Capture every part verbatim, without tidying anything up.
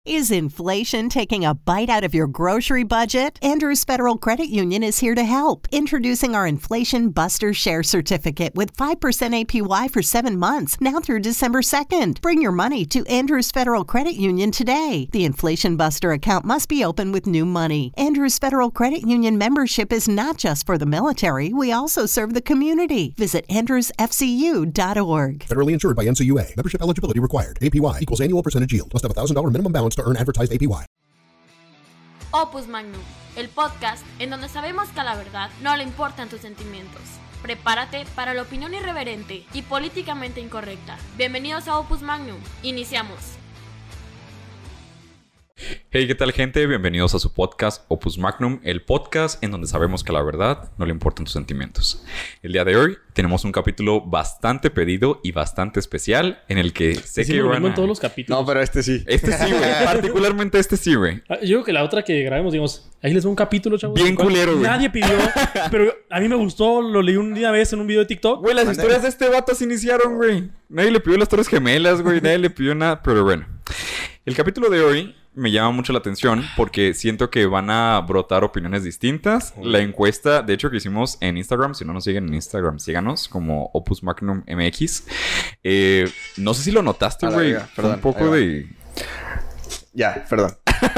Is inflation taking a bite out of your grocery budget? Andrews Federal Credit Union is here to help. Introducing our Inflation Buster Share Certificate with five percent A P Y for seven months, now through December second. Bring your money to Andrews Federal Credit Union today. The Inflation Buster account must be open with new money. Andrews Federal Credit Union membership is not just for the military. We also serve the community. Visit andrews f c u dot org. Federally insured by N C U A. Membership eligibility required. A P Y equals annual percentage yield. Must have a one thousand dollars minimum balance to earn advertised A P Y. Opus Magnum, el podcast en donde sabemos que a la verdad no le importan tus sentimientos. Prepárate para la opinión irreverente y políticamente incorrecta. Bienvenidos a Opus Magnum. Iniciamos. Hey, ¿qué tal, gente? Bienvenidos a su podcast Opus Magnum, el podcast en donde sabemos que a la verdad no le importan tus sentimientos. El día de hoy tenemos un capítulo bastante pedido y bastante especial en el que sé sí, que lo van a... en todos los capítulos. No, pero este sí. Este sí, güey. Particularmente este sí, güey. Yo creo que la otra que grabemos, digamos, ahí les va un capítulo, chavos. Bien culero, güey. Nadie pidió, pero a mí me gustó, lo leí una vez en un video de TikTok. Güey, las Mande. historias de este vato se iniciaron, güey. Nadie le pidió las Torres Gemelas, güey. Nadie le pidió nada, pero bueno. El capítulo de hoy me llama mucho la atención porque siento que van a brotar opiniones distintas. La encuesta, de hecho, que hicimos en Instagram, si no nos siguen en Instagram, síganos como Opus Magnum M X. Eh, no sé si lo notaste, A la güey. verga, Fue perdón, un poco ahí va. de... Ya, perdón.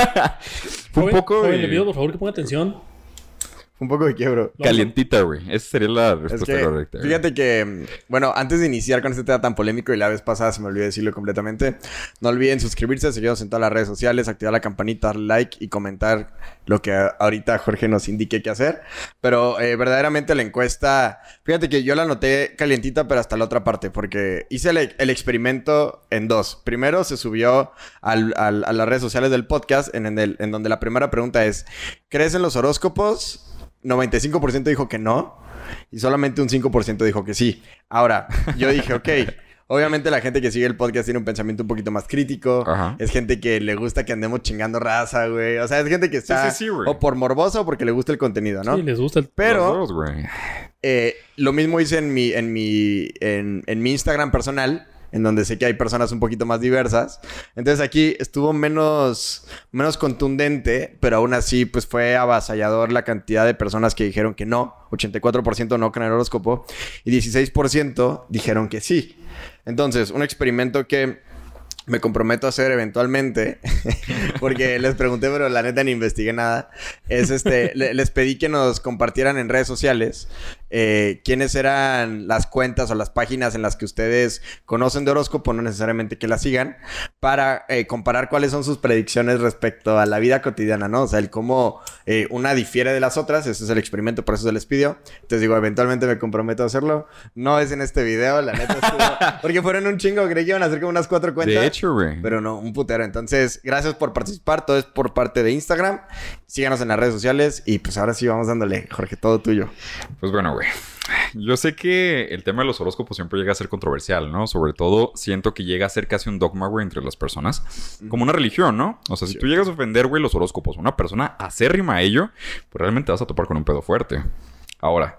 Fue un Joven, poco joven, de... le pido por favor que ponga atención. Un poco de quiebro. Calientita, güey. Esa sería la Es respuesta que, correcta. güey. fíjate que, bueno, antes de iniciar con este tema tan polémico y la vez pasada se me olvidó decirlo completamente, no olviden suscribirse, seguirnos en todas las redes sociales, activar la campanita, darle like y comentar lo que ahorita Jorge nos indique qué hacer. Pero eh, verdaderamente la encuesta, fíjate que yo la noté calientita, pero hasta la otra parte, porque hice el, el experimento en dos. Primero se subió al, al, a las redes sociales del podcast, en, en, el, en donde la primera pregunta es, ¿crees en los horóscopos? noventa y cinco por ciento dijo que no y solamente un cinco por ciento dijo que sí. Ahora, yo dije, ok, obviamente la gente que sigue el podcast tiene un pensamiento un poquito más crítico. Ajá. Es gente que le gusta que andemos chingando raza, güey. O sea, es gente que está Sí, sí, sí, güey. o por morbosa o porque le gusta el contenido, ¿no? Sí, les gusta el... Pero Los dos, güey. eh, lo mismo hice en mi, en mi, en, en mi Instagram personal, en donde sé que hay personas un poquito más diversas. Entonces aquí estuvo menos, menos contundente, pero aún así pues fue avasallador la cantidad de personas que dijeron que no. ochenta y cuatro por ciento no creen en el horóscopo y dieciséis por ciento dijeron que sí. Entonces, un experimento que me comprometo a hacer eventualmente, porque les pregunté, pero la neta ni investigué nada. Es este, le, les pedí que nos compartieran en redes sociales eh, quiénes eran las cuentas o las páginas en las que ustedes conocen de horóscopo, no necesariamente que las sigan, para eh, comparar cuáles son sus predicciones respecto a la vida cotidiana, ¿no? O sea, el cómo eh, una difiere de las otras. Ese es el experimento, por eso se les pidió. Entonces digo, eventualmente me comprometo a hacerlo. No es en este video, la neta estuvo... Porque fueron un chingo, creí que iban a hacer como unas cuatro cuentas. De hecho, güey. Pero no, un putero. Entonces, gracias por participar. Todo es por parte de Instagram. Síganos en las redes sociales. Y pues ahora sí vamos dándole, Jorge, todo tuyo. Pues bueno, güey. Yo sé que el tema de los horóscopos siempre llega a ser controversial, ¿no? Sobre todo, siento que llega a ser casi un dogma, güey, entre las personas. Como una religión, ¿no? O sea, si Sí. tú llegas a ofender, güey, los horóscopos a una persona acérrima a ello, pues realmente vas a topar con un pedo fuerte. Ahora,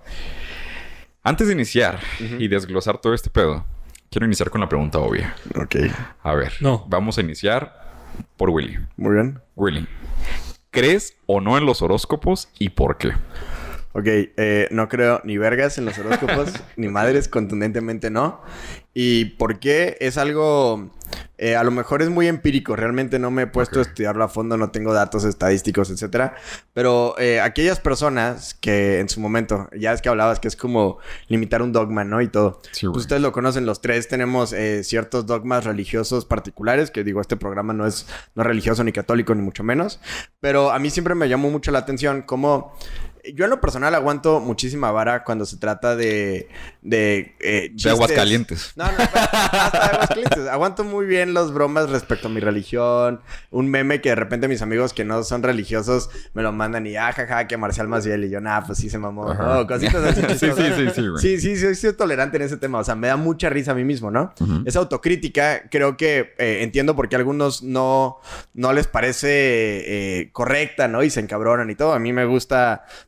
antes de iniciar uh-huh. y desglosar todo este pedo, quiero iniciar con la pregunta obvia. Ok. A ver, No. vamos a iniciar por Willy. Muy bien. Willy, ¿crees o no en los horóscopos y por qué? Ok, eh, no creo ni vergas en los horóscopos, ni madres, contundentemente no. ¿Y por qué? Es algo... Eh, a lo mejor es muy empírico. Realmente no me he puesto Okay. a estudiarlo a fondo. No tengo datos estadísticos, etcétera. Pero eh, aquellas personas que en su momento... Ya es que hablabas que es como limitar un dogma, ¿no? Y todo. Sí, Pues ustedes lo conocen. Los tres tenemos eh, ciertos dogmas religiosos particulares. Que digo, este programa no es, no es religioso ni católico, ni mucho menos. Pero a mí siempre me llamó mucho la atención cómo... Yo en lo personal aguanto muchísima vara cuando se trata de... De, eh, De chistes. Aguascalientes. No, no, hasta de Aguascalientes. Aguanto muy bien las bromas respecto a mi religión. Un meme que de repente mis amigos que no son religiosos me lo mandan y ah, jaja, que Marcial Maciel. Y yo, nah, pues sí se mamó. Ajá. Oh, cositas así. Sí, sí, sí, sí, güey. Sí, sí, sí, soy tolerante en ese tema. O sea, me da mucha risa a mí mismo, ¿no? Ujú. Esa autocrítica, creo que eh, entiendo por qué a algunos no, no les parece eh, correcta, ¿no? Y se encabronan y todo. A mí me gusta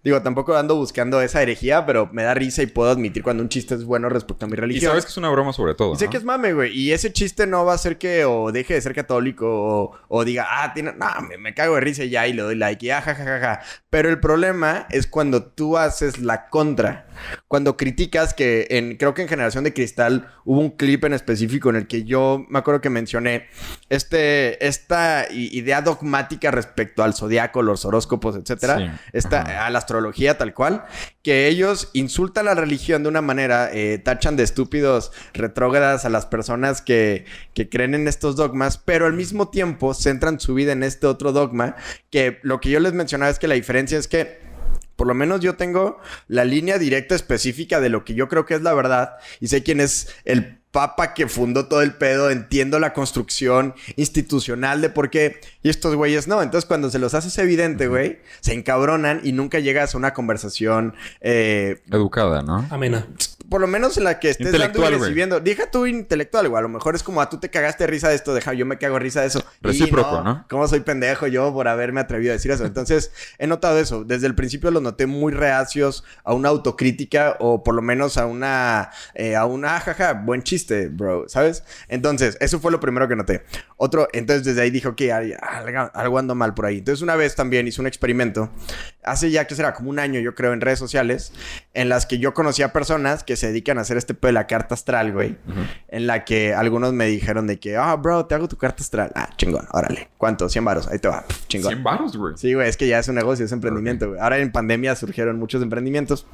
Digo, tampoco ando buscando esa herejía, pero me da risa y puedo admitir cuando un chiste es bueno respecto a mi religión. Y sabes que es una broma sobre todo, Y sé ¿no? que es mame, güey. Y ese chiste no va a hacer que o deje de ser católico o, o diga, ah, tiene... No, me, me cago de risa y ya y le doy like y ah, ja, ja, ja, ja. Pero el problema es cuando tú haces la contra. Cuando criticas que en... Creo que en Generación de Cristal hubo un clip en específico en el que yo me acuerdo que mencioné este... Esta idea dogmática respecto al zodiaco, los horóscopos, etcétera. Sí. Esta, a la astrología tal cual. Que ellos insultan la religión de una manera, eh, tachan de estúpidos retrógradas a las personas que, que creen en estos dogmas, pero al mismo tiempo centran su vida en este otro dogma, que lo que yo les mencionaba es que la diferencia es que por lo menos yo tengo la línea directa específica de lo que yo creo que es la verdad y sé quién es el papa que fundó todo el pedo, entiendo la construcción institucional de por qué y estos güeyes no. Entonces cuando se los haces evidente, güey, se encabronan y nunca llegas a una conversación eh, educada, ¿no? Amena. por lo menos en la que estés dando y Intelectual, güey. recibiendo. Deja tú intelectual, güey. A lo mejor es como, a tú te cagaste de risa de esto, deja, yo me cago de risa de eso. Recíproco, Y ¿no? ¿Cómo soy pendejo yo por haberme atrevido a decir eso? Entonces, he notado eso. Desde el principio los noté muy reacios a una autocrítica o por lo menos a una... Eh, a una, jaja, buen chiste, bro, ¿sabes? Entonces, eso fue lo primero que noté. Otro, entonces desde ahí dije, ok, algo, algo ando mal por ahí. Entonces, una vez también hice un experimento. Hace ya, ¿qué será? Como un año, yo creo, en redes sociales, en las que yo conocía personas que se dedican a hacer este pedo de la carta astral, güey. Uh-huh. En la que algunos me dijeron de que, ah, oh, bro, te hago tu carta astral. Ah, chingón, órale. ¿Cuánto? cien varos. Ahí te va. Pff, chingón. cien varos, güey. Sí, güey, es que ya es un negocio, es emprendimiento, güey. Okay. Ahora en pandemia surgieron muchos emprendimientos.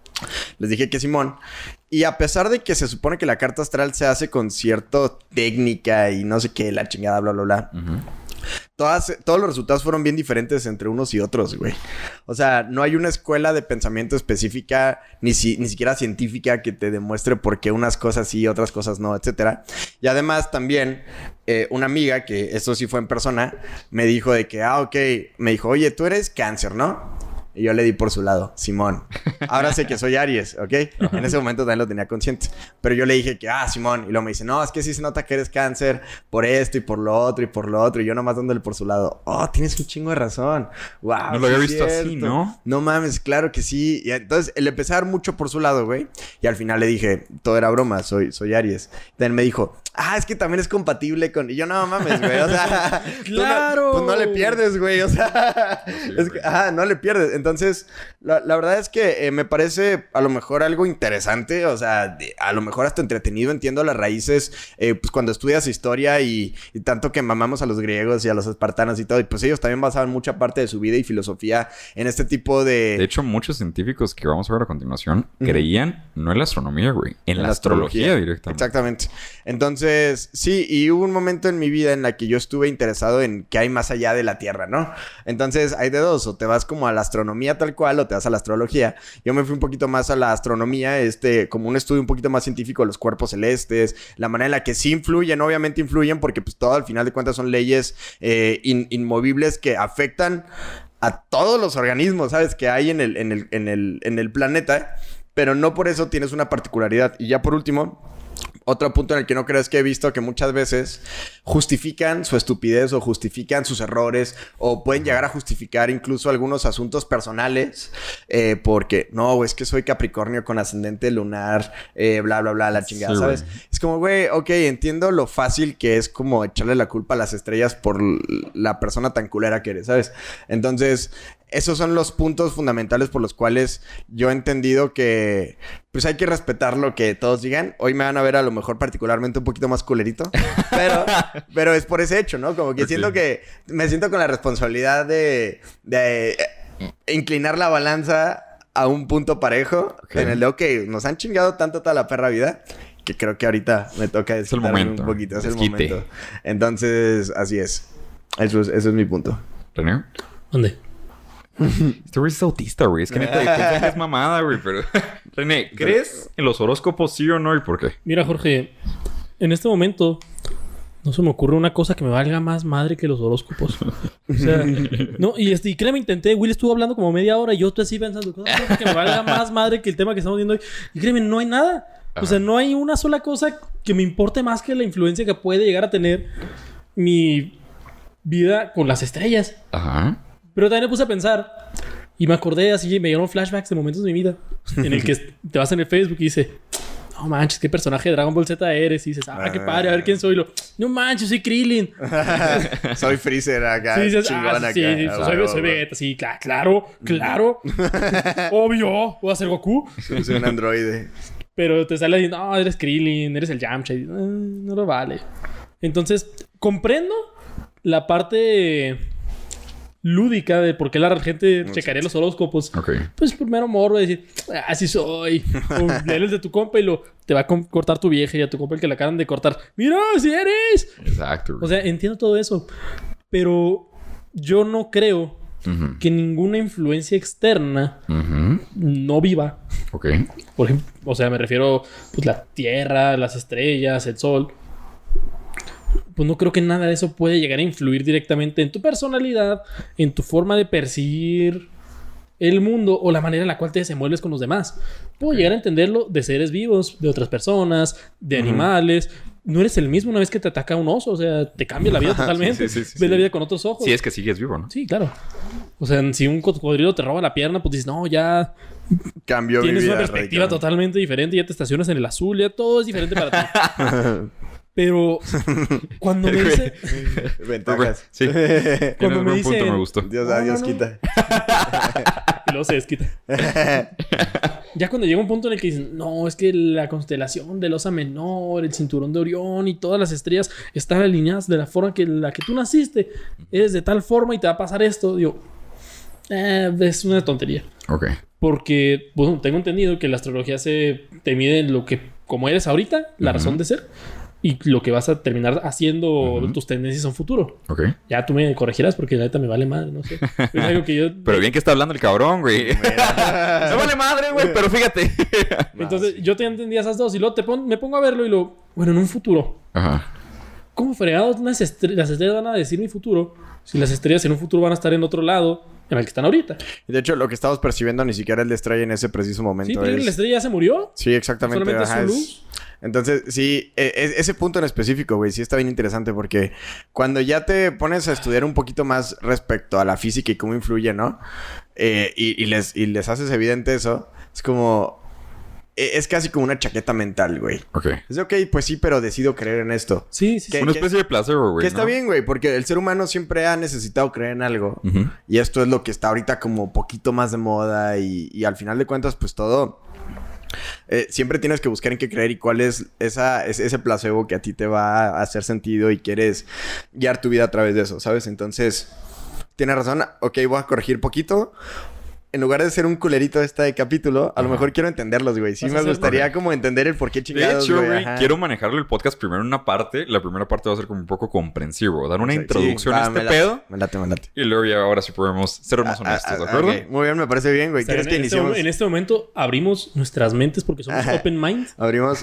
Les dije que Simón. Y a pesar de que se supone que la carta astral se hace con cierta técnica y no sé qué, la chingada, bla, bla, bla. Uh-huh. Todas, todos los resultados fueron bien diferentes entre unos y otros, güey. O sea, no hay una escuela de pensamiento específica, ni, si, ni siquiera científica, que te demuestre por qué unas cosas sí, otras cosas no, etcétera. Y además también, eh, una amiga, que esto sí fue en persona, me dijo de que, ah, ok, me dijo, oye, tú eres cáncer, ¿no? Y yo le di por su lado, Simón. Ahora sé que soy Aries, ¿ok? Uh-huh. En ese momento también lo tenía consciente. Pero yo le dije que, ah, Simón. Y luego me dice, no, es que sí se nota que eres cáncer por esto y por lo otro y por lo otro. Y yo nomás dándole por su lado. Oh, tienes un chingo de razón. Wow. No lo había visto así, ¿no? No mames, claro que sí. Y entonces le empecé a dar mucho por su lado, güey. Y al final le dije, todo era broma, soy, soy Aries. También me dijo, ah, es que también es compatible con... Y yo, no mames, güey. O sea, ¡claro! No, pues no le pierdes, güey. O sea, sí, es que, ah, no le pierdes. Entonces, la, la verdad es que eh, me parece a lo mejor algo interesante. O sea, de, a lo mejor hasta entretenido. Entiendo las raíces. Eh, pues cuando estudias historia y, y tanto que mamamos a los griegos y a los espartanos y todo. Y pues ellos también basaban mucha parte de su vida y filosofía en este tipo de... De hecho, muchos científicos que vamos a ver a continuación uh-huh. creían no en la astronomía, güey. En, en la astrología, astrología directamente. Exactamente. Entonces, sí. Y hubo un momento en mi vida en la que yo estuve interesado en qué hay más allá de la Tierra, ¿no? Entonces, hay de dos. O te vas como a la astronomía tal cual o te vas a la astrología. Yo me fui un poquito más a la astronomía, este, como un estudio un poquito más científico de los cuerpos celestes, la manera en la que sí influyen, obviamente influyen porque pues todo al final de cuentas son leyes eh, in, inmovibles que afectan a todos los organismos, ¿sabes? Que hay en el, en el, en el, en el planeta, pero no por eso tienes una particularidad. Y ya por último... Otro punto en el que no creo es que he visto que muchas veces justifican su estupidez o justifican sus errores o pueden llegar a justificar incluso algunos asuntos personales eh, porque no, es que soy Capricornio con ascendente lunar, eh, bla, bla, bla, la chingada, sí, ¿sabes? Güey. Es como, güey, ok, entiendo lo fácil que es como echarle la culpa a las estrellas por la persona tan culera que eres, ¿sabes? Entonces... Esos son los puntos fundamentales por los cuales yo he entendido que pues hay que respetar lo que todos digan. Hoy me van a ver a lo mejor particularmente un poquito más culerito, pero, pero es por ese hecho, ¿no? Como que okay. siento que me siento con la responsabilidad de, de inclinar la balanza a un punto parejo okay. en el de, ok, nos han chingado tanto toda la perra vida que creo que ahorita me toca desquitarme un poquito. Es el Desquite. momento. Entonces, así es. Eso es, eso es mi punto. ¿René? ¿Dónde? Este güey es autista, güey. Es que neta, piensa que es mamada, güey. Pero... René, ¿crees en los horóscopos sí o no y por qué? Mira, Jorge, en este momento no se me ocurre una cosa que me valga más madre que los horóscopos. O sea, no, y, este, y créeme, intenté. Will estuvo hablando como media hora y yo estoy así pensando, cosa que me valga más madre que el tema que estamos viendo hoy. Y créeme, no hay nada. Ajá. O sea, no hay una sola cosa que me importe más que la influencia que puede llegar a tener mi vida con las estrellas. Ajá. Pero también me puse a pensar, Y me acordé así, me dieron flashbacks de momentos de mi vida en el que te vas en el Facebook y dices, no manches, qué personaje de Dragon Ball Z eres. Y dices, ah, qué padre, a ver quién soy. Y lo, no manches, soy Krillin. Soy Freezer acá. Sí, dices, chingón ah, acá. sí, sí, Ah, soy, huevo, soy huevo. Vegeta. Sí, cla- claro, claro. Obvio, voy a ser Goku. Soy un androide. Pero te sale diciendo, no, eres Krillin, eres el Yamcha. Y, "Ah, no lo vale. Entonces, comprendo la parte lúdica de por qué la gente checaría los horóscopos. Ok. Pues primero morro de decir, así soy. O leer el de tu compa y lo te va a com- cortar tu vieja y a tu compa el que la acaban de cortar. ¡Mira, si eres! Exacto. O sea, entiendo todo eso. Pero yo no creo Ujú. que ninguna influencia externa Ujú. no viva. Ok. Por ejemplo, o sea, me refiero pues la tierra, las estrellas, el sol. Pues no creo que nada de eso puede llegar a influir directamente en tu personalidad, en tu forma de percibir el mundo o la manera en la cual te desenvuelves con los demás. Puedo llegar a entenderlo de seres vivos, de otras personas, de animales. No eres el mismo una vez que te ataca un oso. O sea, te cambia la vida totalmente. Sí, sí, sí, Ves sí. la vida con otros ojos. Si es que sigues vivo, ¿no? Sí, claro. O sea, si un cocodrilo te roba la pierna, pues dices, no, ya Cambió mi tienes vida una perspectiva radicalmente. totalmente diferente. Ya te estacionas en el azul, ya todo es diferente para ti. Pero cuando me dice... Ventajas. Sí. Cuando Tienes me buen dicen- punto, me gustó. Dios, No, adiós, no, no. quita. Y luego se desquita. Ya cuando llega un punto en el que dicen, no, es que la constelación del Osa Menor, el cinturón de Orión y todas las estrellas están alineadas de la forma que la que tú naciste. Eres de tal forma y te va a pasar esto. Digo, eh, es una tontería. Ok. Porque, bueno, tengo entendido que la astrología se te mide en lo que, como eres ahorita, la Ujú. razón de ser, y lo que vas a terminar haciendo Ujú. tus tendencias en futuro. Ok. Ya tú me corregirás porque la neta me vale madre, no sé. Es algo que yo... Pero bien que está hablando el cabrón, güey. No vale madre, güey, pero fíjate. Entonces, yo te entendía esas dos y luego te pon- me pongo a verlo y lo... Bueno, en un futuro. Ajá. ¿Cómo fregados unas estre- las estrellas van a decir mi futuro si las estrellas en un futuro van a estar en otro lado en el que están ahorita? De hecho, lo que estamos percibiendo ni siquiera es la estrella en ese preciso momento. Sí, pero es- la estrella ya se murió. Sí, exactamente. Solamente es ajá, su es- luz. Entonces, sí, e- e- ese punto en específico, güey, sí está bien interesante porque cuando ya te pones a estudiar un poquito más respecto a la física y cómo influye, ¿no? Eh, y, y les, y les haces evidente eso, es como... e- Es casi como una chaqueta mental, güey. Ok. Es de, ok, pues sí, pero decido creer en esto. Sí, sí, ¿Qué? sí. Una especie de placebo, güey. Que está ¿no? bien, güey, porque el ser humano siempre ha necesitado creer en algo. Ujú. Y esto es lo que está ahorita como poquito más de moda y, y al final de cuentas, pues todo... eh, siempre tienes que buscar en qué creer y cuál es esa, es- ese placebo que a ti te va a hacer sentido y quieres guiar tu vida a través de eso, ¿sabes? Entonces, tienes razón. Ok, voy a corregir poquito. En lugar de ser un culerito este capítulo, a lo Ajá. mejor quiero entenderlos, güey. Sí Vas a me hacer- gustaría como entender el por qué De chingados, hecho, güey, ajá. quiero manejarlo el podcast primero en una parte. La primera parte va a ser como un poco comprensivo. Dar una Sí, introducción va, a este me late, pedo. Me late, me late. Y luego ya ahora sí podemos ser más Ah, honestos, ah, ¿de ah, acuerdo? ok. Muy bien, me parece bien, güey. O sea, ¿Quieres en, que en este, iniciemos? mo- en este momento abrimos nuestras mentes porque somos Ajá. open mind. Abrimos...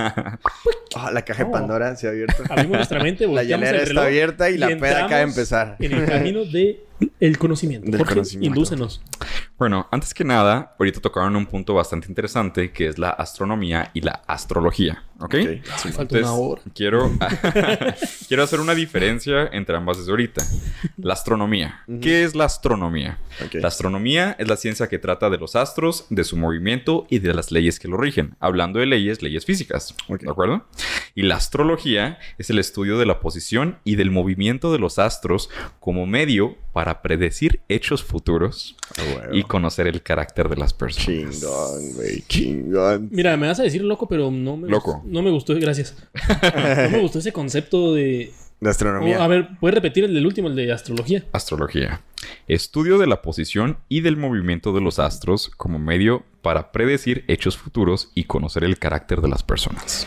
Ah, la caja de Oh. Pandora se ha abierto. Abrimos nuestra mente, La volteamos hielera el está reloj abierta y la peda acaba de entramos empezar. En el camino de el conocimiento. Del Jorge, conocimiento. indúcenos. Bueno, antes que nada, ahorita tocaron un punto bastante interesante que es la astronomía y la astrología, ¿ok? Ok. Sí, falta Entonces, una hora. quiero, quiero hacer una diferencia entre ambas desde ahorita. La astronomía. ¿Qué es la astronomía? Ok. La astronomía es la ciencia que trata de los astros, de su movimiento y de las leyes que lo rigen. Hablando de leyes, leyes físicas. Ok. ¿De acuerdo? Y la astrología es el estudio de la posición y del movimiento de los astros como medio para predecir hechos futuros Ah, huevo. y conocer el carácter de las personas. Chingón, güey. Chingón. Mira, me vas a decir loco, pero no me Loco. gustó- no me gustó, gracias. No me gustó ese concepto de... De astronomía. Oh, a ver, ¿puedes repetir el del último, el de astrología? Astrología. Estudio de la posición y del movimiento de los astros como medio para predecir hechos futuros y conocer el carácter de las personas.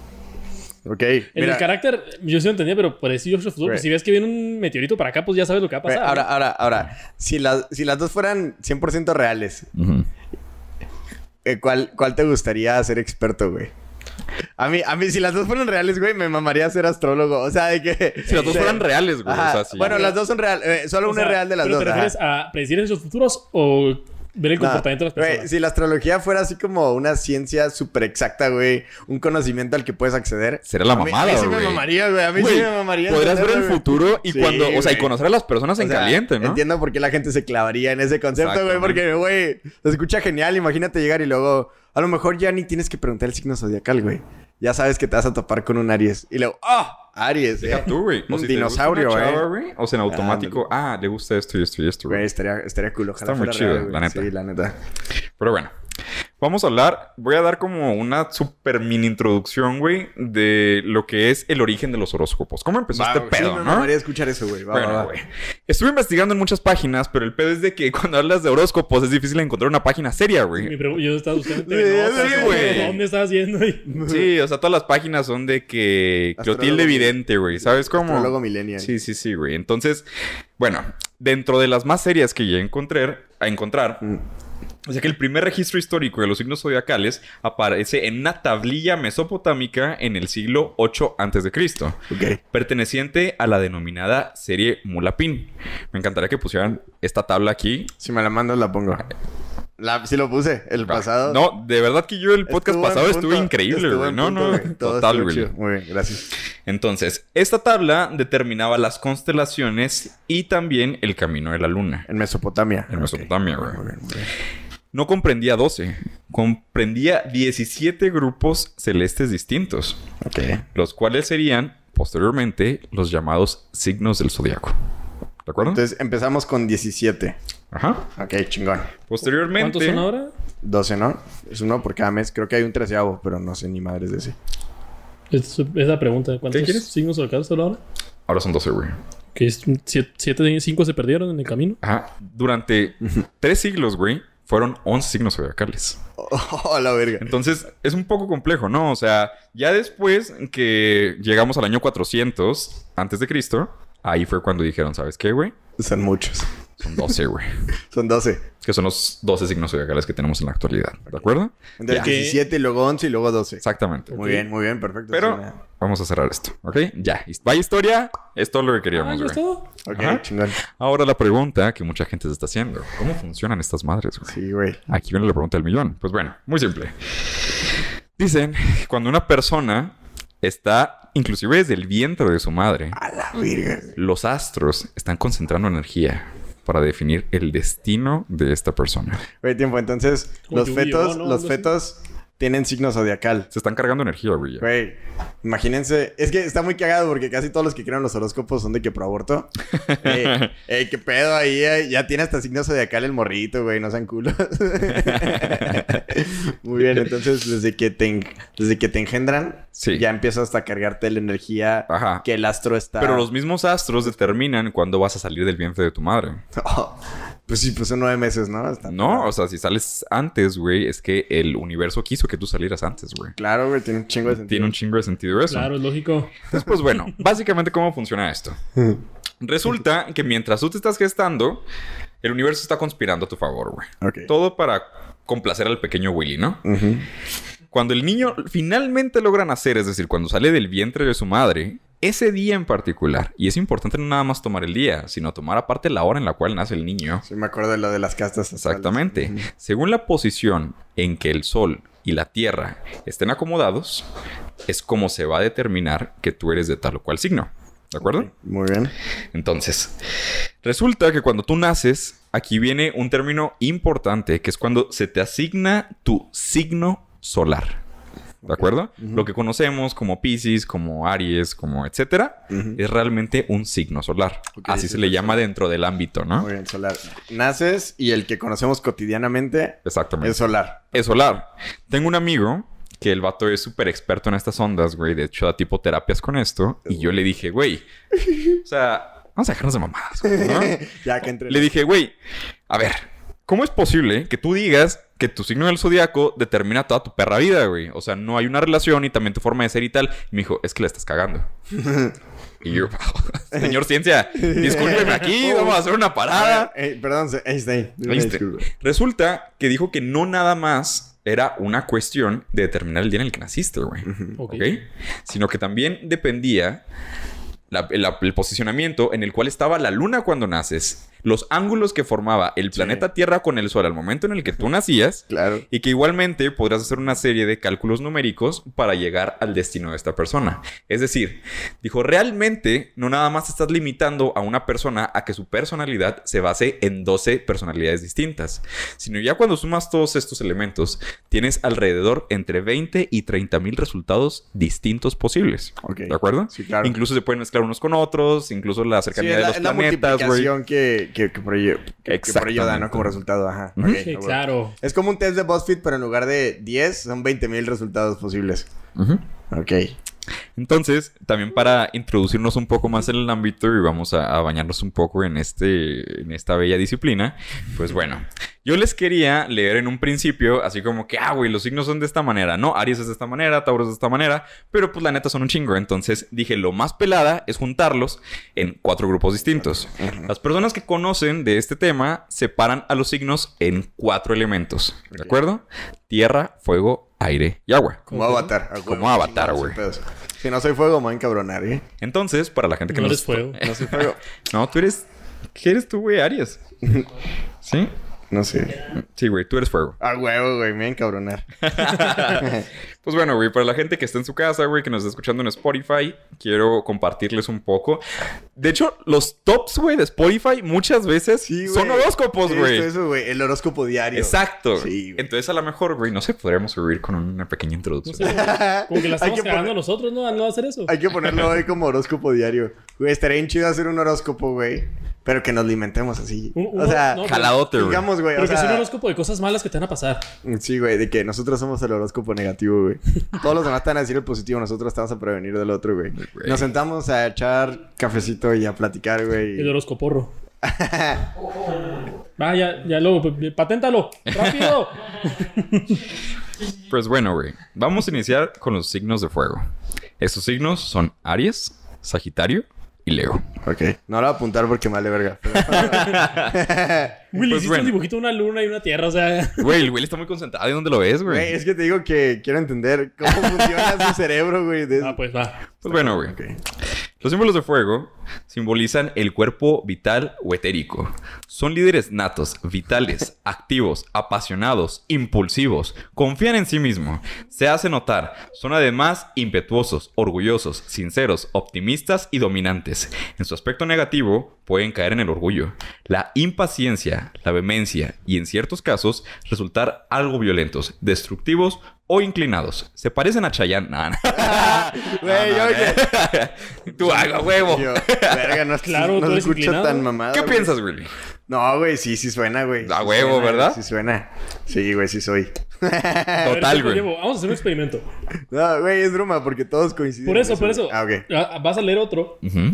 Ok. El Mira, del carácter, yo sí lo entendía, pero pareció futuro. Güey. Pues si ves que viene un meteorito para acá, pues ya sabes lo que va a güey, pasar. ahora, ¿no? ahora, ahora. Si, las si las dos fueran cien por ciento reales, Ujú. eh, ¿cuál, ¿cuál te gustaría ser experto, güey? A mí, a mí, si las dos fueran reales, güey, me mamaría ser astrólogo. O sea, de que... Si las dos de- fueran reales, güey. Ajá. O sea, sí. Bueno, las dos son reales. Eh, solo O una sea, es real de las ¿pero dos. te ajá. refieres a predecir hechos futuros o ver el No, comportamiento de las güey, personas. si la astrología fuera así como una ciencia súper exacta, güey, un conocimiento al que puedes acceder. Será la a mí- mamada, A mí sí güey. me mamaría, güey. A mí Güey, sí me mamaría. podrás ver el entenderlo, güey. futuro y Sí, cuando... O sea, y güey. conocer a las personas en O sea, caliente, ¿no? Entiendo por qué la gente se clavaría en ese concepto, güey. Porque, güey, se escucha genial. Imagínate llegar y luego... A lo mejor ya ni tienes que preguntar el signo zodiacal, güey. Ya sabes que te vas a topar con un Aries. Y luego... ¡Ah! Aries, eh. Deja tú, güey. O Un si te dinosaurio, gusta una chava, güey. güey. O sea, en automático... Ah, le gusta esto y esto y esto, Güey, güey. estaría, estaría cool. Ojalá Está muy fuera chido, real, güey. la neta. Sí, la neta. Pero bueno. Vamos a hablar... Voy a dar como una super mini introducción, güey, de lo que es el origen de los horóscopos. ¿Cómo empezó Va, este güey. pedo, Sí, me no? mamaría escuchar eso, güey. Va, va, Bueno, va. güey. Estuve investigando en muchas páginas, pero el pedo es de que cuando hablas de horóscopos es difícil encontrar una página seria, güey. Mi pregu- yo estaba buscando Sí, notas, sí, güey. ¿Dónde estás yendo? Sí, o sea, todas las páginas son de que Astrólogo Clotilde Vidente, güey. ¿Sabes cómo? Astrólogo millennial. Sí, sí, sí, güey. Entonces, bueno, dentro de las más serias que llegué a encontrar, a encontrar, Mm. o sea que el primer registro histórico de los signos zodiacales aparece en una tablilla mesopotámica en el siglo ocho antes de Cristo, Ok. perteneciente a la denominada serie Mulapin. Me encantaría que pusieran esta tabla aquí. Si me la mandas, la pongo. La, sí lo puse. El pasado. No, de verdad que yo el podcast Estuvo en pasado punto. estuve increíble, Estuvo güey. en No, punto, no, güey. Todo total, estuvo güey. chido. Muy bien, gracias. Entonces, esta tabla determinaba las constelaciones y también el camino de la luna. En Mesopotamia. En Mesopotamia, güey. Muy bien, muy bien. No comprendía doce, comprendía diecisiete grupos celestes distintos, Ok. los cuales serían, posteriormente, los llamados signos del zodiaco. ¿De acuerdo? Entonces empezamos con diecisiete. Ajá. Ok, chingón. Posteriormente... ¿Cuántos son ahora? doce, ¿no? Es uno por cada mes. Creo que hay un treceavo, pero no sé ni madres de ese. Es, es la pregunta. ¿Cuántos ¿Qué quieres? signos zodiacales son ahora? Ahora son doce, güey. Que es siete, siete, cinco se perdieron en el camino. Ajá. Durante tres siglos, güey, fueron once signos zodiacales. Oh, la verga. Entonces, es un poco complejo, ¿no? O sea, ya después que llegamos al año cuatrocientos antes de Cristo, ahí fue cuando dijeron, ¿sabes qué, güey? Son muchos. Son doce, güey. Son doce. Que son los doce signos zodiacales que tenemos en la actualidad. ¿De acuerdo? Entonces Ya. diecisiete, y luego once y luego doce. Exactamente. Muy bien, muy bien. Perfecto. Pero Suena- vamos a cerrar esto, ¿ok? Ya. Vaya historia. Es todo lo que Ah, queríamos, ¿ya güey. es todo? Ok, Ajá. chingón. Ahora la pregunta que mucha gente se está haciendo. ¿Cómo funcionan estas madres, güey? Sí, güey. Aquí viene la pregunta del millón. Pues bueno, muy simple. Dicen que cuando una persona está, inclusive desde el vientre de su madre, A la verga. los astros están concentrando energía para definir el destino de esta persona. Güey, tiempo. Entonces, Como los Yu-Gi-Oh, fetos, ¿no? los Algo así. fetos tienen signo zodiacal. Se están cargando energía, güey. ya. Güey, imagínense. Es que está muy cagado porque casi todos los que crean los horóscopos son de que pro aborto. Ey, ey, qué pedo ahí. eh, Ya tiene hasta signo zodiacal el morrito, güey. No sean culos. Muy bien, entonces desde que te, en- desde que te engendran, Sí. ya empiezas hasta a cargarte la energía Ajá. que el astro está. Pero los mismos astros determinan cuándo vas a salir del vientre de tu madre. Oh, pues sí, pues son nueve meses, ¿no? Está- No, o sea, si sales antes, güey, es que el universo quiso que tú salieras antes, güey. Claro, güey, tiene un chingo de sentido. Tiene un chingo de sentido eso. Claro, es lógico. Entonces, pues bueno, básicamente, ¿cómo funciona esto? Resulta que mientras tú te estás gestando, el universo está conspirando a tu favor, güey. Ok. Todo para complacer al pequeño Willy, ¿no? Ujú. Cuando el niño finalmente logra nacer, es decir, cuando sale del vientre de su madre, ese día en particular, y es importante no nada más tomar el día, sino tomar aparte la hora en la cual nace el niño. Sí, me acuerdo de lo de las castas astrales. Exactamente. Según la posición en que el Sol y la Tierra estén acomodados, es como se va a determinar que tú eres de tal o cual signo. ¿De acuerdo? Muy bien. Entonces, resulta que cuando tú naces, aquí viene un término importante, que es cuando se te asigna tu signo solar. ¿De acuerdo? Lo que conocemos como Piscis, como Aries, como etcétera, Ujú. es realmente un signo solar. Ok, Así sí, se le sí, llama dentro del ámbito, ¿no? Muy bien, solar. Naces y el que conocemos cotidianamente Exactamente. es solar. Es solar. Tengo un amigo que el vato es súper experto en estas ondas, güey. De hecho, da tipo terapias con esto. Y yo le dije, güey, o sea, vamos a dejarnos de mamadas, güey, ¿no? Ya que entre. Le dije, güey, a ver, ¿cómo es posible que tú digas que tu signo del zodiaco determina toda tu perra vida, güey? O sea, no hay una relación y también tu forma de ser y tal. Y me dijo, es que la estás cagando. Y yo, señor ciencia, discúlpeme aquí, vamos a hacer una parada. Eh, perdón, Einstein. Una Einstein. disculpa. Resulta que dijo que no nada más era una cuestión de determinar el día en el que naciste, güey. Ok. ¿Ok? Sino que también dependía la- la- el posicionamiento en el cual estaba la luna cuando naces, los ángulos que formaba el planeta sí. Tierra con el Sol al momento en el que tú nacías. Claro. Y que igualmente podrías hacer una serie de cálculos numéricos para llegar al destino de esta persona. Es decir, dijo, realmente no nada más estás limitando a una persona a que su personalidad se base en doce personalidades distintas, sino ya cuando sumas todos estos elementos, tienes alrededor entre veinte y treinta mil resultados distintos posibles. Okay. ¿De acuerdo? Sí, claro. Incluso se pueden mezclar unos con otros, incluso la cercanía sí, de la, los la planetas, güey. multiplicación que, que, que, por ello, que, que por ello da, ¿no? Como resultado, ajá. Uh-huh. Okay, Sí, bueno. claro. Es como un test de BuzzFeed, pero en lugar de diez, son veinte mil resultados posibles. Uh-huh. Ok. Entonces, también para introducirnos un poco más en el ámbito y vamos a, a bañarnos un poco en, este, en esta bella disciplina, pues bueno, yo les quería leer en un principio, así como que, ah, güey, los signos son de esta manera, ¿no? Aries es de esta manera, Tauro es de esta manera, pero pues la neta son un chingo. Entonces dije, lo más pelada es juntarlos en cuatro grupos distintos. Uh-huh. Las personas que conocen de este tema separan a los signos en cuatro elementos, ¿de acuerdo? Tierra, fuego, aire y agua. Como Avatar. Como Avatar, güey. Si no soy fuego, me voy a encabronar, ¿eh? Entonces, para la gente que no no eres fuego. No soy fuego. No, tú eres... ¿Qué eres tú, güey? Aries. ¿Sí? No sé. Sí, güey. Tú eres fuego. Ah, huevo, güey. Me voy a encabronar. Pues bueno, güey. Para la gente que está en su casa, güey, que nos está escuchando en Spotify, quiero compartirles un poco. De hecho, los tops, güey, de Spotify muchas veces sí, son horóscopos, güey. Eso, güey. El horóscopo diario. Exacto. Sí, güey. Entonces, a lo mejor, güey, no sé, podríamos subir con una pequeña introducción. No sé, como que la estamos cagando poner... nosotros, ¿no? Al no hacer eso. Hay que ponerlo hoy como horóscopo diario. Güey, estaría bien chido hacer un horóscopo, güey. Pero que nos alimentemos así. Un, un, o sea, no, jaladote, güey. Digamos, güey. Pero o que sea, es un horóscopo de cosas malas que te van a pasar. Sí, güey. De que nosotros somos el horóscopo negativo, güey. Todos los demás están a decir el positivo. Nosotros estamos a prevenir del otro, güey. Nos sentamos a echar cafecito y a platicar, güey. El horóscoporro. Va, ya, ya lo... Paténtalo. ¡Rápido! Pues bueno, güey. Vamos a iniciar con los signos de fuego. Estos signos son Aries, Sagitario y Leo. Ok. No lo voy a apuntar porque me vale verga. Willy, Pues hiciste bueno. un dibujito de una luna y una tierra, o sea... Güey, el güey está muy concentrado. ¿De dónde lo ves, Güey, güey? es que te digo que quiero entender cómo funciona su cerebro, güey. De... Ah, pues va. Pues bueno, güey. Ok. Los símbolos de fuego simbolizan el cuerpo vital o etérico. Son líderes natos, vitales, activos, apasionados, impulsivos, confían en sí mismos, se hacen notar, son además impetuosos, orgullosos, sinceros, optimistas y dominantes. En su aspecto negativo pueden caer en el orgullo, la impaciencia, la vehemencia y en ciertos casos resultar algo violentos, destructivos o inclinados. Se parecen a Chayanne. Nah, nah. Güey, No, no, oye. Tú haga huevo. Yo, verga, no, Claro, no tú se eres escucha inclinado. tan mamada. ¿Qué güey. piensas, Willy? No, güey, sí, sí suena, güey. A Sí huevo, suena, ¿verdad? Sí suena. Sí, güey, sí soy. A ver, Total, tiempo, güey. tiempo. Vamos a hacer un experimento. No, güey, es broma porque todos coinciden. Por en eso, por eso. Ah, ok. Ah, Vas a leer otro Ujú.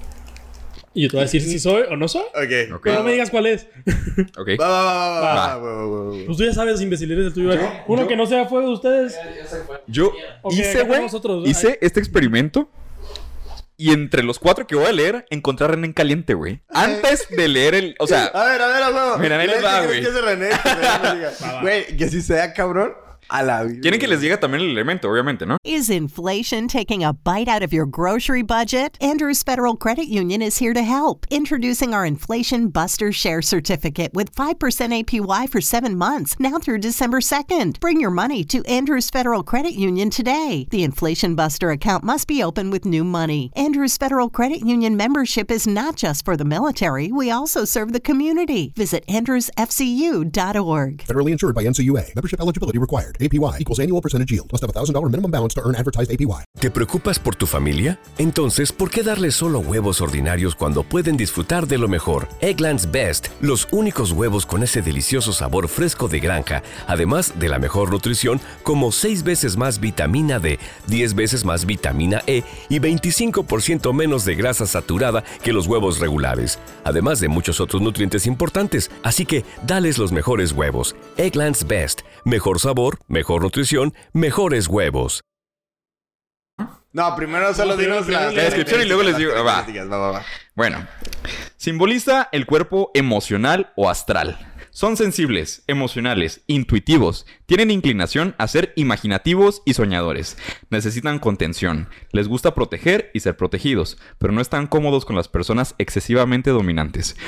y yo te voy a decir si soy o no soy. Ok. Ok. Pero no me digas cuál es. Ok. Va, va, va, va, va, Va. va, va, va, va. Pues tú ya sabes, imbécil, eres el tuyo. Uno que no sea fuego de ustedes. Yo Ok, hice, acá güey, nosotros, ¿no? hice este experimento y entre los cuatro que voy a leer encontré a René en caliente, güey. Antes de leer el... O sea, A ver, a ver, a huevo. Mira, ahí les va, ¿Qué güey. crees que es René? Que René me diga. Güey, que si sea cabrón, a la vida. quieren que les diga también el elemento, obviamente, ¿no? Is inflation taking a bite out of your grocery budget? Andrews Federal Credit Union is here to help. Introducing our Inflation Buster Share Certificate with five percent A P Y for seven months, now through December second. Bring your money to Andrews Federal Credit Union today. The Inflation Buster account must be open with new money. Andrews Federal Credit Union membership is not just for the military. We also serve the community. Visit andrews f c u dot org. Federally insured by N C U A. Membership eligibility required. A P Y equals annual percentage yield. Must have a one thousand dollars minimum balance to earn advertised A P Y. ¿Te preocupas por tu familia? Entonces, ¿por qué darles solo huevos ordinarios cuando pueden disfrutar de lo mejor? Eggland's Best, los únicos huevos con ese delicioso sabor fresco de granja, además de la mejor nutrición, como seis veces más vitamina D, diez veces más vitamina E y veinticinco por ciento menos de grasa saturada que los huevos regulares, además de muchos otros nutrientes importantes. Así que, dales los mejores huevos. Eggland's Best, mejor sabor, mejor nutrición, mejores huevos. No, primero solo No, primero- dinos las... primero la descripción y luego les digo, va. características. Va, va, va. Bueno, simboliza el cuerpo emocional o astral. Son sensibles, emocionales, intuitivos, tienen inclinación a ser imaginativos y soñadores. Necesitan contención, les gusta proteger y ser protegidos, pero no están cómodos con las personas excesivamente dominantes.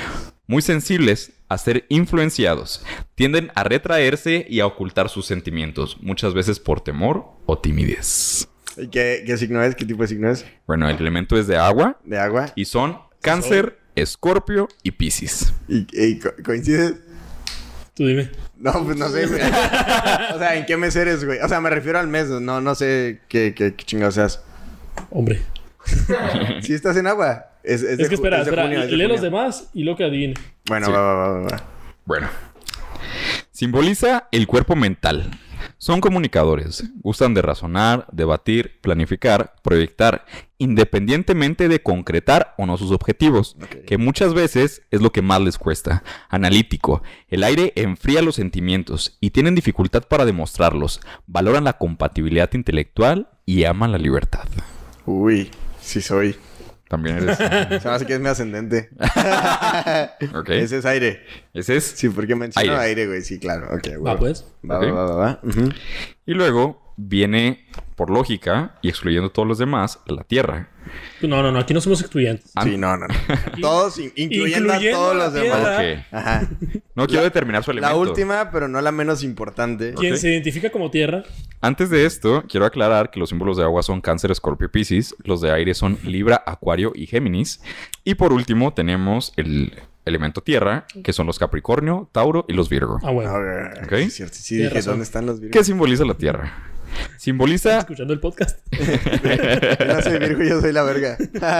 muy sensibles a ser influenciados. Tienden a retraerse y a ocultar sus sentimientos, muchas veces por temor o timidez. ¿Y qué, qué signo es? ¿Qué tipo de signo es? Bueno, el elemento es de agua ¿De agua? y son Cáncer, Escorpio y Piscis. ¿Y, y co- coincides? Tú dime. No, pues no sé, güey. O sea, ¿en qué mes eres, güey? O sea, me refiero al mes. No, no sé qué, qué, qué chingados seas. Hombre. ¿Sí estás en agua? Es, es, de Es que ju- espera, es de espera. junio, es de Lee los junio. demás y lo que adivine. Bueno, Sí. va, va, va, va. Bueno. Simboliza el cuerpo mental. Son comunicadores. Gustan de razonar, debatir, planificar, proyectar, independientemente de concretar o no sus objetivos, Ok. que muchas veces es lo que más les cuesta. Analítico. El aire enfría los sentimientos y tienen dificultad para demostrarlos. Valoran la compatibilidad intelectual y aman la libertad. Uy, sí soy. También eres... Se me hace que es mi ascendente. Ok. Ese es aire. Ese es... Sí, porque menciono Aire. aire, güey. Sí, claro. Ok, güey. Va, pues. Va, Ok. va, va, va, va. Ujú. Y luego viene, por lógica, y excluyendo todos los demás, la Tierra. No, no, no. Aquí no somos excluyentes. Ah. Sí, no, no, no. Todos, in- incluyendo, Incluyendo a todos la los demás. tierra. Ok. Ajá. No quiero determinar su La elemento. última, pero no la menos importante. Quien Ok. se identifica como tierra. Antes de esto, quiero aclarar que los símbolos de agua son Cáncer, Escorpio, Piscis. Los de aire son Libra, Acuario y Géminis. Y por último, tenemos el elemento tierra, que son los Capricornio, Tauro y los Virgo. Ah, bueno. Ok. Ok. Sí, es cierto. Sí, Tienes dije, razón. ¿dónde están los ¿Qué virgos? simboliza la Tierra? Simboliza... Escuchando el podcast. Yo no soy virgo, yo soy la verga.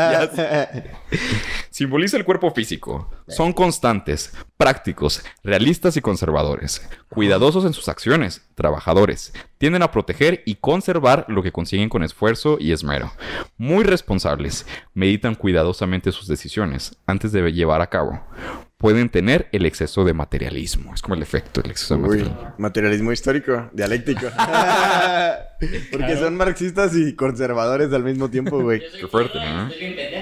Simboliza el cuerpo físico. Son constantes, prácticos, realistas y conservadores. Cuidadosos en sus acciones, trabajadores. Tienden a proteger y conservar lo que consiguen con esfuerzo y esmero. Muy responsables. Meditan cuidadosamente sus decisiones antes de llevar a cabo. Pueden tener el exceso de materialismo. Es como el efecto del exceso de Uy, materialismo. materialismo histórico, dialéctico. Porque Claro. son marxistas y conservadores al mismo tiempo, güey. Qué fuerte, ¿no?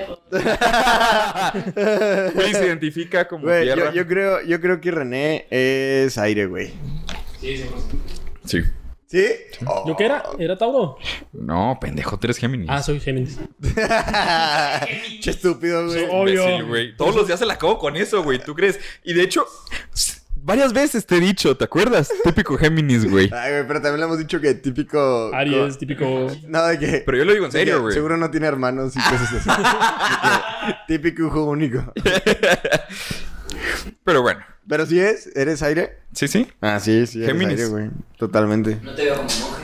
Willy se identifica como Güey, tierra. yo, yo creo, yo creo que René es aire, güey. Sí. ¿Sí? Oh. ¿Yo qué era? ¿Era Tauro? No, pendejo, tú eres Géminis. Ah, soy Géminis. Che estúpido, güey. So- obvio. Imbécil, güey. Todos los días se la acabo con eso, güey. ¿Tú crees? Y de hecho, s- varias veces te he dicho, ¿te acuerdas? Típico Géminis, güey. Ay, güey, pero también le hemos dicho que típico... Aries, típico. No, de que... Pero yo lo digo en de que serio, güey. Seguro no tiene hermanos y cosas así. De que típico hijo único. Pero bueno. Pero si es, ¿eres aire? Sí, sí. Ah, sí, sí, eres Géminis. aire, güey. Totalmente. No te veo como monje.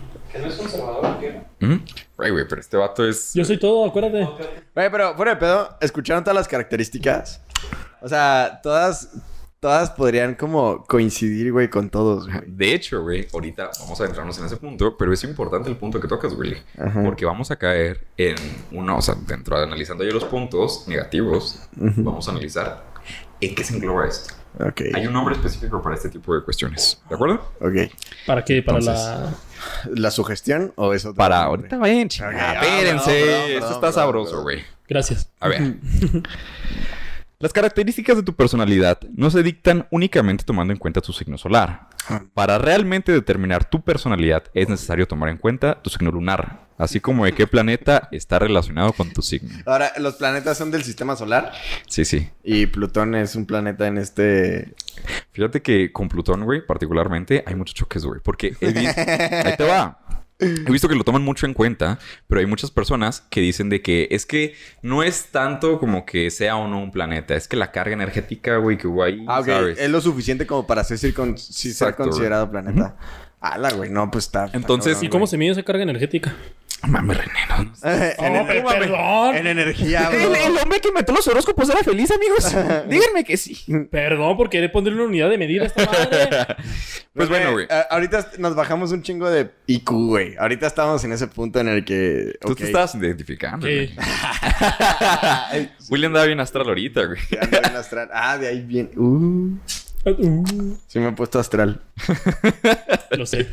¿Mm? Güey, güey, pero este vato es... Yo soy todo, acuérdate. Güey, pero fuera de pedo, ¿escucharon todas las características? O sea, todas... Todas podrían como coincidir, güey, con todos, güey. De hecho, güey, ahorita vamos a adentrarnos en ese punto, pero es importante el punto que tocas, Willy. Ajá. Porque vamos a caer en uno, o sea, dentro de analizando ya los puntos negativos, vamos a analizar en qué se engloba esto. Ok. Hay un nombre específico para este tipo de cuestiones, ¿de acuerdo? Ok. ¿Para qué? Para Entonces, la... ¿La sugestión o eso? Para ahorita vayan, chinga, Ok, ah, espérense. perdón, perdón, Esto perdón, está perdón, sabroso, perdón. güey. Gracias. A ver. Las características de tu personalidad no se dictan únicamente tomando en cuenta tu signo solar. Para realmente determinar tu personalidad es necesario tomar en cuenta tu signo lunar, así como de qué planeta está relacionado con tu signo. Ahora, los planetas son del sistema solar Sí, sí. y Plutón es un planeta en este... Fíjate que con Plutón, güey, particularmente, hay muchos choques, güey. Porque he vi- ahí te va. He visto que lo toman mucho en cuenta, pero hay muchas personas que dicen de que es que no es tanto como que sea o no un planeta, es que la carga energética, güey, que hubo ahí, Ah, ok. ¿sabes? Es lo suficiente como para ser, circun- sí, ser Exacto, considerado planeta. Ala, güey. No, pues está... está Entonces, cabrón, ¿Y cómo güey. se mide esa carga energética? Mames, René, no. en, Oh, en- perdón. en energía, bro. hombre que inventó los horóscopos era feliz, amigos. Díganme que sí. Perdón por querer ponerle una unidad de medida a esta madre. Pues bueno, güey. Eh, ahorita nos bajamos un chingo de I Q, güey. Ahorita estamos en ese punto en el que... Tú ok, te estabas identificando, Sí. güey. William andaba bien astral ahorita, güey. ya ando bien astral. Ah, de ahí bien... Uh, Uh, sí me he puesto astral. lo sé.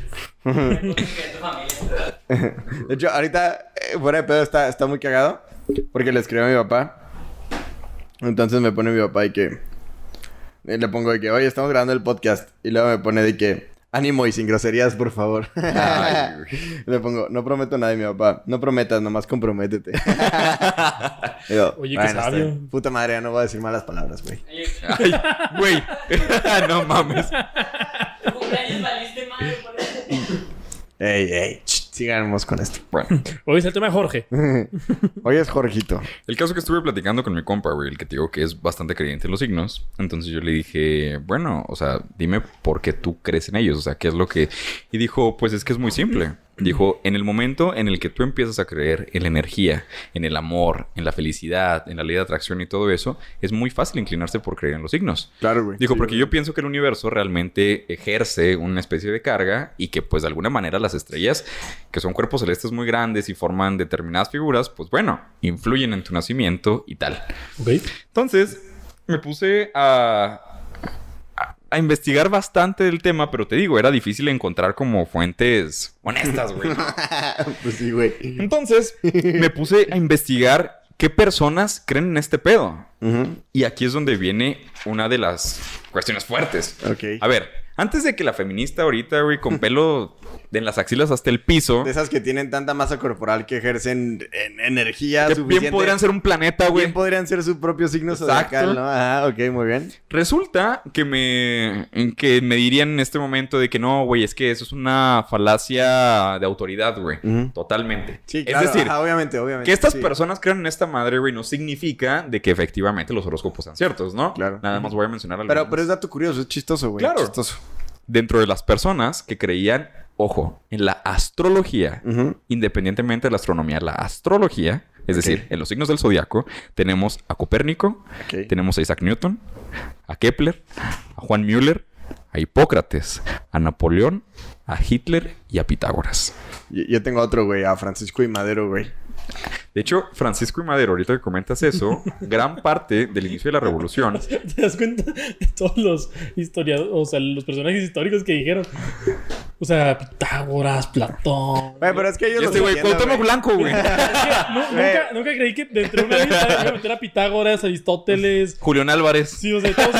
De hecho, ahorita, eh, fuera de pedo, está, está muy cagado. Porque le escribí a mi papá. Entonces me pone mi papá y que... y le pongo de que, oye, estamos grabando el podcast. Y luego me pone de que... Ánimo y sin groserías, por favor. Ay, güey. Le pongo, no prometo nada de mi papá. No prometas, nomás comprométete. Digo, Oye, qué bueno, sabio. está bien. Puta madre, ya no voy a decir malas palabras, güey. Ay, güey. No mames. Cumpleaños valiste madre por eso. Ey, ey, ch, sigamos con esto. Bueno, Hoy es el tema de Jorge. Hoy es Jorgito. el caso que estuve platicando con mi compa, güey, el que te digo que es bastante creyente en los signos. Entonces yo le dije, bueno, o sea, dime por qué tú crees en ellos. O sea, ¿qué es lo que...? Y dijo, pues es que es muy simple. Dijo, en el momento en el que tú empiezas a creer en la energía, en el amor, en la felicidad, en la ley de atracción y todo eso, es muy fácil inclinarse por creer en los signos. Claro, güey. Dijo, Sí, porque güey. yo pienso que el universo realmente ejerce una especie de carga y que pues de alguna manera las estrellas, que son cuerpos celestes muy grandes y forman determinadas figuras, pues bueno, influyen en tu nacimiento y tal. Ok. Entonces, me puse a, a, a investigar bastante del tema, pero te digo, era difícil encontrar como fuentes honestas, güey. Pues sí, güey. Entonces, me puse a investigar qué personas creen en este pedo. Ujú. Y aquí es donde viene una de las cuestiones fuertes. Ok. A ver, antes de que la feminista ahorita, güey, con pelo de en las axilas hasta el piso, De esas que tienen tanta masa corporal que ejercen en energía que suficiente. bien podrían ser un planeta, güey. Bien podrían ser su propio signo Exacto. zodiacal, ¿no? Ajá, ok, muy bien. Resulta que me, que me dirían en este momento de que no, güey, es que eso es una falacia de autoridad, güey. Ujú. Totalmente. Sí, claro. Es decir, ajá, obviamente, obviamente. que estas sí. personas crean en esta madre, güey, no significa de que efectivamente los horóscopos sean ciertos, ¿no? Claro. Nada más voy a mencionar algunos. Pero, pero es dato curioso, es chistoso, güey. Claro. Chistoso. Dentro de las personas que creían, ojo, en la astrología, Ujú. independientemente de la astronomía, la astrología, es decir, en los signos del zodiaco, tenemos a Copérnico, Ok. tenemos a Isaac Newton, a Kepler, a Juan Müller, a Hipócrates, a Napoleón, a Hitler y a Pitágoras. Yo, yo tengo otro, güey, a Francisco y Madero, güey. De hecho, Francisco y Madero, ahorita que comentas eso, gran parte del inicio de la revolución... ¿Te das cuenta de todos los historiadores, o sea, los personajes históricos que dijeron? O sea, Pitágoras, Platón. Güey, pero es que ellos Y este los güey, entienden, Cuauhtémoc güey. Blanco, güey. No, nunca, nunca creí que dentro de una lista iba a meter a Pitágoras, Aristóteles. Julián Álvarez. Sí, o sea, todos.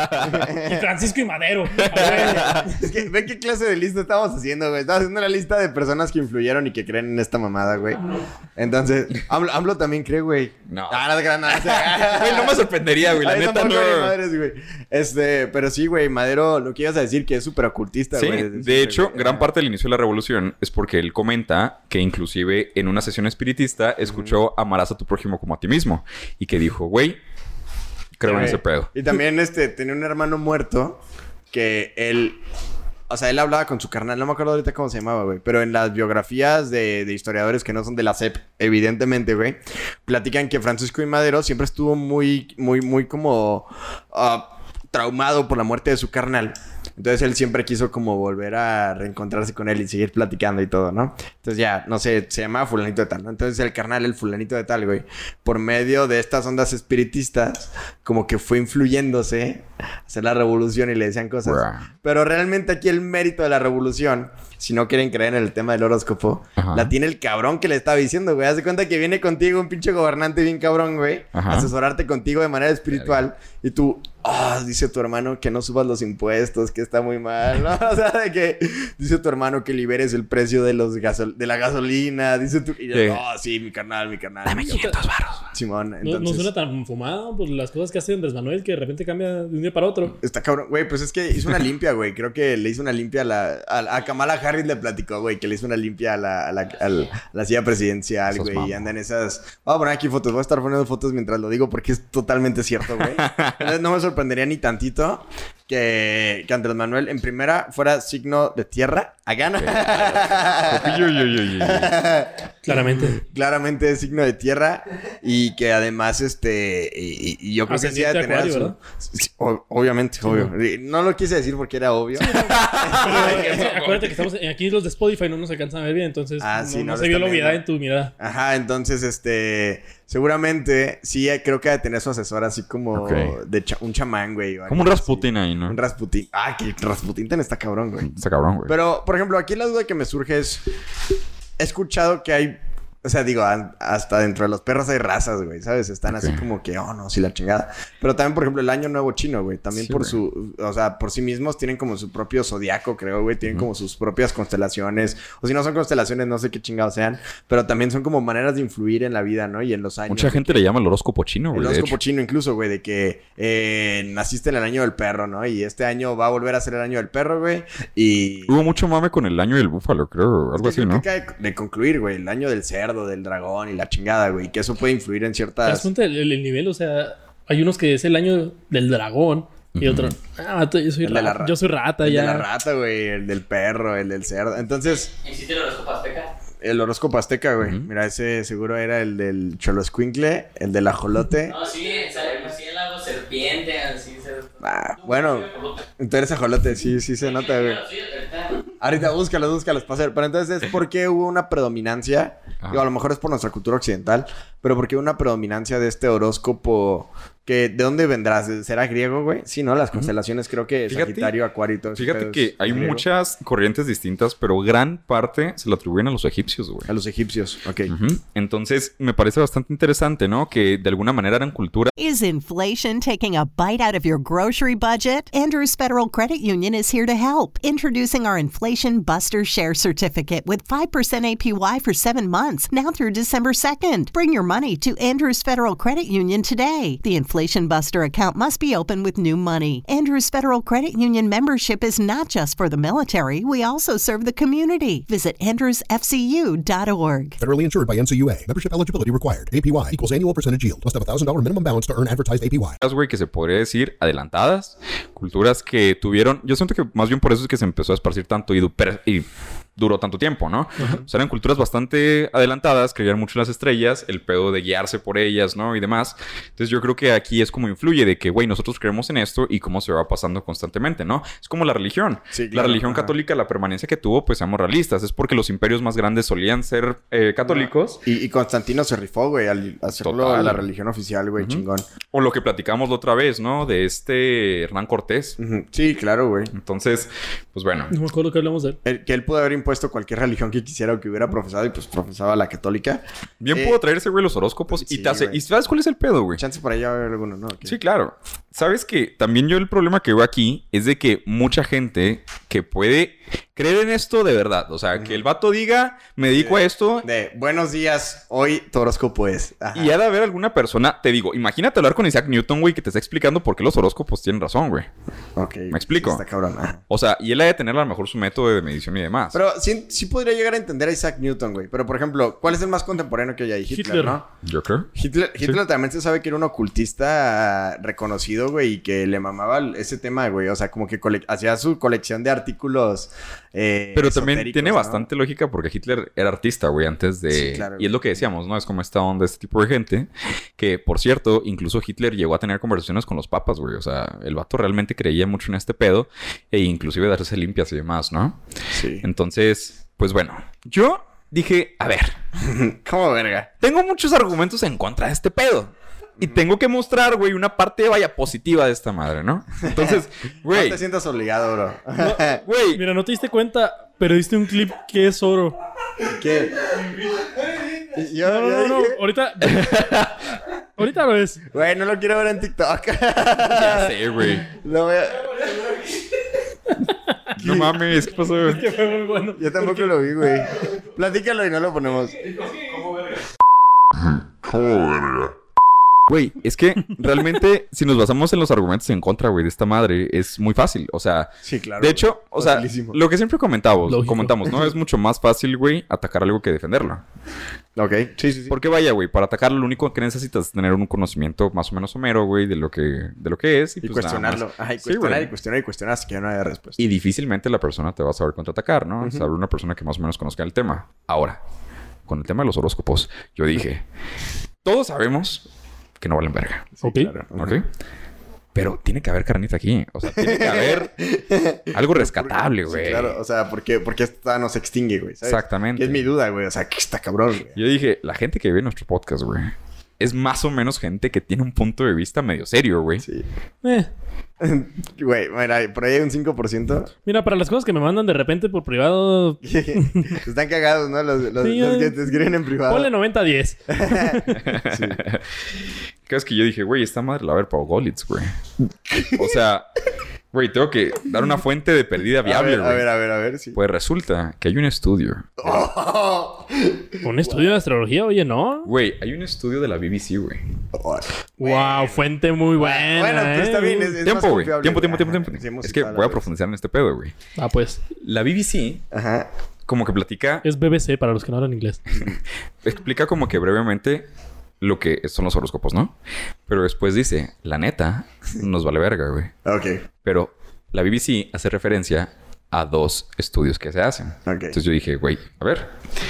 Y Francisco y Madero. A ver. Es que, ve qué clase de lista estábamos haciendo, güey. Estaba haciendo una lista de personas que influyeron y que creen en esta mamada, güey. Entonces, AMLO, AMLO también cree, güey. No. Ah, no, no, no, no. Güey, no me sorprendería, güey. La Ay, neta tampoco, no. güey, madres, güey. Este, pero sí, güey, Madero, lo que ibas a decir que es súper ocultista, Sí, güey. de hecho, güey. gran parte del inicio de la revolución es porque él comenta que inclusive en una sesión espiritista escuchó amarás a tu prójimo como a ti mismo. Y que dijo, güey, creo en Güey. ese pedo. Y también, este, tenía un hermano muerto que él... O sea, él hablaba con su carnal. No me acuerdo ahorita cómo se llamaba, güey. Pero en las biografías de, de historiadores que no son de la S E P, evidentemente, güey, platican que Francisco y Madero siempre estuvo muy, muy, muy como... ah, traumado por la muerte de su carnal. Entonces él siempre quiso como volver a reencontrarse con él y seguir platicando y todo, ¿no? Entonces ya, no sé, se llamaba fulanito de tal, ¿no? Entonces el carnal, el fulanito de tal, güey, por medio de estas ondas espiritistas, como que fue influyéndose a hacer la revolución y le decían cosas. Bruh. Pero realmente aquí el mérito de la revolución, si no quieren creer en el tema del horóscopo, Ajá. la tiene el cabrón que le estaba diciendo, güey. Haz de cuenta que viene contigo un pinche gobernante bien cabrón, güey, Ajá. a asesorarte contigo de manera espiritual y tú... Ah, dice tu hermano que no subas los impuestos, que está muy mal, ¿no? O sea, de que dice tu hermano que liberes el precio de los gasol de la gasolina, dice tu... Y yo, Sí. oh, sí, mi carnal, mi carnal. Dame mi carnal". quinientos varos. Simón, No, entonces... no suena tan fumado por las cosas que hace Andrés Manuel que de repente cambia de un día para otro. Está cabrón. Güey, pues es que hizo una limpia, güey. Creo que le hizo una limpia a la... A, a Kamala Harris le platicó, güey, que le hizo una limpia a la, a la, al- a la silla presidencial, Esos güey. Y mamos. andan esas... Voy a poner aquí fotos. Voy a estar poniendo fotos mientras lo digo porque es totalmente cierto, güey. Entonces no me sorprendería ni tantito que, que Andrés Manuel en primera fuera signo de tierra. A gana. Uy, uy, uy, uy, uy. Claramente. Claramente es signo de tierra y que además este y, y yo creo que sí ha de Ascendiente tener a Acuario, su- ¿verdad? Sí, o- obviamente, obvio. No lo quise decir porque era obvio. Pero, acuérdate que estamos aquí los de Spotify no nos alcanzan a ver bien, entonces Ah, no, sí, no no lo se vio la están obviedad viendo. en tu mirada. Ajá, entonces este seguramente sí eh, creo que ha de tener su asesor así como Ok. de cha- un chamán, güey. o Como un algo así. Rasputin ahí, ¿no? Un Rasputin. Ah, que Rasputin ten está cabrón, güey. Está cabrón, güey. Pero, por ejemplo, aquí la duda que me surge es... He escuchado que hay O sea, digo, a- hasta dentro de los perros hay razas, güey, ¿sabes? Están Ok. así como que, oh, no, sí, la chingada. Pero también, por ejemplo, el Año Nuevo Chino, güey. También Sí, por güey. su... O sea, por sí mismos tienen como su propio zodiaco, creo, güey. Tienen como sus propias constelaciones. O si no son constelaciones, no sé qué chingados sean. Pero también son como maneras de influir en la vida, ¿no? Y en los años. Mucha gente le llama el horóscopo chino, El güey. de horóscopo hecho. chino incluso, güey, de que eh, naciste en el año del perro, ¿no? Y este año va a volver a ser el año del perro, güey. Y... Hubo mucho mame con el año del búfalo, creo. Algo Es así, que creo ¿no? que acaba de, de concluir, güey. El año del cerdo, del dragón y la chingada, güey. Que eso puede influir en ¿Te das ciertas... cuenta del el nivel? O sea, hay unos que es el año del dragón y otro, ah, vato, yo soy El de la rata, ra- yo soy rata El ya. de la rata, güey. El del perro, el del cerdo. Entonces, ¿Existe el horóscopo azteca? el horóscopo azteca, güey. Ujú. Mira, ese seguro era el del choloscuincle, el del ajolote. No, sí, sale murciélago, serpiente, así se... Ah, bueno, tú eres ajolote, sí, sí se nota, güey. Sí, ahorita. Ahorita búscalos, búscalos para hacer. Pero entonces es porque hubo una predominancia. Ajá. Digo, a lo mejor es por nuestra cultura occidental, pero porque hubo una predominancia de este horóscopo. Que, ¿de dónde vendrás? ¿Será griego, güey? Sí, ¿no? Las constelaciones creo que Fíjate- Sagitario, Acuario y todo ese Fíjate pedo que es hay griego. muchas corrientes distintas, pero gran parte se lo atribuyen a los egipcios, güey. A los egipcios, ok. Ujú. Entonces, me parece bastante interesante, ¿no? Que de alguna manera eran cultura. Is inflation taking a bite out of your grocery budget? Andrews Federal Credit Union is here to help. Introducing our Inflation Buster Share Certificate with five percent A P Y for seven months, now through December second. Bring your money to Andrews Federal Credit Union today. The Inflation Buster account must be open with new money. Andrews Federal Credit Union membership is not just for the military. We also serve the community. Visit andrews f c u dot org. Federally insured by N C U A. Membership eligibility required. A P Y equals annual percentage yield. Must have a one thousand dollars minimum balance to earn advertised A P Y. Güey, que se podría decir adelantadas, culturas que tuvieron, yo siento que más bien por eso es que se empezó a esparcir tanto y, du- per- y duró tanto tiempo, ¿no? O sea, eran culturas bastante adelantadas, creían mucho en las estrellas, el pedo de guiarse por ellas, ¿no? Y demás. Entonces yo creo que aquí es como influye de que, güey, nosotros creemos en esto y cómo se va pasando constantemente, ¿no? Es como la religión. Sí, La claro, religión ajá. católica, la permanencia que tuvo, pues seamos realistas, es porque los imperios más grandes solían ser eh, católicos. Y, y Constantino se rifó, güey, al hacerlo Total. la religión oficial, güey, chingón. O lo que platicamos la otra vez, ¿no? De este Hernán Cortés. Ujú. Sí, claro, güey. Entonces, pues bueno. No me acuerdo que hablamos de él. El- que él pudo haber impuesto cualquier religión que quisiera o que hubiera profesado y pues profesaba la católica. Bien Eh, pudo traerse, güey, los horóscopos sí, y te hace... güey. ¿Y sabes cuál es el pedo, güey? Chance por ahí va a haber alguno, ¿no? Ok. Sí, claro. ¿Sabes que también yo el problema que veo aquí es de que mucha gente que puede creer en esto de verdad? O sea, que el vato diga, me dedico a esto... De buenos días, hoy tu horóscopo es. Ajá. Y ha de haber alguna persona, te digo, imagínate hablar con Isaac Newton, güey, que te está explicando por qué los horóscopos tienen razón, güey. Ok. ¿Me explico? Sí, está cabrón. Ajá. O sea, y él ha de tener a lo mejor su método de medición y demás. Pero sí, sí podría llegar a entender a Isaac Newton, güey. Pero, por ejemplo, ¿cuál es el más contemporáneo que hay ahí? Hitler, Hitler. ¿no? Yo creo. Hitler, Hitler también se sabe que era un ocultista reconocido, güey, y que le mamaba ese tema, güey. O sea, como que cole- hacía su colección de artículos. eh, Pero también esotéricos, tiene ¿no? bastante lógica porque Hitler era artista, güey, antes de... Sí, claro, y es güey. lo que decíamos, ¿no? Es como esta onda de este tipo de gente. Que, por cierto, incluso Hitler llegó a tener conversaciones con los papas, güey. O sea, el vato realmente creía mucho en este pedo. E inclusive darse limpias y demás, ¿no? Sí. Entonces, pues bueno. Yo dije, a ver, ¿Cómo verga? tengo muchos argumentos en contra de este pedo. Y tengo que mostrar, güey, una parte, vaya, positiva de esta madre, ¿no? Entonces, güey, No te sientas obligado, bro. güey, Mira, no te diste cuenta, pero diste un clip que es oro. ¿Qué? Yo, No, no, yo no, no. dije- Ahorita. Ahorita lo ves. Güey, no lo quiero ver en TikTok. ya sé, güey. Lo voy a... No mames, ¿qué pasó? Que fue muy bueno. Yo tampoco lo vi, güey. Platícalo y no lo ponemos. Güey, es que realmente, si nos basamos en los argumentos en contra, güey, de esta madre, es muy fácil. O sea, Sí, claro. de hecho, o sea, Facilísimo. lo que siempre comentamos, Lógico. comentamos, ¿no? Es mucho más fácil, güey, atacar algo que defenderlo. Ok, sí, sí, sí. Porque vaya, güey, para atacarlo lo único que necesitas es tener un conocimiento más o menos somero, güey, de lo que, de lo que es. Y, Y pues, nada cuestionarlo. más. Ajá, y Sí, cuestionar güey. y cuestionar y cuestionar hasta que ya no haya respuesta. Y difícilmente la persona te va a saber contraatacar, ¿no? Saber una persona que más o menos conozca el tema. Ahora, con el tema de los horóscopos, yo dije, todos sabemos que no valen verga. Ok. Claro. ¿Ok? Pero tiene que haber carnita aquí. O sea, tiene que haber algo rescatable, Sí, güey. claro, o sea, porque, porque esta no se extingue, güey. ¿sabes? Exactamente. Que es mi duda, güey. O sea, que está cabrón, güey. Yo dije, la gente que ve nuestro podcast, güey, es más o menos gente que tiene un punto de vista medio serio, güey. Sí. Eh. Güey, mira, por ahí hay un cinco por ciento. Mira, para las cosas que me mandan de repente por privado... Están cagados, ¿no? Los, los, Sí, los yo- que te escriben en privado. Ponle noventa a diez. Sí. Cada vez que yo dije, güey, esta madre la va a ver Pau Golitz, güey. O sea, güey, tengo que dar una fuente de perdida viable, a ver, güey. a ver, a ver, a ver. Sí. Pues resulta que hay un estudio. Oh. ¿Un estudio de astrología? Oye, ¿no? Güey, hay un estudio de la B B C, güey. Oh. Wow, fuente muy buena. Bueno, pues está ¿eh? bien. Es, es más Tiempo, güey. confiable. Tiempo, tiempo, tiempo, Ajá, tiempo. sí, hemos Es que citado voy a la profundizar en este pedo, güey. Ah, pues. La B B C vez. Ajá. como que platica... Es B B C para los que no hablan inglés. Explica como que brevemente lo que son los horóscopos, ¿no? Pero después dice, la neta, nos vale verga, güey. Ok. Pero la B B C hace referencia a dos estudios que se hacen. Ok. Entonces yo dije, güey, a ver.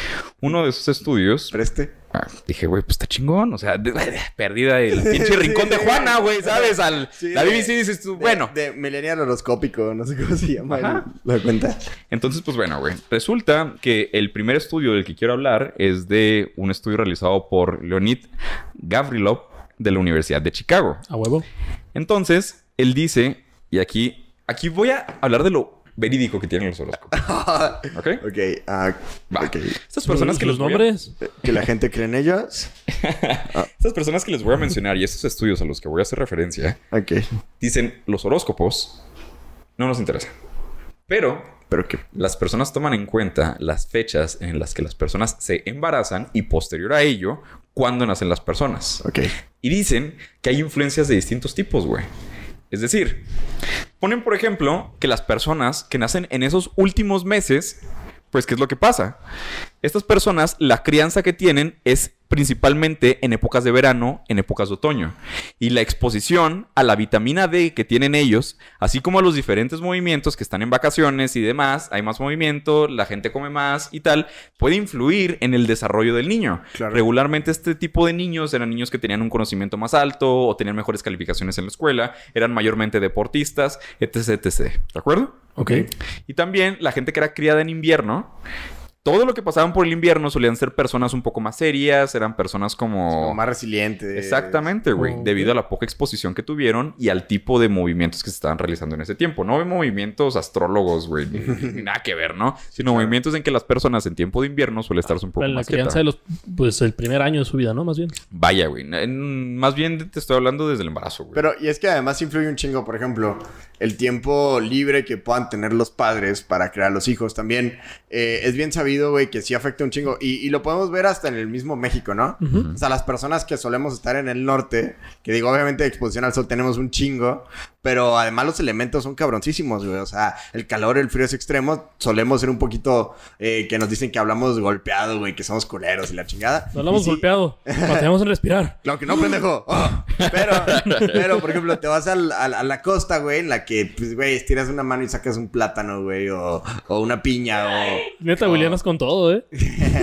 Uno de esos estudios... Preste. ah, dije, güey, pues está chingón. O sea, de- de- perdida el pinche rincón de Juana, güey, ¿sabes? Al, Sí, la de- B B C dices tú, de- bueno. De millennial horoscópico, no sé cómo se llama Ajá. el- la cuenta. Entonces, pues bueno, güey. Resulta que el primer estudio del que quiero hablar es de un estudio realizado por Leonid Gavrilov de la Universidad de Chicago. A huevo. Entonces, él dice, y aquí, aquí voy a hablar de lo verídico que tienen los horóscopos. ¿Ok? Ok. ah, Va. ok. Estas personas que los les voy a- nombres. Que la gente cree en ellos. Estas personas que les voy a mencionar y estos estudios a los que voy a hacer referencia, Ok. dicen, los horóscopos no nos interesan. Pero Pero que... las personas toman en cuenta las fechas en las que las personas se embarazan y posterior a ello, cuándo nacen las personas. Ok. Y dicen que hay influencias de distintos tipos, güey. Es decir, ponen, por ejemplo, que las personas que nacen en esos últimos meses, pues, ¿qué es lo que pasa? Estas personas, la crianza que tienen es principalmente en épocas de verano, en épocas de otoño. Y la exposición a la vitamina D que tienen ellos, así como a los diferentes movimientos que están en vacaciones y demás, hay más movimiento, la gente come más y tal, puede influir en el desarrollo del niño. Claro. Regularmente este tipo de niños eran niños que tenían un conocimiento más alto o tenían mejores calificaciones en la escuela, eran mayormente deportistas, etc, etcétera. ¿De acuerdo? Ok. Y también la gente que era criada en invierno, todo lo que pasaban por el invierno solían ser personas un poco más serias, eran personas como... Como más resiliente. Exactamente, güey. Ok. Debido a la poca exposición que tuvieron y al tipo de movimientos que se estaban realizando en ese tiempo. No movimientos astrólogos, güey. ni- ni Nada que ver, ¿no? Sino movimientos en que las personas en tiempo de invierno suelen estar un poco En la más crianza quietas. de los... Pues el primer año de su vida, ¿no? Más bien. Vaya, güey. En- Más bien te estoy hablando desde el embarazo, güey. Pero, y es que además influye un chingo, por ejemplo, el tiempo libre que puedan tener los padres para crear los hijos. También eh, es bien sabido, güey, que sí afecta un chingo. Y, y lo podemos ver hasta en el mismo México, ¿no? O sea, las personas que solemos estar en el norte, que digo, obviamente de exposición al sol tenemos un chingo, pero además los elementos son cabroncísimos, güey. O sea, el calor, el frío es extremo. Solemos ser un poquito eh, que nos dicen que hablamos golpeado, güey, que somos culeros y la chingada. No hablamos Y sí, golpeado. Batallamos en respirar. Claro que no, pendejo. Oh, pero, pero, por ejemplo, te vas al- al- a la costa, güey, en la que, pues, güey, estiras una mano y sacas un plátano, güey, o, o una piña, o... Neta, o- William es con todo, ¿eh?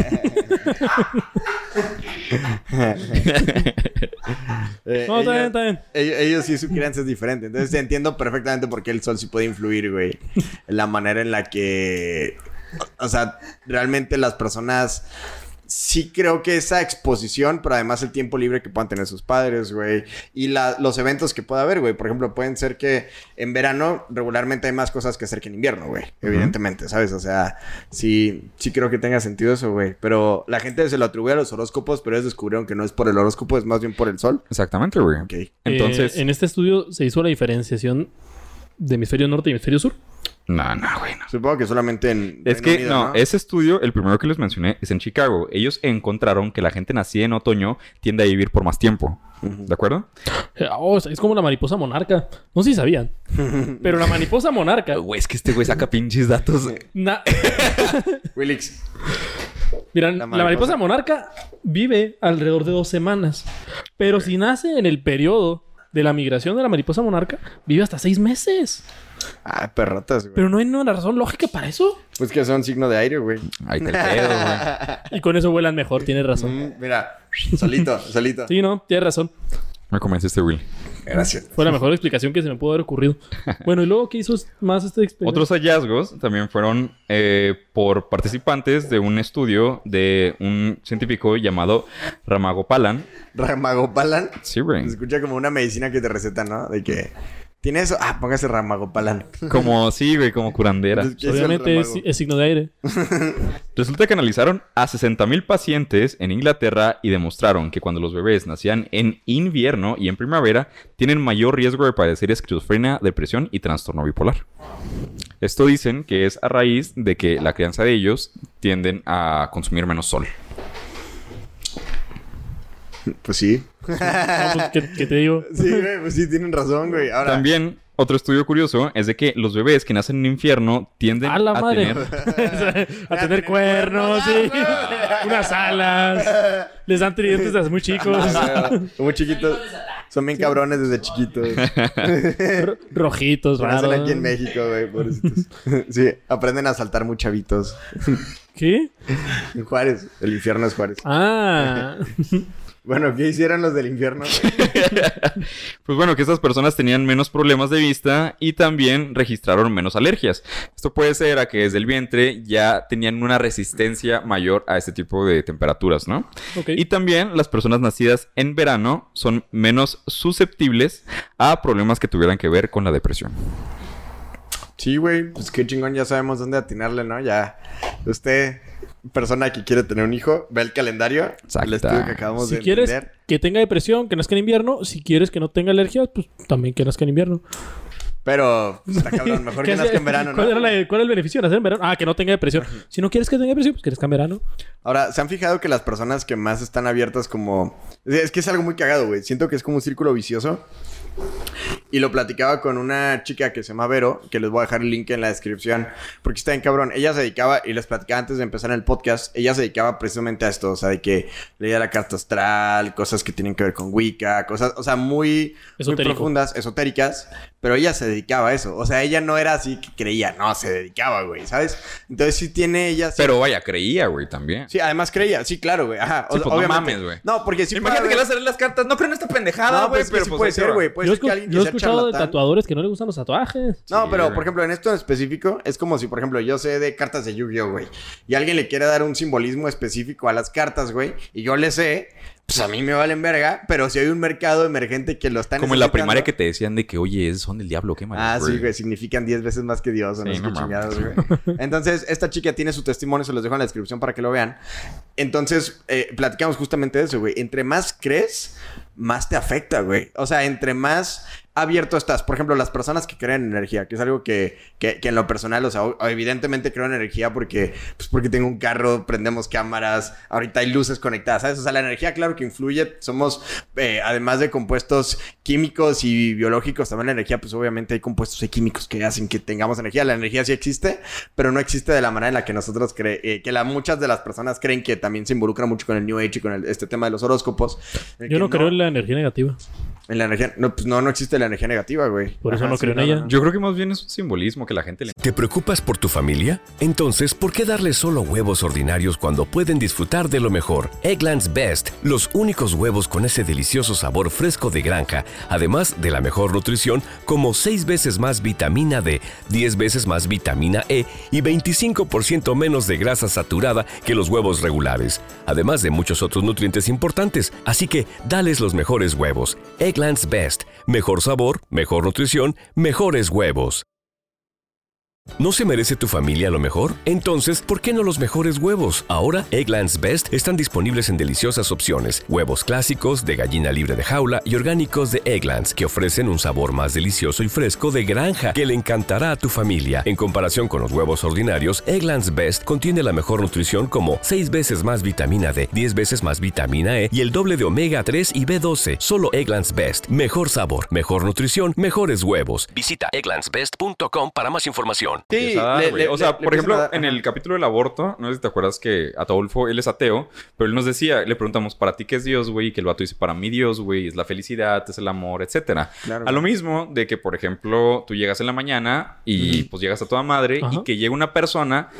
Eh, No, está bien, ellos, está bien. ellos, ellos sí, su crianza es diferente. Entonces, entiendo perfectamente por qué el sol sí puede influir, güey. En la manera en la que... O sea, realmente las personas... Sí creo que esa exposición, pero además el tiempo libre que puedan tener sus padres, güey. Y la, los eventos que pueda haber, güey. Por ejemplo, pueden ser que en verano regularmente hay más cosas que hacer que en invierno, güey. Evidentemente, ¿sabes? O sea, sí, sí creo que tenga sentido eso, güey. Pero la gente se lo atribuye a los horóscopos, pero ellos descubrieron que no es por el horóscopo, es más bien por el sol. Exactamente, güey. Ok. Entonces... Eh, en este estudio se hizo la diferenciación de hemisferio norte y hemisferio sur. No, no, güey, no. Supongo que solamente en Es Reino que, Unido, no, ese estudio, el primero que les mencioné, es en Chicago. Ellos encontraron que la gente nacida en otoño tiende a vivir por más tiempo. ¿De acuerdo? Eh, oh, es como la mariposa monarca. No sé si sabían. Pero la mariposa monarca... Güey, es que este güey saca pinches datos. na- Willix. Mira, La la mariposa. mariposa monarca vive alrededor de dos semanas. Pero si nace en el periodo de la migración de la mariposa monarca, vive hasta seis meses. Ah, perrotas, güey. Pero no hay una razón lógica para eso. Pues que son signo de aire, güey. Ahí te el pedo, güey. Y con eso vuelan mejor, tienes razón. Mm, mira, solito, solito. Sí, no, tienes razón. Me convenciste, Will. Gracias. Fue la mejor explicación que se me pudo haber ocurrido. Bueno, ¿y luego qué hizo más este experimento? Otros hallazgos también fueron eh, por participantes de un estudio de un científico llamado Ramagopalan. ¿Ramagopalan? Sí, güey. Se escucha como una medicina que te recetan, ¿no? De que... ¿Tiene eso? Ah, póngase Ramagopalan. Como, sí, güey, como curandera. Entonces, ¿qué es el Obviamente es, ramago? es signo de aire. Resulta que analizaron a sesenta mil pacientes en Inglaterra y demostraron que cuando los bebés nacían en invierno y en primavera, tienen mayor riesgo de padecer esquizofrenia, depresión y trastorno bipolar. Esto dicen que es a raíz de que la crianza de ellos tienden a consumir menos sol. Pues sí. No, pues, ¿qué, qué te digo? Sí, güey, pues sí, tienen razón, güey. Ahora... También, otro estudio curioso es de que los bebés que nacen en infierno tienden ¡A la a madre! tener... a tener cuernos, sí. Unas alas. Les dan tridentes desde muy chicos. Muy chiquitos. Son bien cabrones desde chiquitos. R- Rojitos, Nacen raros. aquí en México, güey, pobrecitos. Sí, aprenden a saltar muy chavitos. ¿Qué? En Juárez. El infierno es Juárez. Ah. Bueno, ¿qué hicieron los del infierno? Pues bueno, que estas personas tenían menos problemas de vista y también registraron menos alergias. Esto puede ser a que desde el vientre ya tenían una resistencia mayor a este tipo de temperaturas, ¿no? Ok. Y también las personas nacidas en verano son menos susceptibles a problemas que tuvieran que ver con la depresión. Sí, güey. Pues qué chingón, ya sabemos dónde atinarle, ¿no? Ya. Usted, persona que quiere tener un hijo, ve el calendario. Exacto. El estudio que acabamos Si de quieres entender. que tenga depresión, que nazca en invierno. Si quieres que no tenga alergias, pues también que nazca en invierno. Pero, pues, está cabrón. Mejor que ¿Qué nazca hace- en verano, ¿Cuál, era ¿no? la- ¿Cuál es el beneficio de nacer en verano? Ah, que no tenga depresión. Si no quieres que tenga depresión, pues que nazca en verano. Ahora, ¿se han fijado que las personas que más están abiertas como... Es que es algo muy cagado, güey. Siento que es como un círculo vicioso. Y lo platicaba con una chica que se llama Vero, que les voy a dejar el link en la descripción, porque está bien cabrón. Ella se dedicaba, y les platicaba antes de empezar el podcast, ella se dedicaba precisamente a esto, o sea, de que leía la carta astral, cosas que tienen que ver con Wicca, cosas, o sea, muy, muy Esotérico. profundas, esotéricas, pero ella se dedicaba a eso. O sea, ella no era así que creía, no, se dedicaba, güey, ¿sabes? Entonces sí tiene ella... sí- Pero vaya, creía, güey, también. Sí, además creía, sí, claro, güey, ajá. Sí, o- pues, no obviamente. mames, güey. No, porque sí Imagínate puede que le haber- vas a leer las cartas. No creo en esta pendejada, No, güey. pues, pero sí pues puede ahí te ser, va. güey. Puede yo ser que escu- alguien yo he que sea escuchado de charlatán. tatuadores que no les gustan los tatuajes. No, Sí, pero güey. por ejemplo, en esto en específico, es como si, por ejemplo, yo sé de cartas de Yu-Gi-Oh, güey. Y alguien le quiere dar un simbolismo específico a las cartas, güey. Y yo le sé, pues a mí me valen verga. Pero si hay un mercado emergente que lo están Como en la necesitando- primaria que te decían de que, oye, esos son del diablo, qué mal. Ah, sí, güey. Significan diez veces más que Dios. O no Sí, sé no qué mames. chingados, güey. Entonces, esta chica tiene su testimonio. Se los dejo en la descripción para que lo vean. Entonces, eh, platicamos justamente de eso, güey. Entre más crees, más te afecta, güey. O sea, entre más abierto estás. Por ejemplo, las personas que creen en energía, que es algo que, que, que en lo personal, o sea, o- evidentemente creo en energía porque, pues porque tengo un carro, prendemos cámaras, ahorita hay luces conectadas, ¿sabes? O sea, la energía, claro que influye. Somos, eh, además de compuestos químicos y biológicos, también la energía, pues obviamente hay compuestos y químicos que hacen que tengamos energía. La energía sí existe, pero no existe de la manera en la que nosotros creemos, eh, que la, muchas de las personas creen, que también se involucra mucho con el New Age y con el- este tema de los horóscopos. El Yo que no creo en la energía negativa. en la energía. No, pues no, no existe la energía negativa, güey. Por eso Ajá, no sí, creo en ella. Yo creo que más bien es un simbolismo que la gente le... ¿Te preocupas por tu familia? Entonces, ¿por qué darles solo huevos ordinarios cuando pueden disfrutar de lo mejor? Eggland's Best, los únicos huevos con ese delicioso sabor fresco de granja, además de la mejor nutrición, como seis veces más vitamina D, diez veces más vitamina E y veinticinco por ciento menos de grasa saturada que los huevos regulares, además de muchos otros nutrientes importantes. Así que, dales los mejores huevos. Eggland's Best, mejor sabor, mejor nutrición, mejores huevos. ¿No se merece tu familia lo mejor? Entonces, ¿por qué no los mejores huevos? Ahora, Eggland's Best están disponibles en deliciosas opciones. Huevos clásicos, de gallina libre de jaula y orgánicos de Eggland's, que ofrecen un sabor más delicioso y fresco de granja que le encantará a tu familia. En comparación con los huevos ordinarios, Eggland's Best contiene la mejor nutrición como seis veces más vitamina D, diez veces más vitamina E y el doble de omega tres y B doce. Solo Eggland's Best. Mejor sabor, mejor nutrición, mejores huevos. Visita egglands best punto com para más información. Sí, empieza a dar, le- güey. le- O sea, le- le por empiezan ejemplo, a dar- en ajá. el capítulo del aborto, no sé si te acuerdas que Ataulfo, él es ateo, pero él nos decía, le preguntamos, ¿para ti qué es Dios, güey? Y que el vato dice, para mí Dios, güey, es la felicidad, es el amor, etcétera. Claro, A lo güey. mismo de que, por ejemplo, tú llegas en la mañana y pues llegas a toda madre Ajá. y que llega una persona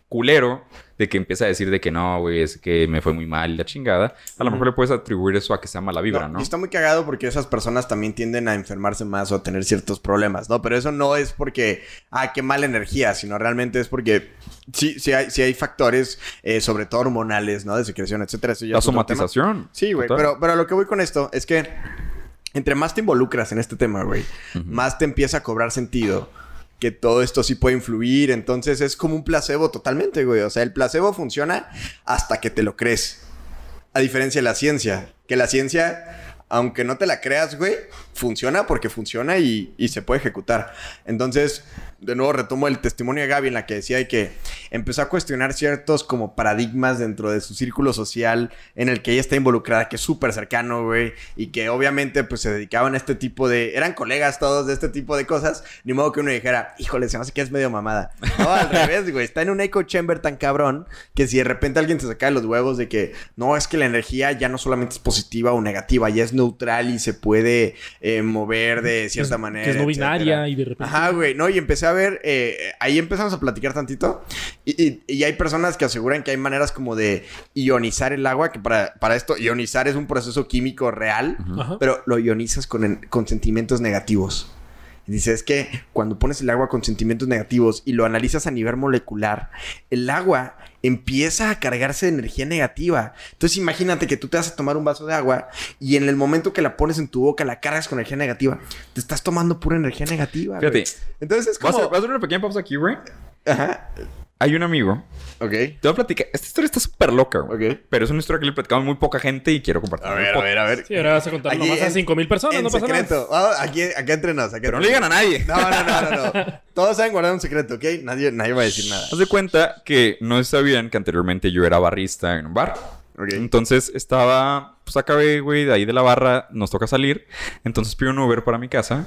culero de que empieza a decir de que no, güey, es que me fue muy mal la chingada, a lo mejor le puedes atribuir eso a que sea mala vibra, No, ¿no? Y está muy cagado porque esas personas también tienden a enfermarse más o a tener ciertos problemas, ¿no? Pero eso no es porque, ah, qué mala energía, sino realmente es porque sí, sí, hay, sí hay factores, eh, sobre todo hormonales, ¿no? De secreción, etcétera. Eso ya La es otro tema. somatización. Sí, güey. Total. Pero, pero a lo que voy con esto es que entre más te involucras en este tema, güey, uh-huh. más te empieza a cobrar sentido que todo esto sí puede influir. Entonces es como un placebo totalmente, güey. O sea, el placebo funciona hasta que te lo crees. A diferencia de la ciencia. Que la ciencia, aunque no te la creas, güey, funciona porque funciona y, y se puede ejecutar. Entonces, de nuevo retomo el testimonio de Gaby en la que decía que empezó a cuestionar ciertos como paradigmas dentro de su círculo social en el que ella está involucrada, que es súper cercano, güey, y que obviamente pues se dedicaban a este tipo de... Eran colegas todos de este tipo de cosas. Ni modo que uno dijera, híjole, se me hace que es medio mamada. No, al revés, güey. Está en un echo chamber tan cabrón que si de repente alguien se saca de los huevos de que no, es que la energía ya no solamente es positiva o negativa, ya es neutral y se puede eh, mover de cierta es, manera, que es no binaria etcétera. Y de repente... Ajá, güey. No, y empecé a ver... Eh, ahí empezamos a platicar tantito y, y, y hay personas que aseguran que hay maneras como de ionizar el agua, que para, para esto ionizar es un proceso químico real, uh-huh. pero lo ionizas con, con sentimientos negativos. Y dice, es que cuando pones el agua con sentimientos negativos y lo analizas a nivel molecular, el agua empieza a cargarse de energía negativa. Entonces imagínate que tú te vas a tomar un vaso de agua y en el momento que la pones en tu boca la cargas con energía negativa. Te estás tomando pura energía negativa. Fíjate. Güey. Entonces es como... ¿Vas a, ¿Vas a hacer una pequeña pausa aquí, güey? Ajá. Hay un amigo. Ok. Te voy a platicar. Esta historia está súper loca, güey. Ok. Pero es una historia que le he platicado a muy poca gente y quiero compartirla. A ver, a ver, a ver. Sí, ahora vas a contar Aquí nomás en- a cinco mil personas, En no pasa secreto. nada. Ah, aquí, aquí entre nos. Aquí Pero no entre le nos. digan a nadie. No, no, no, no, no. Todos saben guardar un secreto, ¿ok? Nadie, nadie va a decir nada. Haz de cuenta que no sabían que anteriormente yo era barrista en un bar. Ok. Entonces estaba... Pues acabé, güey, de ahí de la barra. Nos toca salir. Entonces pido un Uber para mi casa.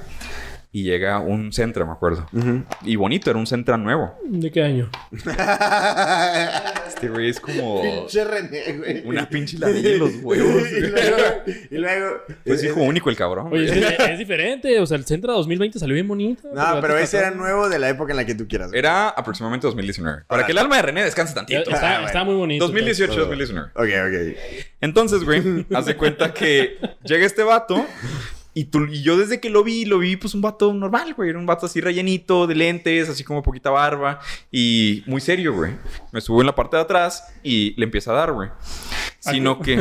Y llega un Sentra, me acuerdo. Ujú. Y bonito, era un Sentra nuevo. ¿De qué año? Este güey es como... Pinche René, güey. Una pinche ladilla en los huevos. y luego... Y luego... Pues hijo único el cabrón. Oye, güey. es, es diferente. O sea, el Centra dos mil veinte salió bien bonito. No, pero ese era nuevo de la época en la que tú quieras. güey. Era aproximadamente dos mil diecinueve. Para Ahora. que el alma de René descanse tantito. Está, Ah, bueno. está muy bonito. dos mil dieciocho dos mil diecinueve. Ok, ok. Entonces, güey, haz de cuenta que llega este vato y, tú, y yo desde que lo vi, lo vi pues un vato normal, güey. Era un vato así rellenito, de lentes, así como poquita barba y muy serio, güey. Me subo en la parte de atrás y le empieza a dar, güey. Sino que...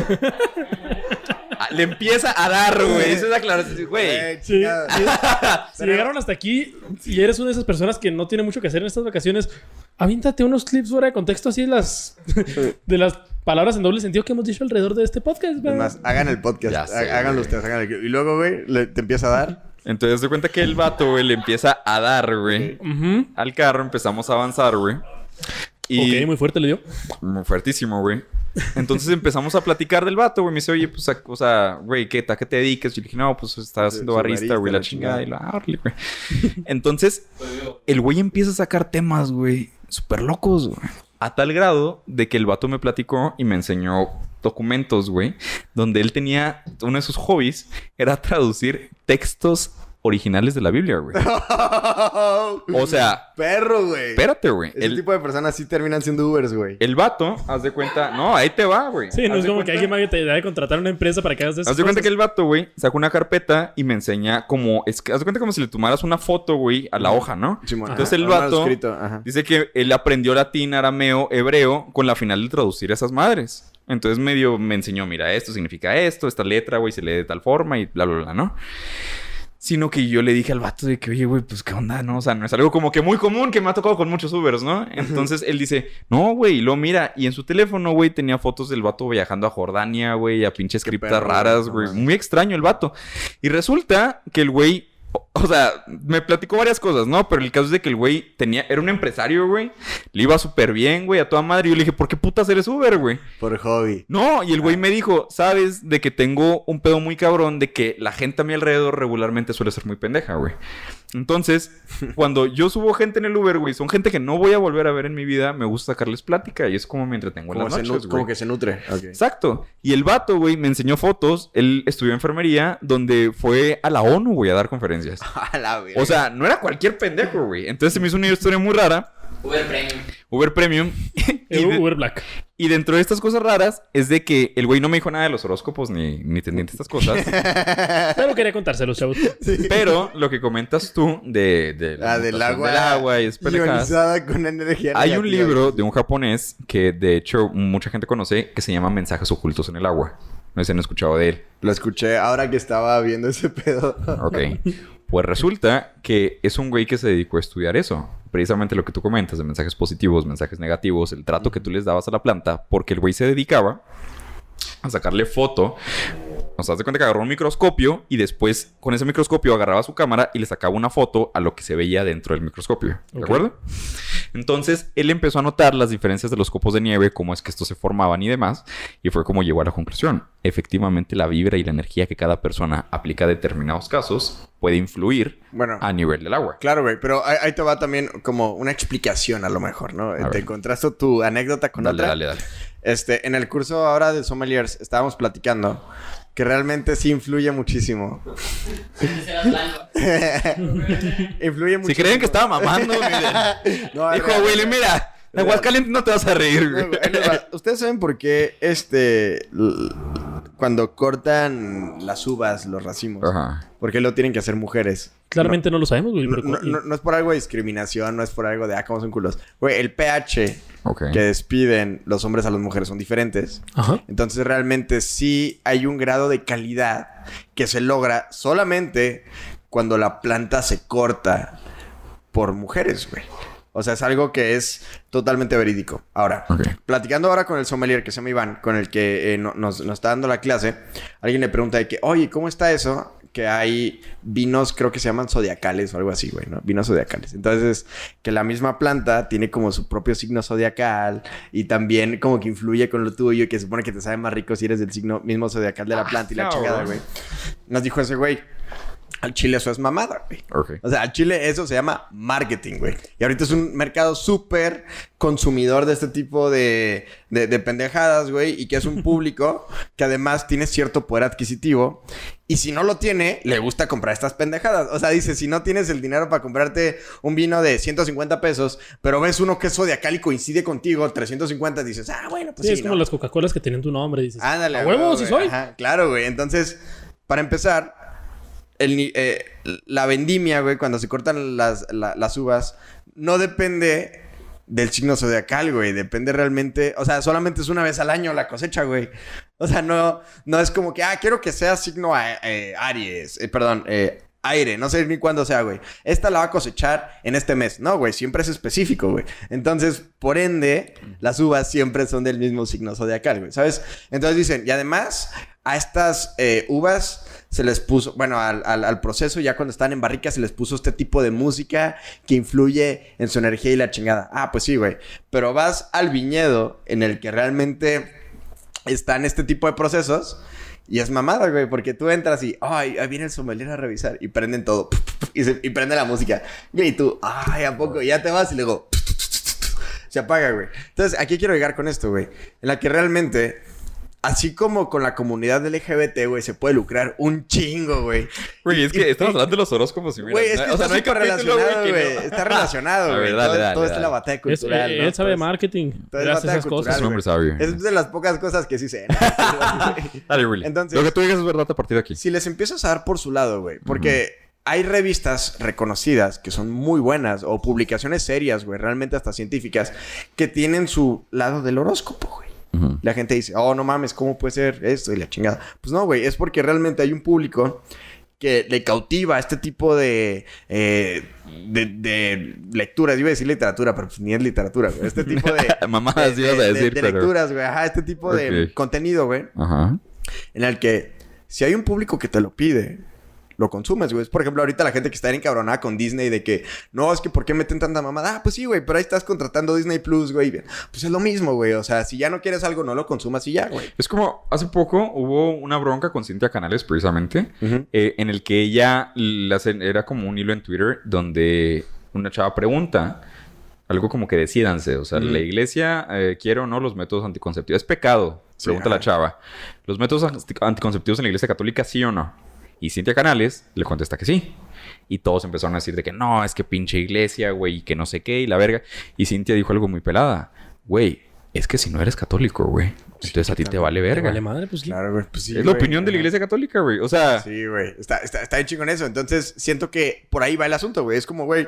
Ah, le empieza a dar, güey. Esa es la aclaración, güey. Eh, Sí, chingada. sí. Si llegaron hasta aquí y eres una de esas personas que no tiene mucho que hacer en estas vacaciones, avíntate unos clips fuera de contexto así de las, de las palabras en doble sentido que hemos dicho alrededor de este podcast. ¿verdad? Además, hagan el podcast. Ya sé, Há- Háganlo güey. ustedes, háganlo. Y luego, güey, le- te empieza a dar. Entonces, haz de cuenta que el vato, güey, le empieza a dar, güey. Ujú. Al carro empezamos a avanzar, güey. Y Ok, muy fuerte le dio. muy fuertísimo, güey. Entonces empezamos a platicar del vato, güey. Me dice, oye, pues, a- o sea, güey, ¿qué, ¿a qué te dedicas? Y le dije, no, pues, estaba haciendo Soy barrista, barista, güey, la la chingada. chingada. Y lo, ah, órale, güey. Entonces, el güey empieza a sacar temas, güey, súper locos, güey. A tal grado de que el vato me platicó y me enseñó documentos, güey, donde él tenía, uno de sus hobbies era traducir textos originales de la Biblia, güey. O sea, Perro, güey. espérate, güey. Ese El, tipo de personas sí terminan siendo Ubers, güey. el vato, haz de cuenta... No, ahí te va, güey. Sí, no Haz es de como cuenta- que alguien vaya a te debe contratar una empresa para que hagas eso. Haz de cuenta que el vato, güey, saca una carpeta y me enseña como... Es que, haz de cuenta como si le tomaras una foto, güey, a la hoja, ¿no? Simón. Entonces Ajá. el Un vato manuscrito, ajá. dice que él aprendió latín, arameo, hebreo con la final de traducir esas madres. Entonces medio me enseñó, mira, esto significa esto, esta letra, güey, se lee de tal forma y bla, bla, bla, ¿no? Sino que yo le dije al vato de que, oye, güey, pues qué onda, ¿no? O sea, no es algo como que muy común que me ha tocado con muchos Ubers, ¿no? Entonces él dice, no, güey, y luego mira, y en su teléfono, güey, tenía fotos del vato viajando a Jordania, güey, a pinches Qué criptas perro, raras, güey, güey. no mames. Muy extraño el vato. Y resulta que el güey, o, o sea, me platicó varias cosas, ¿no? Pero el caso es de que el güey tenía, era un empresario, güey. Le iba súper bien, güey, a toda madre. Y yo le dije, ¿por qué putas eres Uber, güey? Por hobby. No, y el güey me dijo, ¿sabes? De que tengo un pedo muy cabrón de que la gente a mi alrededor regularmente suele ser muy pendeja, güey. Entonces, cuando yo subo gente en el Uber, güey, son gente que no voy a volver a ver en mi vida, me gusta sacarles plática y es como me entretengo en Como, las se nu- noches, como güey. que se nutre. Ok. Exacto. Y el vato, güey, me enseñó fotos. Él estudió enfermería donde fue a la ONU, güey, a dar conferencias. A la verga. O sea, no era cualquier pendejo, güey. Entonces se me hizo una historia muy rara. Uber Premium. Uber Premium. y, de- Uber Black. y dentro de estas cosas raras es de que el güey no me dijo nada de los horóscopos ni, ni tendiente estas cosas. Pero quería contárselos, chavos. Pero lo que comentas tú de, de La del mutación agua, del agua y es pendejadas. ionizada con energía Hay un negativa. libro de un japonés que de hecho mucha gente conoce que se llama Mensajes ocultos en el agua. No sé si han escuchado de él. Lo escuché ahora que estaba viendo ese pedo. Ok. Pues resulta que es un güey que se dedicó a estudiar eso. Precisamente lo que tú comentas de mensajes positivos, mensajes negativos, el trato que tú les dabas a la planta, porque el güey se dedicaba a sacarle foto. O sea, haz de cuenta que agarró un microscopio y después con ese microscopio agarraba su cámara y le sacaba una foto a lo que se veía dentro del microscopio. ¿De Ok. acuerdo? Entonces, él empezó a notar las diferencias de los copos de nieve, cómo es que estos se formaban y demás, y fue como llegó a la conclusión. Efectivamente, la vibra y la energía que cada persona aplica a determinados casos puede influir Bueno. a nivel del agua. Claro, güey, pero ahí, ahí te va también como una explicación a lo mejor, ¿no? A Te ver. contrasto tu anécdota con Dale, otra. dale, dale. Este, en el curso ahora de sommeliers estábamos platicando que realmente sí influye muchísimo. Antes era blanco. Influye muchísimo. Si creen que estaba mamando, miren. No, Dijo, real, güey, real. mira, en Aguascalientes no te vas a reír, No, güey. güey, ahí les va. ¿Ustedes saben por qué este l- cuando cortan las uvas, los racimos? Ajá. ¿Por qué lo tienen que hacer mujeres? Claramente no, lo sabemos, güey. No, pero- no, no- no es por algo de discriminación, no es por algo de, ah, cómo son culos. Güey, el pH Ok. que despiden los hombres a las mujeres son diferentes. Ajá. Entonces realmente sí hay un grado de calidad que se logra solamente cuando la planta se corta por mujeres, güey. O sea, es algo que es totalmente verídico. Ahora, Ok. platicando ahora con el sommelier que se llama Iván, con el que eh, no- nos, nos está dando la clase, alguien le pregunta de que, oye, ¿cómo está eso? Que hay vinos, creo que se llaman zodiacales o algo así, güey, ¿no? Vinos zodiacales. Entonces, que la misma planta tiene como su propio signo zodiacal y también como que influye con lo tuyo y que se supone que te sabe más rico si eres del signo mismo zodiacal de la planta y la Ah, chingada, güey. güey. Nos dijo ese güey, al chile eso es mamada, güey. Ok. O sea, al chile eso se llama marketing, güey. Y ahorita es un mercado súper consumidor de este tipo de, de, de pendejadas, güey. Y que es un público que además tiene cierto poder adquisitivo. Y si no lo tiene, le gusta comprar estas pendejadas. O sea, dice, si no tienes el dinero para comprarte un vino de ciento cincuenta pesos, pero ves uno que es zodiacal y coincide contigo, trescientos cincuenta, dices, ah, bueno, pues Sí, sí, es como ¿no? las Coca-Colas que tienen tu nombre. Dices, Ándale, a huevo, sí güey. soy. Ajá, claro, güey. Entonces, para empezar, el, ni- eh, la vendimia, güey, cuando se cortan las, la- las uvas, no depende del signo zodiacal, güey. Depende realmente... O sea, solamente es una vez al año la cosecha, güey. O sea, no, no es como que, ah, quiero que sea signo a- eh, Aries. Eh, perdón, eh, aire. No sé ni cuándo sea, güey. Esta la va a cosechar en este mes. No, güey. Siempre es específico, güey. Entonces, por ende, las uvas siempre son del mismo signo zodiacal, güey. ¿Sabes? Entonces dicen, y además, a estas eh, uvas se les puso, bueno, al, al, al proceso, ya cuando están en barrica, se les puso este tipo de música que influye en su energía y la chingada. Ah, pues sí, güey. Pero vas al viñedo en el que realmente están este tipo de procesos. Y es mamada, güey, porque tú entras y... Ay, ahí viene el sommelier a revisar. Y prenden todo. Y, se, y prende la música. Y tú... Ay, ¿a poco? Y ya te vas y luego... Se apaga, güey. Entonces, aquí quiero llegar con esto, güey. En la que realmente... Así como con la comunidad L G B T, güey, se puede lucrar un chingo, güey. Güey, es que estamos hablando de los horóscopos y mira... Güey, es que o sea, está no hay súper capítulo, relacionado, que güey. no- Está relacionado, A güey. ver, dale, Todo, dale, todo es dale. la batalla Es- cultural, eh, ¿no? él sabe Todo es- marketing. todo es Gracias a batalla esas cosas. cultural, Es un hombre güey. sabio. Es de las pocas cosas que sí sé. Dale, Willy. Entonces- Lo que tú digas es verdad a partir de aquí. Si les empiezas a dar por su lado, güey. Porque hay revistas reconocidas que son muy buenas. O publicaciones serias, güey. Realmente hasta científicas. Que tienen su lado del horóscopo, güey. Ujú. La gente dice, oh, no mames, ¿cómo puede ser esto? Y la chingada. Pues no, güey. Es porque realmente hay un público que le cautiva este tipo de, eh, de, de lecturas. Iba a decir literatura, pero pues ni es literatura, güey. Este tipo de... Mamadas de, ibas a de- decir, de pero... lecturas, güey. Ajá, este tipo de Ok. contenido, güey. Ajá. En el que si hay un público que te lo pide, lo consumes, güey. Es, por ejemplo, ahorita la gente que está encabronada con Disney de que, no, es que ¿por qué meten tanta mamada? Ah, pues sí, güey, pero ahí estás contratando Disney Plus, güey. Pues es lo mismo, güey. O sea, si ya no quieres algo, no lo consumas y ya, güey. Es como... Hace poco hubo una bronca con Cintia Canales, precisamente. Ujú. eh, en el que ella... la hacen- era como un hilo en Twitter donde una chava pregunta... Algo como que decídanse. O sea, Ujú. la iglesia eh, quiere o no los métodos anticonceptivos. ¿Es pecado? Sí, Pregunta la ajá. chava. ¿Los métodos anti- anticonceptivos en la iglesia católica sí o no? Y Cintia Canales le contesta que sí. Y todos empezaron a decir de que no, es que pinche iglesia, güey, y que no sé qué, y la verga. Y Cintia dijo algo muy pelada. Güey, es que si no eres católico, güey, entonces a ti te vale verga. ¿Te vale madre? Pues sí. Claro, güey. Pues sí, Es la güey. opinión de la iglesia católica, güey. O sea... Sí, güey. Está, está, está bien chingón eso. Entonces, siento que por ahí va el asunto, güey. Es como, güey...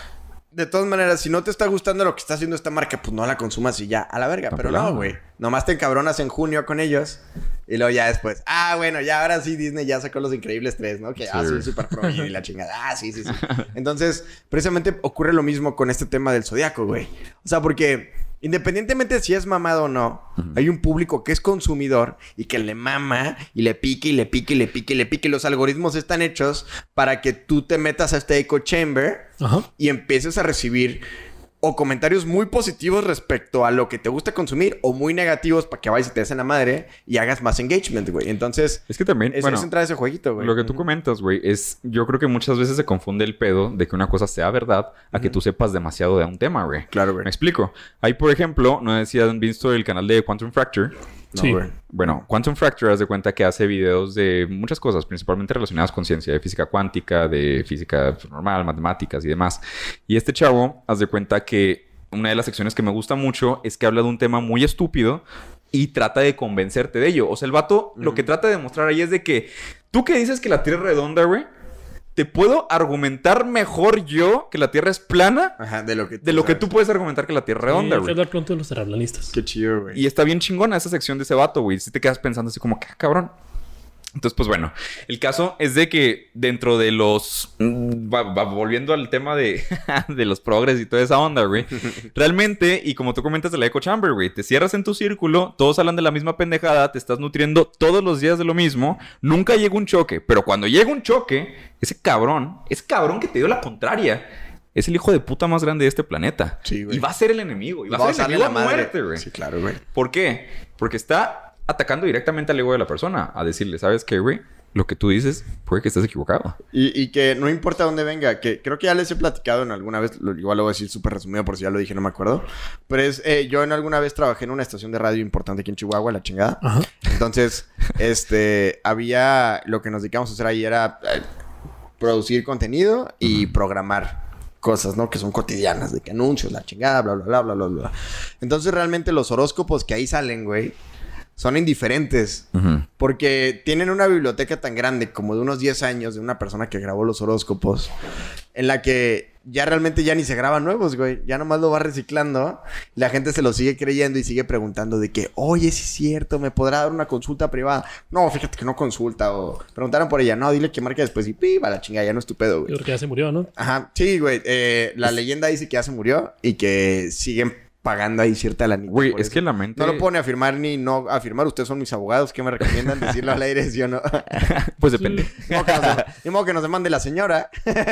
De todas maneras, si no te está gustando lo que está haciendo esta marca, pues no la consumas y ya, a la verga. No, Pero pelado. no, güey. Nomás te encabronas en junio con ellos. Y luego ya después, ah, bueno, ya ahora sí Disney ya sacó Los Increíbles tres, ¿no? Que, Sí, ah, soy güey. súper pro y la chingada. Ah, sí, sí, sí. Entonces, precisamente ocurre lo mismo con este tema del Zodiaco, güey. O sea, porque... Independientemente de si es mamado o no, uh-huh. hay un público que es consumidor y que le mama y le pique y le pique y le pique y le pique. Y los algoritmos están hechos para que tú te metas a este echo chamber Ajá. y empieces a recibir o comentarios muy positivos respecto a lo que te gusta consumir o muy negativos para que vayas y te des en la madre y hagas más engagement, güey. Entonces, es que también, es, bueno, es entrar a ese jueguito, güey. Lo que tú comentas, güey, es... Yo creo que muchas veces se confunde el pedo de que una cosa sea verdad a que tú sepas demasiado de un tema, güey. Claro, güey. Me explico. Hay, por ejemplo, no sé si han visto el canal de Quantum Fracture. No, sí. güey. Bueno, Quantum Fracture, haz de cuenta que hace videos de muchas cosas, principalmente relacionadas con ciencia, de física cuántica, de física normal, matemáticas y demás. Y este chavo, haz de cuenta que una de las secciones que me gusta mucho es que habla de un tema muy estúpido y trata de convencerte de ello. O sea, el vato mm. lo que trata de demostrar ahí es de que tú que dices que la Tierra es redonda, güey, te puedo argumentar mejor yo que la Tierra es plana. Ajá, de lo que tú, de lo sabes. que tú puedes argumentar que la Tierra es redonda, Sí, güey. hay que hablar pronto de los terraplanistas. Qué chido, güey. Y está bien chingona esa sección de ese vato, güey. Si te quedas pensando así como, ¿qué cabrón? Entonces, pues bueno, el caso es de que dentro de los... Va, va, volviendo al tema de, de los progres y toda esa onda, güey. Realmente, y como tú comentas de la echo chamber, güey, te cierras en tu círculo, todos hablan de la misma pendejada, te estás nutriendo todos los días de lo mismo, nunca llega un choque. Pero cuando llega un choque, ese cabrón, ese cabrón que te dio la contraria, es el hijo de puta más grande de este planeta. Sí, güey. Y va a ser el enemigo. Y va, Va a ser el darle enemigo a muerte, güey. Sí, claro, güey. ¿Por qué? Porque está atacando directamente al ego de la persona. A decirle, ¿sabes qué, güey? Lo que tú dices puede que estés equivocado. Y, y que no importa dónde venga. Que creo que ya les he platicado en alguna vez. Lo, igual lo voy a decir súper resumido por si ya lo dije, no me acuerdo. Pero es... Eh, yo en alguna vez trabajé en una estación de radio importante aquí en Chihuahua, la chingada. Ajá. Entonces, este... Había... Lo que nos dedicamos a hacer ahí era... Eh, producir contenido y uh-huh. programar cosas, ¿no? Que son cotidianas. De que anuncios, la chingada, bla, bla, bla, bla, bla, bla. Entonces, realmente los horóscopos que ahí salen, güey... Son indiferentes. Uh-huh. Porque tienen una biblioteca tan grande como de unos diez años de una persona que grabó los horóscopos. En la que ya realmente ya ni se graban nuevos, güey. Ya nomás lo va reciclando. La gente se lo sigue creyendo y sigue preguntando de que... Oye, sí es cierto, ¿me podrá dar una consulta privada? No, fíjate que no consulta. O preguntaron por ella. No, dile que marque después. Y piba, la chingada. Ya no es tu pedo, güey. Yo creo que ya se murió, ¿no? Ajá. Sí, güey. Eh, la leyenda dice que ya se murió. Y que siguen... pagando ahí cierta lanita. Güey, es eso. que la mente... No lo puedo ni afirmar ni no afirmar. Ustedes son mis abogados. ¿Qué me recomiendan decirlo al aire? ¿Sí o no? Pues depende. Ni modo que nos, ni modo que nos demande la señora.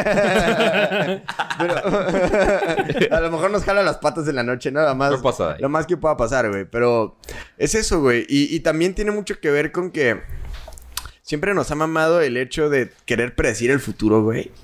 Pero... a lo mejor nos jala las patas en la noche. Nada más. No pasa ahí. Lo más que pueda pasar, güey. Pero es eso, güey. Y, y también tiene mucho que ver con que... Siempre nos ha mamado el hecho de querer predecir el futuro, güey.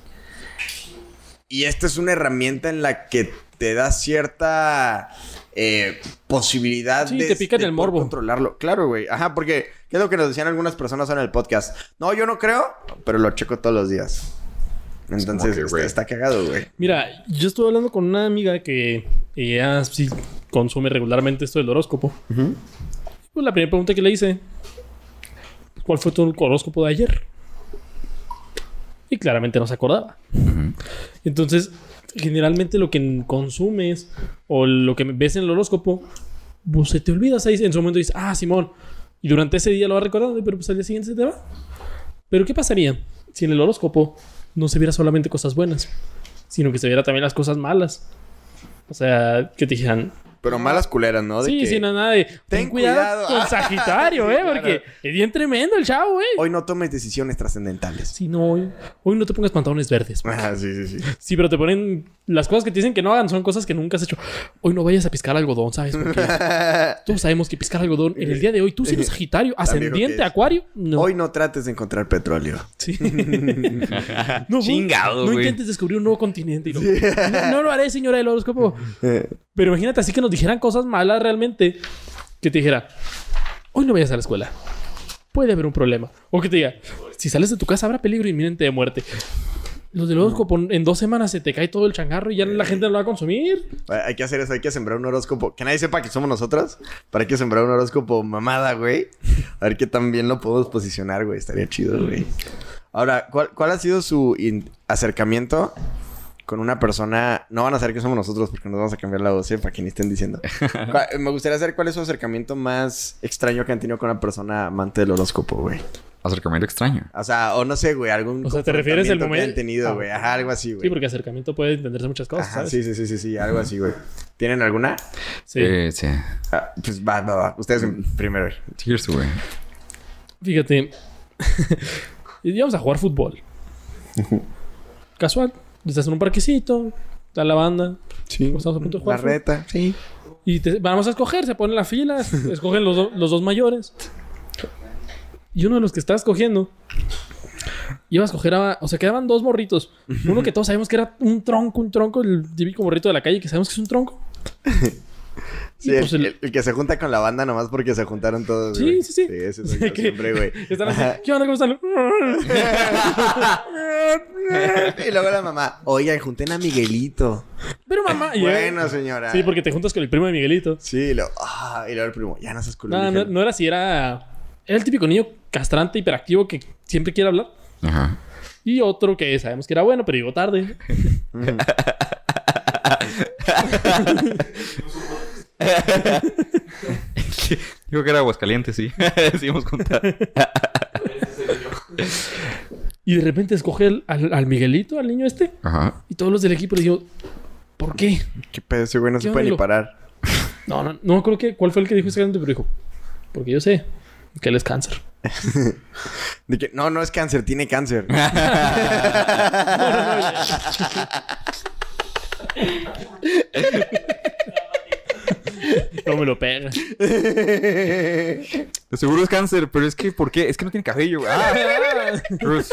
Y esta es una herramienta en la que... te da cierta eh, posibilidad sí, de, te pica en de el morbo. controlarlo. Claro, güey. Ajá, porque ¿qué es lo que nos decían algunas personas en el podcast? No, yo no creo, pero lo checo todos los días. Entonces, que, está, está cagado, güey. Mira, yo estuve hablando con una amiga que ella sí consume regularmente esto del horóscopo. Uh-huh. Pues la primera pregunta que le hice, ¿cuál fue tu horóscopo de ayer? Y claramente no se acordaba. Uh-huh. Entonces... generalmente lo que consumes o lo que ves en el horóscopo, pues se te olvidas ahí. En su momento dices, ah, Simón. Y durante ese día lo vas recordando, pero pues al día siguiente se te va. Pero ¿qué pasaría si en el horóscopo no se viera solamente cosas buenas, sino que se viera también las cosas malas? O sea, que te dijeran... Pero malas culeras, ¿no? De sí, que... sí, nada, nada de... Ten, ten cuidado, cuidado con Sagitario, sí, ¿eh? Claro. Porque es bien tremendo el chavo, ¿eh? Hoy no tomes decisiones trascendentales. Sí, no, hoy, hoy no te pongas pantalones verdes. Ah, sí, sí, sí. Sí, pero te ponen... Las cosas que te dicen que no hagan son cosas que nunca has hecho. Hoy no vayas a piscar algodón, ¿sabes? Porque todos sabemos que piscar algodón en el día de hoy... Tú siendo Sagitario, ascendiente, Acuario... No. Hoy no trates de encontrar petróleo. Sí. no, Chingado, No güey. intentes descubrir un nuevo continente. Y no, no, no lo haré, señora del horóscopo. Pero imagínate así que nos dijeran cosas malas realmente. Que te dijera... Hoy no vayas a la escuela. puede haber un problema. O que te diga, si sales de tu casa habrá peligro inminente de muerte. Los del horóscopo, en dos semanas se te cae todo el changarro y ya la gente no lo va a consumir. Hay que hacer eso, hay que sembrar un horóscopo. Que nadie sepa que somos nosotros. Para que sembrar un horóscopo mamada, güey. A ver qué tan bien lo podemos posicionar, güey. Estaría chido, güey. Ahora, ¿cuál, cuál ha sido su in- acercamiento con una persona? No van a saber que somos nosotros porque nos vamos a cambiar la voz, ¿eh? Para que ni estén diciendo. Me gustaría saber cuál es su acercamiento más extraño que han tenido con una persona amante del horóscopo, güey. Acercamiento extraño. O sea, o no sé, güey, algún O sea, ¿te refieres al confrontamiento que momento? hayan tenido, Ah. güey. Ajá, algo así, güey. Sí, porque acercamiento puede entenderse muchas cosas, Ajá, ¿sabes? sí, sí, sí, sí, sí, algo así, güey. ¿Tienen alguna? Sí. Eh, sí. Ah, pues va, va, va. Ustedes primero. Cheers, güey. Fíjate. Íbamos a jugar fútbol. Casual. Estás en un parquecito. Está la banda. Sí. Estamos a punto de La jugar. reta, sí. Y te- vamos a escoger. Se ponen las filas. Escogen los, do- los dos mayores. Y uno de los que estaba escogiendo iba a escoger a... O sea, quedaban dos morritos. Uno que todos sabemos que era un tronco, un tronco. El típico morrito de la calle que sabemos que es un tronco. Sí, Y el, pues el- el- el que se junta con la banda nomás porque se juntaron todos, Sí, güey. sí, sí. Sí, ese es O el sea, que que- siempre, güey. Están así, Ajá. ¿qué onda? ¿Cómo están? Y luego la mamá, oigan, junten a Miguelito. Pero mamá... y- Bueno, señora. Sí, porque te juntas con el primo de Miguelito. Sí, y luego, ah, y luego el primo, ya no seas culo. No, no, no era así, era... Era el típico niño castrante, hiperactivo que siempre quiere hablar. Ajá. Y otro que sabemos que era bueno, pero llegó tarde. Digo que era Aguascalientes, sí. Decidimos contar. Y de repente escoge al, al, al Miguelito, al niño este. Ajá. Y todos los del equipo le digo, ¿por qué? Qué pedo, ese güey no se ¿Qué puede ni onda, parar. No, no, no creo que... ¿Cuál fue el que dijo exactamente? Pero dijo, porque yo sé que él es cáncer. De que, no, no es cáncer, tiene cáncer. No me lo pega. De seguro es cáncer, pero es que, ¿por qué? Es que no tiene cabello, güey. Ah. Pues,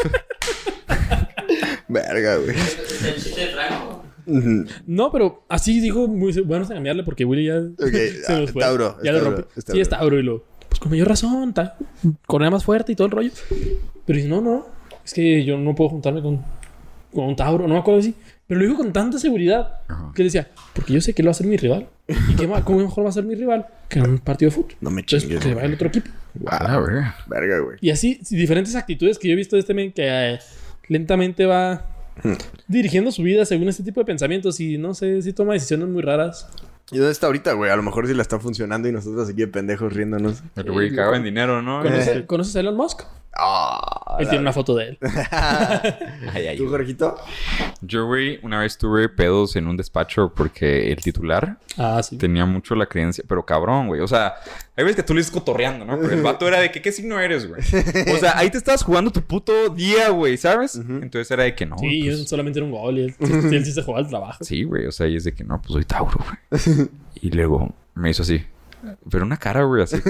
Verga, güey. Es el chiste de Franco. No, pero así dijo, muy, vamos a cambiarle porque Willy ya Ok, se nos ah, fue. Tauro, Ya es lo Tauro, rompe. es Sí, es Tauro. Tauro. Y lo, pues con mayor razón, ta, correa más fuerte y todo el rollo. Pero dice, no, no, es que yo no puedo juntarme con, con un Tauro, no me acuerdo así. Pero lo dijo con tanta seguridad Ajá. que él decía, porque yo sé que él va a ser mi rival. ¿Y qué más? ¿Cómo mejor va a ser mi rival? Que en un partido de fútbol. No me Entonces, chingues, que le güey. vaya el otro equipo. a la verga. Verga, güey. Y así, sí, diferentes actitudes que yo he visto de este men que eh, lentamente va dirigiendo su vida según este tipo de pensamientos. Y no sé, si toma decisiones muy raras. ¿Y dónde está ahorita, güey? A lo mejor sí la está funcionando y nosotros aquí de pendejos riéndonos. El güey caga en dinero, ¿no? ¿Conoces, ¿conoces a Elon Musk? Ah, Él la- tiene una foto de él. Ay, ay, ¿Tú, Jorgito? Yo, güey, una vez tuve pedos en un despacho porque el titular Ah, sí. tenía mucho la creencia, pero cabrón, güey. O sea, hay veces que tú le dices cotorreando, ¿no? Pero el vato era de que, ¿qué signo eres, güey? O sea, ahí te estabas jugando tu puto día, güey, ¿sabes? Entonces era de que no. Sí, pues, él solamente era un gol y él, él sí se jugaba al trabajo. sí, güey. O sea, y es de que no, pues soy Tauro, güey. Y luego me hizo así. Pero una cara, güey, así.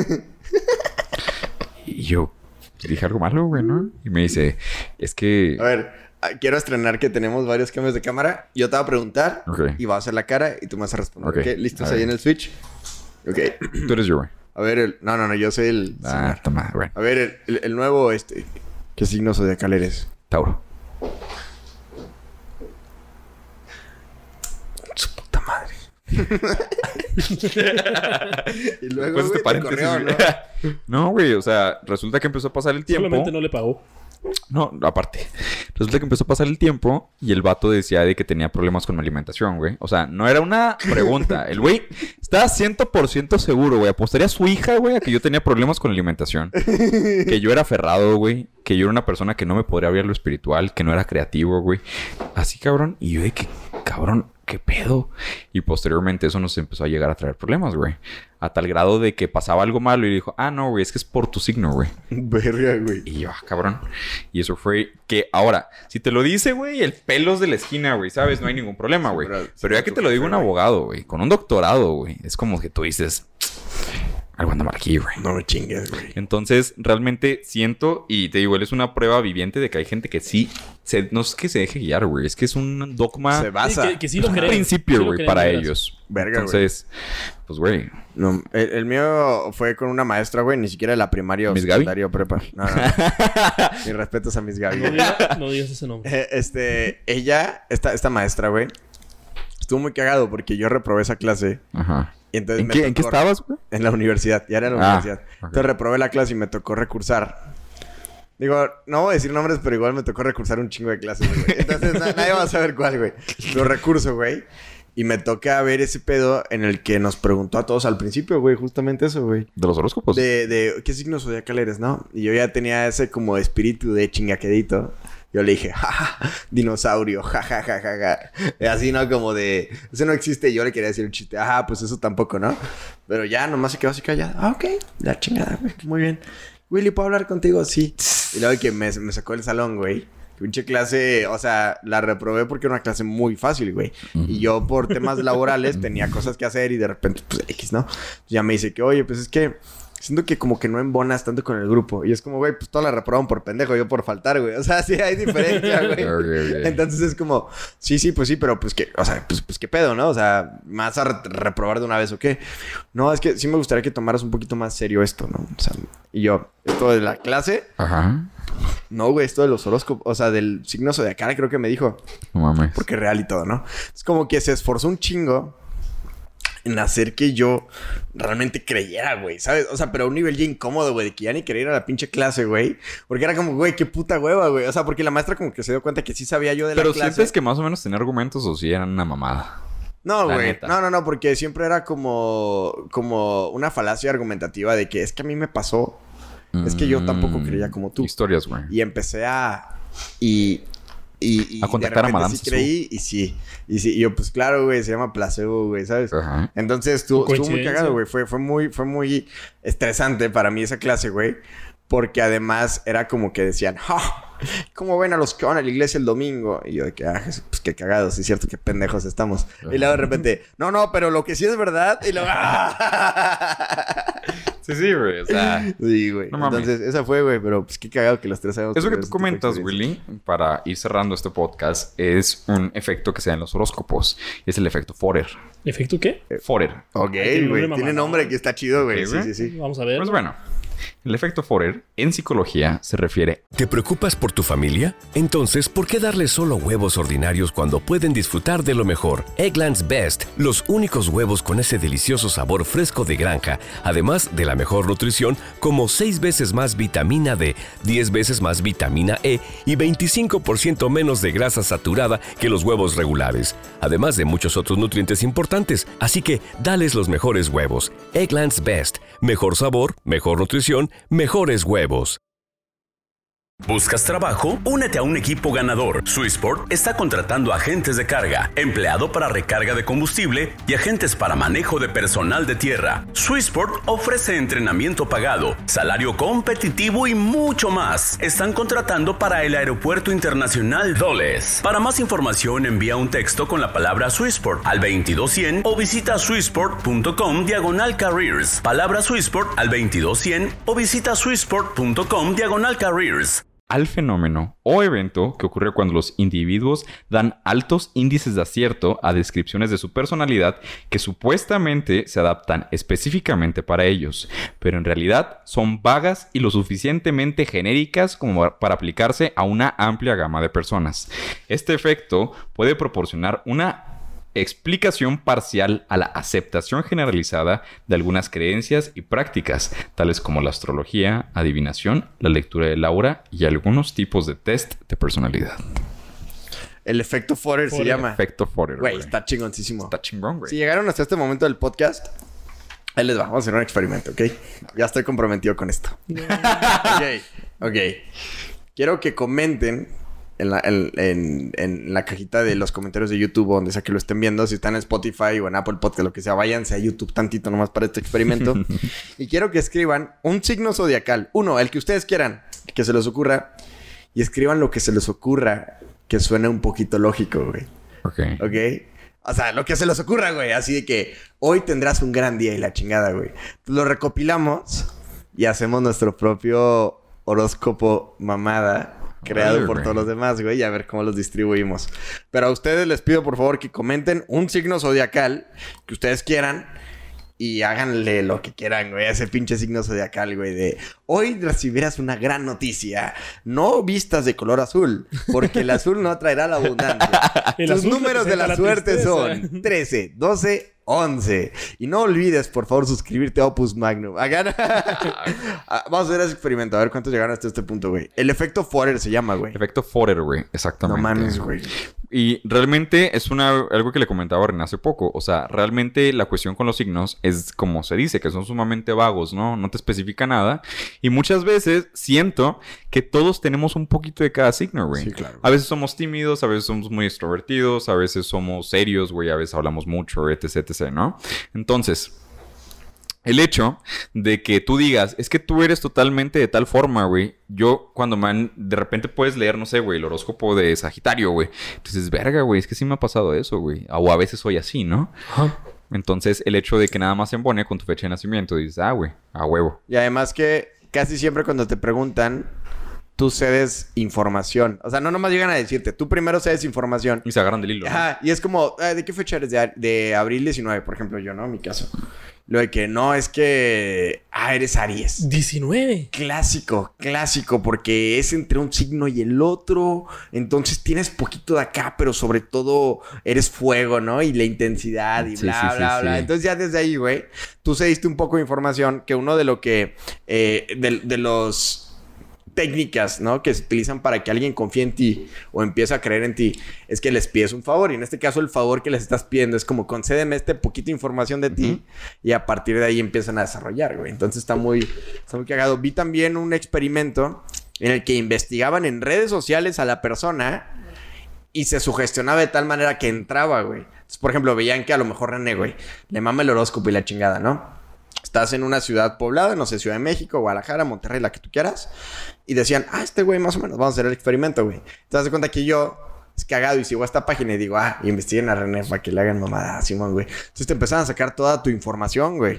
Y yo dije algo malo, güey, ¿no? Y me dice, es que... A ver, ah, quiero estrenar que tenemos varios cambios de cámara. Yo te voy a preguntar Ok. y vas a hacer la cara y tú me vas a responder. Ok. ¿Ok? ¿Listos A ahí ver. en el Switch? Ok. Tú eres yo, güey. A ver, el... No, no, no. Yo soy el... Ah, señor. toma, güey. A ver, el, el- el nuevo, este... ¿Qué signo zodiacal eres? Tauro. Su puta madre. Y luego, Pues este güey, te paréntesis, corrió, güey. ¿no? No, güey, o sea, resulta que empezó a pasar el tiempo. Solamente no le pagó. No, aparte. Resulta que empezó a pasar el tiempo y el vato decía de que tenía problemas con mi alimentación, güey. O sea, no era una pregunta. El güey estaba cien por ciento seguro, güey. Apostaría a su hija, güey, a que yo tenía problemas con la alimentación. Que yo era aferrado, güey. Que yo era una persona que no me podría abrir lo espiritual. Que no era creativo, güey. Así, cabrón. Y yo de que, cabrón, ¿qué pedo? Y posteriormente eso nos empezó a llegar a traer problemas, güey. A tal grado de que pasaba algo malo y dijo, ah, no, güey, es que es por tu signo, güey. Verga, güey. Y yo, ah, cabrón. Y eso fue que ahora, si te lo dice, güey, el pelos de la esquina, güey, ¿sabes? No hay ningún problema, güey. pero- Pero ya que te lo digo un abogado, güey, con un doctorado, güey, es como que tú dices, algo anda mal aquí, güey. No me chingues, güey. Entonces, realmente siento, y te digo, él es una prueba viviente de que hay gente que sí, se, no es que se deje guiar, güey, es que es un dogma, Se basa. Sí, que, que sí lo un creen. principio, Sí lo güey, creen, para de veras. ellos. Verga, Entonces, pues, güey, No, el, el mío fue con una maestra, güey. Ni siquiera de la primaria o ¿Miss Gaby? secundaria o prepa. No, no, no. Mis respetos a Miss Gaby. No digas, no digas ese nombre. Eh, Este, ella, esta, esta maestra, güey, estuvo muy cagado porque yo reprobé esa clase. ajá. Y entonces ¿En me qué, ¿En qué tocó- estabas, güey? En la universidad, ya era en la Ah, universidad. ok. Entonces reprobé la clase y me tocó recursar. Digo, no voy a decir nombres, pero igual me tocó recursar un chingo de clases, güey. Entonces na- nadie va a saber cuál, güey. Lo recurso, güey. Y me toca ver ese pedo en el que nos preguntó a todos al principio, güey, justamente eso, güey. ¿De los horóscopos? De, de, ¿qué signo zodiacal eres, no? Y yo ya tenía ese como espíritu de chingaquedito. Yo le dije, jaja, dinosaurio, jajajaja. Ja, ja, ja. Así, ¿no? Como de, eso no existe. Yo le quería decir un chiste. Ajá, pues eso tampoco, ¿no? Pero ya, nomás se quedó así callado. Ah, ok. La chingada, güey. Muy bien. Willy, ¿puedo hablar contigo? Sí. Y luego que me, me sacó del salón, güey. Pinche clase, o sea, la reprobé porque era una clase muy fácil, güey. Uh-huh. Y yo por temas laborales tenía cosas que hacer y de repente, pues, X, ¿no? Ya me dice que, oye, pues es que siento que como que no embonas tanto con el grupo. Y es como, güey, pues todos la reprobaron por pendejo, yo por faltar, güey. O sea, sí hay diferencia, güey. Okay, okay. Entonces es como, sí, sí, pues sí, pero pues que, o sea, pues, pues qué pedo, ¿no? O sea, ¿más a re- reprobar de una vez o qué? No, es que sí me gustaría que tomaras un poquito más serio esto, ¿no? O sea, y yo, esto de la clase... Ajá. No, güey, esto de los horóscopos, o sea, del signo zodiacal, creo que me dijo. No mames. Porque es real y todo, ¿no? Es como que se esforzó un chingo en hacer que yo realmente creyera, güey, ¿sabes? O sea, pero a un nivel ya incómodo, güey, de que ya ni quería ir a la pinche clase, güey. Porque era como, güey, qué puta hueva, güey. O sea, porque la maestra como que se dio cuenta que sí sabía yo de la Pero clase. ¿sientes que más o menos tenía argumentos o si eran una mamada? No, La güey. neta. No, no, no, porque siempre era como, como una falacia argumentativa de que es que a mí me pasó. Es que yo tampoco creía como tú. Historias, güey. Y empecé a... Y... Y, y A contactar de a Madame sí Sassou. creí y sí. Y sí. Y yo, pues claro, güey. Se llama placebo, güey. ¿Sabes? Ajá. Entonces estuvo, estuvo muy Coincidencia. cagado, güey. Fue, fue muy... Fue muy estresante para mí esa clase, güey. Porque además era como que decían... ¡Ja! ¿Cómo ven a los que van a la iglesia el domingo? Y yo de que... Ah, pues qué cagados. Sí es cierto. Qué pendejos estamos. Y luego de repente... No, no. Pero lo que sí es verdad. Y luego... Sí, sí, güey. O sea... Sí, güey. No mames. Entonces, esa fue, güey. Pero pues qué cagado que los tres sabemos... Eso que tener tú ese tipo de comentas, experiencias. Willy, para ir cerrando este podcast, es un efecto que se da en los horóscopos. Y es el efecto Forer. ¿Efecto qué? Forer. Ok, tiene nombre güey. Tiene mamalón. nombre que está chido, güey. Ok, Sí, güey. sí, sí. Vamos a ver. Pues bueno, el efecto Forer en psicología se refiere... ¿Te preocupas por tu familia? Entonces, ¿por qué darles solo huevos ordinarios cuando pueden disfrutar de lo mejor? Eggland's Best, los únicos huevos con ese delicioso sabor fresco de granja, además de la mejor nutrición, como seis veces más vitamina D, diez veces más vitamina E y veinticinco por ciento menos de grasa saturada que los huevos regulares, además de muchos otros nutrientes importantes. Así que, dales los mejores huevos. Eggland's Best, mejor sabor, mejor nutrición, mejores huevos. ¿Buscas trabajo? Únete a un equipo ganador. Swissport está contratando agentes de carga, empleado para recarga de combustible y agentes para manejo de personal de tierra. Swissport ofrece entrenamiento pagado, salario competitivo y mucho más. Están contratando para el Aeropuerto Internacional Dulles. Para más información envía un texto con la palabra Swissport al veintidós cien o visita swissport punto com diagonal careers. Palabra Swissport al veintidós cien o visita swissport punto com diagonal careers. Al fenómeno o evento que ocurre cuando los individuos dan altos índices de acierto a descripciones de su personalidad que supuestamente se adaptan específicamente para ellos, pero en realidad son vagas y lo suficientemente genéricas como para aplicarse a una amplia gama de personas. Este efecto puede proporcionar una explicación parcial a la aceptación generalizada de algunas creencias y prácticas, tales como la astrología, adivinación, la lectura del aura y algunos tipos de test de personalidad. El efecto Forer se Forer. llama. Efecto Forer, Güey, güey. está chingoncísimo. Está chingón, güey. Si llegaron hasta este momento del podcast, ahí les va. Vamos a hacer un experimento, ¿ok? Ya estoy comprometido con esto. Ok, ok. Quiero que comenten en la, en, en, en la cajita de los comentarios de YouTube, donde sea que lo estén viendo. Si están en Spotify o en Apple Podcast, lo que sea, váyanse a YouTube tantito nomás para este experimento. Y quiero que escriban un signo zodiacal. Uno, el que ustedes quieran, que se les ocurra. Y escriban lo que se les ocurra, que suene un poquito lógico, güey. Ok. ¿Ok? O sea, lo que se les ocurra, güey. Así de que hoy tendrás un gran día y la chingada, güey. Lo recopilamos y hacemos nuestro propio horóscopo mamada creado Ay, por güey. todos los demás, güey. Y a ver cómo los distribuimos. Pero a ustedes les pido, por favor, que comenten un signo zodiacal que ustedes quieran. Y háganle lo que quieran, güey. Ese pinche signo zodiacal, güey. De hoy recibirás una gran noticia. No vistas de color azul. Porque el azul no traerá la abundancia. El Tus azul números de representa la la suerte tristeza. son trece, doce, once. Y no olvides, por favor, suscribirte a Opus Magnum. Hagan... Ah, Vamos a hacer ese experimento. A ver cuántos llegaron hasta este punto, güey. El efecto Forer se llama, güey. Efecto Forer, güey. Exactamente. No mames, güey. Y realmente es una algo que le comentaba a René hace poco. O sea, realmente la cuestión con los signos es como se dice, que son sumamente vagos, ¿no? No te especifica nada. Y muchas veces siento que todos tenemos un poquito de cada signo, güey. Sí, claro. A veces somos tímidos, a veces somos muy extrovertidos, a veces somos serios, güey, a veces hablamos mucho, etc, etc, ¿no? Entonces, el hecho de que tú digas, es que tú eres totalmente de tal forma, güey. Yo, cuando me han... De repente puedes leer, no sé, güey, el horóscopo de Sagitario, güey. Entonces, verga, güey, es que sí me ha pasado eso, güey. O a veces soy así, ¿no? Ajá. Entonces, el hecho de que nada más se embone con tu fecha de nacimiento, dices, ah, güey, a huevo. Y además que casi siempre cuando te preguntan, tú cedes información. O sea, no nomás llegan a decirte, tú primero cedes información. Y se agarran del hilo, ¿no? Ajá, y es como, ah, ¿de qué fecha eres? De, a- de abril diecinueve, por ejemplo, yo, ¿no? En mi caso. Lo de que no, es que... Ah, eres Aries. diecinueve. Clásico, clásico, porque es entre un signo y el otro. Entonces tienes poquito de acá, pero sobre todo eres fuego, ¿no? Y la intensidad y Sí, bla, sí, sí, bla, bla. sí. Entonces ya desde ahí, güey, tú cediste un poco de información que uno de lo que... Eh, de, de los... técnicas, ¿no? Que se utilizan para que alguien confíe en ti o empiece a creer en ti, es que les pides un favor. Y en este caso, el favor que les estás pidiendo es como, concédeme este poquito de información de ti. Y a partir de ahí empiezan a desarrollar, güey. Entonces está muy, está muy cagado. Vi también un experimento en el que investigaban en redes sociales a la persona y se sugestionaba de tal manera que entraba, güey. Entonces, por ejemplo, veían que a lo mejor René, güey, le mama el horóscopo y la chingada, ¿no? Estás en una ciudad poblada, no sé, Ciudad de México, Guadalajara, Monterrey, la que tú quieras. Y decían, ah, este güey más o menos, vamos a hacer el experimento, güey. Te das de cuenta que yo, es cagado, y sigo a esta página y digo, ah, investiguen a René para que le hagan mamada, Simón, güey. Entonces te empezaron a sacar toda tu información, güey.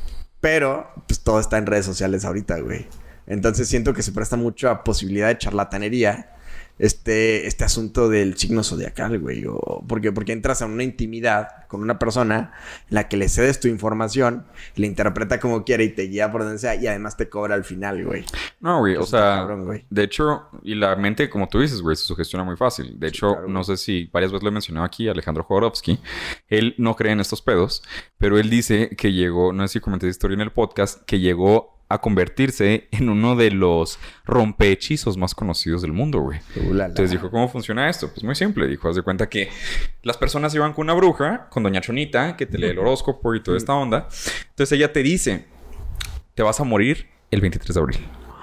Pero, pues todo está en redes sociales ahorita, güey. Entonces siento que se presta mucho a posibilidad de charlatanería. Este, este asunto del signo zodiacal, güey. O, porque, porque entras a una intimidad con una persona en la que le cedes tu información, le interpreta como quiere y te guía por donde sea y además te cobra al final, güey. No, güey, o Eso está sea, cabrón, güey. de hecho, y la mente, como tú dices, güey, se sugestiona muy fácil. De Sí, hecho, claro, no güey. sé si varias veces lo he mencionado aquí, Alejandro Jodorowsky, él no cree en estos pedos, pero él dice que llegó, no sé si comenté esa historia en el podcast, que llegó a convertirse en uno de los rompehechizos más conocidos del mundo, güey. Ulala. Entonces dijo, ¿cómo funciona esto? Pues muy simple. Dijo, haz de cuenta que las personas iban con una bruja, con doña Chonita, que te lee el horóscopo y toda esta onda. Entonces ella te dice, te vas a morir el veintitrés de abril.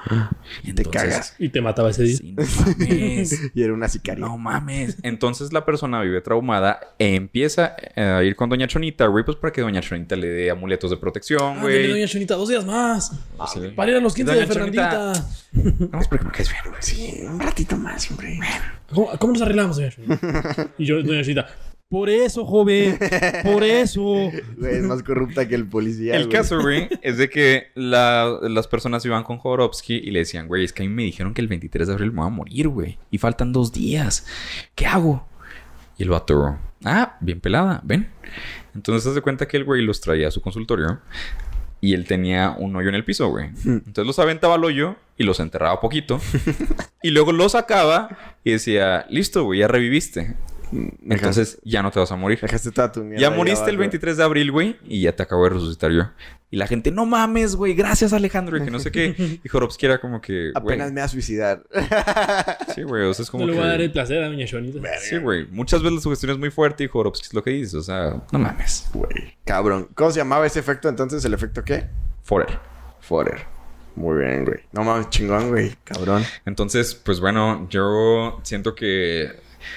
Y te cagas. Y te mataba ese día. Sí, no mames. Y era una sicaria. No mames. Entonces la persona vive traumada e empieza a ir con doña Chonita, güey, pues para que doña Chonita le dé amuletos de protección, Ah, dile, güey. doña Chonita, dos días más. Sí. Para ir a los quince de Doña Chonita. Fernandita. Vamos porque me caes bien, güey. Sí, un ratito más, hombre. ¿Cómo, cómo nos arreglamos, doña Chonita? Y yo, doña Chonita, por eso, joven. Por eso. Güey, es más corrupta que el policía, El güey. caso, güey, es de que la- las personas iban con Jodorowsky y le decían, güey, es que a mí me dijeron que el veintitrés de abril me voy a morir, güey. Y faltan dos días. ¿Qué hago? Y el vato, ah, bien pelada, ven. Entonces, se hace cuenta que el güey los traía a su consultorio y él tenía un hoyo en el piso, güey. Entonces, los aventaba al hoyo y los enterraba poquito. Y luego los sacaba y decía, listo, güey, ya reviviste. Entonces, ya no te vas a morir. Dejaste toda tu mierda Ya ahí moriste el abajo. veintitrés de abril, güey, y ya te acabo de resucitar yo. Y la gente, no mames, güey, gracias Alejandro, y que no sé qué. Y Jodorowsky era como que, güey. Apenas me voy a suicidar. Sí, güey, o sea, es como No le que... voy a dar el placer a doña Chonita. Sí, güey. Muchas veces la sugestión es muy fuerte y Jodorowsky es lo que dice. O sea, no mames. Güey. Cabrón. ¿Cómo se llamaba ese efecto entonces? ¿El efecto qué? Forer. Forer. Muy bien, güey. No mames, chingón, güey. Cabrón. Entonces, pues bueno, yo siento que...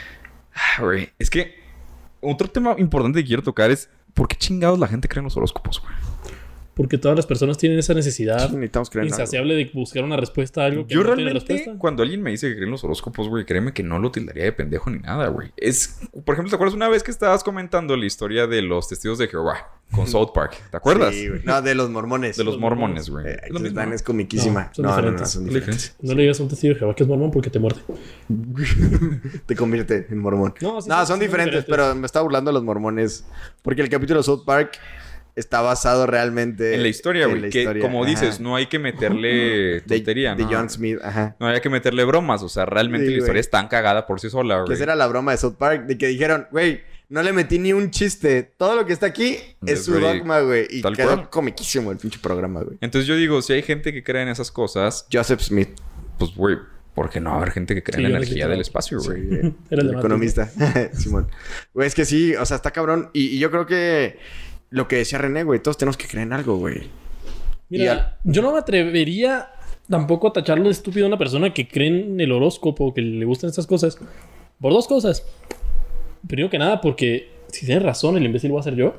Ah, güey, es que... Otro tema importante que quiero tocar es... ¿Por qué chingados la gente cree en los horóscopos, güey? Porque todas las personas tienen esa necesidad Sí, necesitamos creer en algo. insaciable de buscar una respuesta a algo que Yo no tiene realmente, respuesta. cuando alguien me dice que cree en los horóscopos, güey, créeme que no lo tildaría de pendejo ni nada, güey. Es, por ejemplo, ¿te acuerdas una vez que estabas comentando la historia de los testigos de Jehová con South Park? ¿Te acuerdas? Sí, güey. No, de los mormones. De los mormones, güey. Eh, Es lo mismo. están- es comiquísima. No, son No, no, no, diferentes. son ¿Qué diferentes. diferencia? No le digas a un testigo de Jehová que es mormón porque te muerde. Te convierte en mormón. No, No, sí, son, son- son diferentes, diferentes. pero me estaba burlando de los mormones. Porque el capítulo de South Park está basado realmente... En la historia, en güey. la Que, historia, como ajá. dices, no hay que meterle De, tontería, de ¿no? John Smith, ajá. No hay que meterle bromas. O sea, realmente Sí, la historia güey. es tan cagada por sí sola, Que güey. esa era la broma de South Park. De que dijeron, güey, no le metí ni un chiste. Todo lo que está aquí es Es su güey, dogma, güey. Y tal quedó cual. comiquísimo el pinche programa, güey. Entonces yo digo, si hay gente que cree en esas cosas, Joseph Smith. pues, güey, ¿por qué no va a haber gente que cree Sí, en la yo energía necesito- del espacio, Sí, güey? güey. Era el el de economista. Simón. Güey, es que sí, o sea, está cabrón. Y, y yo creo que lo que decía René, güey, todos tenemos que creer en algo, güey. Y Mira, al- yo no me atrevería tampoco a tacharlo de estúpido a una persona que cree en el horóscopo, que le gustan estas cosas. Por dos cosas. Primero que nada, porque si tienes razón, el imbécil voy a ser yo.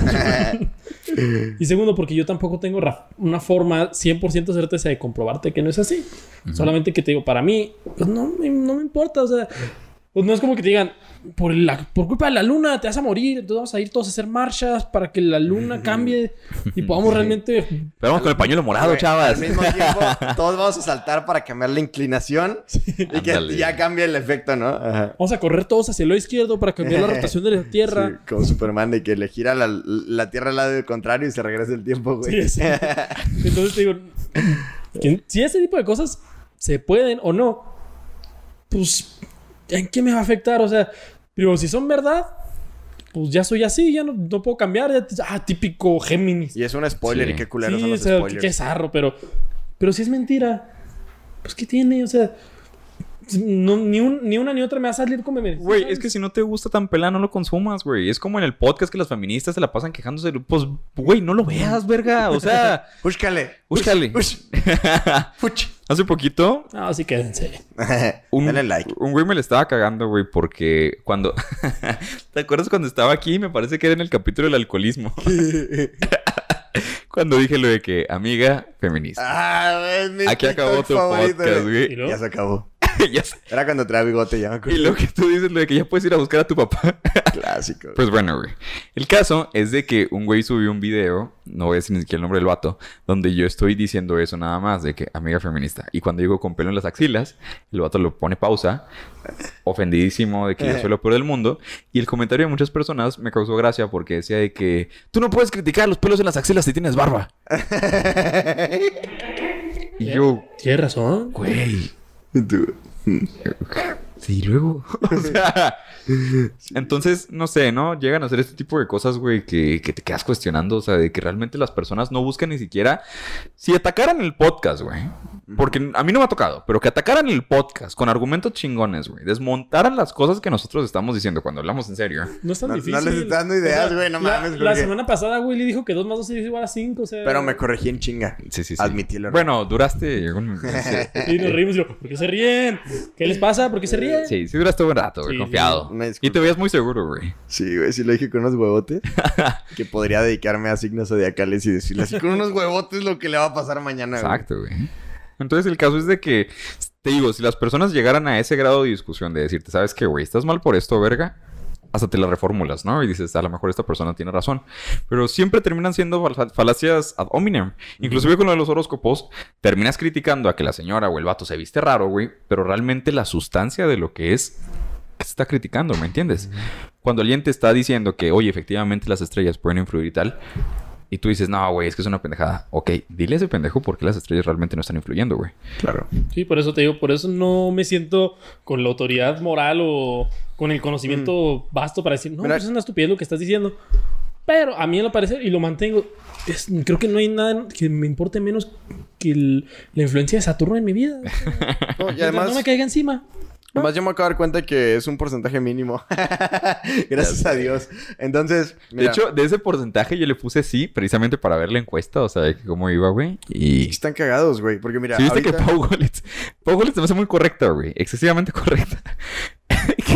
Y segundo, porque yo tampoco tengo ra- una forma cien por ciento certeza de comprobarte que no es así. Solamente que te digo, para mí, pues no, me- no me importa. O sea, pues no es como que te digan, por, la, por culpa de la luna te vas a morir, entonces vamos a ir todos a hacer marchas para que la luna cambie y podamos realmente... Pero vamos con el pañuelo morado, Güey, chavas. Al mismo tiempo, todos vamos a saltar para cambiar la inclinación y que Ándale. ya cambie el efecto, ¿no? Ajá. Vamos a correr todos hacia el lado izquierdo para cambiar la rotación de la Tierra. Sí, como Superman, de que le gira la, la Tierra al lado contrario y se regresa el tiempo, güey. Sí, sí. Entonces te digo, que si ese tipo de cosas se pueden o no, pues, ¿en qué me va a afectar? O sea, pero si son verdad, pues ya soy así, ya no, no puedo cambiar. Ya, ah, típico Géminis. Y es un spoiler Sí. y qué culeros Sí, son o los sea, qué, spoilers. qué zarro, pero, pero si es mentira, pues ¿qué tiene? O sea, no, ni, un, ni una ni otra me va a salir como me Güey, es que si no te gusta tan pelada, no lo consumas, güey. Es como en el podcast que las feministas se la pasan quejándose. Pues, güey, no lo veas, verga. O sea, Búscale. búscale. Ush. Fuch. Hace poquito, No, sí, quédense. un, Dale like. un güey me le estaba cagando, güey, porque cuando... ¿Te acuerdas cuando estaba aquí? Me parece que era en el capítulo del alcoholismo. Cuando dije lo de que, amiga feminista. Ah, es mi Aquí acabó TikTok tu favorito, podcast, ¿Y güey. luego? Ya se acabó. Ya sé. Era cuando traía bigote, ya me acuerdo. Y lo que tú dices, lo de que ya puedes ir a buscar a tu papá. Clásico. güey. Pues bueno, güey. El caso es de que un güey subió un video, no voy a decir ni siquiera el nombre del vato, donde yo estoy diciendo eso nada más, de que amiga feminista. Y cuando digo con pelo en las axilas, el vato lo pone pausa, ofendidísimo de que yo soy lo peor del mundo. Y el comentario de muchas personas me causó gracia porque decía de que tú no puedes criticar los pelos en las axilas si tienes barba. Y yo, Tienes razón. güey. Tú. Sí, luego. O sea, entonces, no sé, ¿no? Llegan a hacer este tipo de cosas, güey, que, que te quedas cuestionando. O sea, de que realmente las personas no buscan ni siquiera... Si atacaran el podcast, güey. Porque a mí no me ha tocado. Pero que atacaran el podcast con argumentos chingones, güey. Desmontaran las cosas que nosotros estamos diciendo cuando hablamos en serio. No es tan No- no difícil. les estás dando ideas, güey, no la- mames, La porque- semana pasada, güey, le dijo que dos más dos es igual a cinco, o sea... Pero me corregí en chinga. Sí, sí, sí. Admití el error. Bueno, duraste... un- Y nos reímos y yo, ¿por qué se ríen? ¿Qué les pasa? ¿Por qué se ríen? Sí, sí duraste un buen rato, güey. Sí, confiado. una Y disculpa. te veías muy seguro, güey. Sí, güey, sí lo dije con unos huevotes. Que podría dedicarme a signos zodiacales y decirle así, con unos huevotes lo que le va a pasar mañana, güey. Exacto, güey. Entonces el caso es de que, te digo, si las personas llegaran a ese grado de discusión de decirte, ¿sabes qué, güey? ¿Estás mal por esto, verga? Hasta te la reformulas, ¿no? Y dices, a lo mejor esta persona tiene razón. Pero siempre terminan siendo fal- falacias ad hominem. Inclusive con lo de los horóscopos, terminas criticando a que la señora o el vato se viste raro, güey. Pero realmente la sustancia de lo que es, que se está criticando, ¿me entiendes? Cuando alguien te está diciendo que, oye, efectivamente las estrellas pueden influir y tal... Y tú dices, no, güey, es que es una pendejada. Ok, dile a ese pendejo por qué las estrellas realmente no están influyendo, güey. Claro. Sí, por eso te digo, por eso no me siento con la autoridad moral o con el conocimiento vasto para decir, no, Mira- pues es una estupidez lo que estás diciendo. Pero a mí en lo parecer, y lo mantengo, es- creo que no hay nada que me importe menos que el- la influencia de Saturno en mi vida. No, y Mientras además, no me caiga encima. además yo me acabo de dar cuenta que es un porcentaje mínimo. Gracias a Dios. Entonces, mira, De hecho, de ese porcentaje yo le puse sí, precisamente para ver la encuesta, o sea, de que cómo iba, güey. Y... están cagados, güey. Porque mira, Sí, viste ahorita... que Pau Goles... Pau Goles se me hace muy correcta, güey. Excesivamente correcta. que,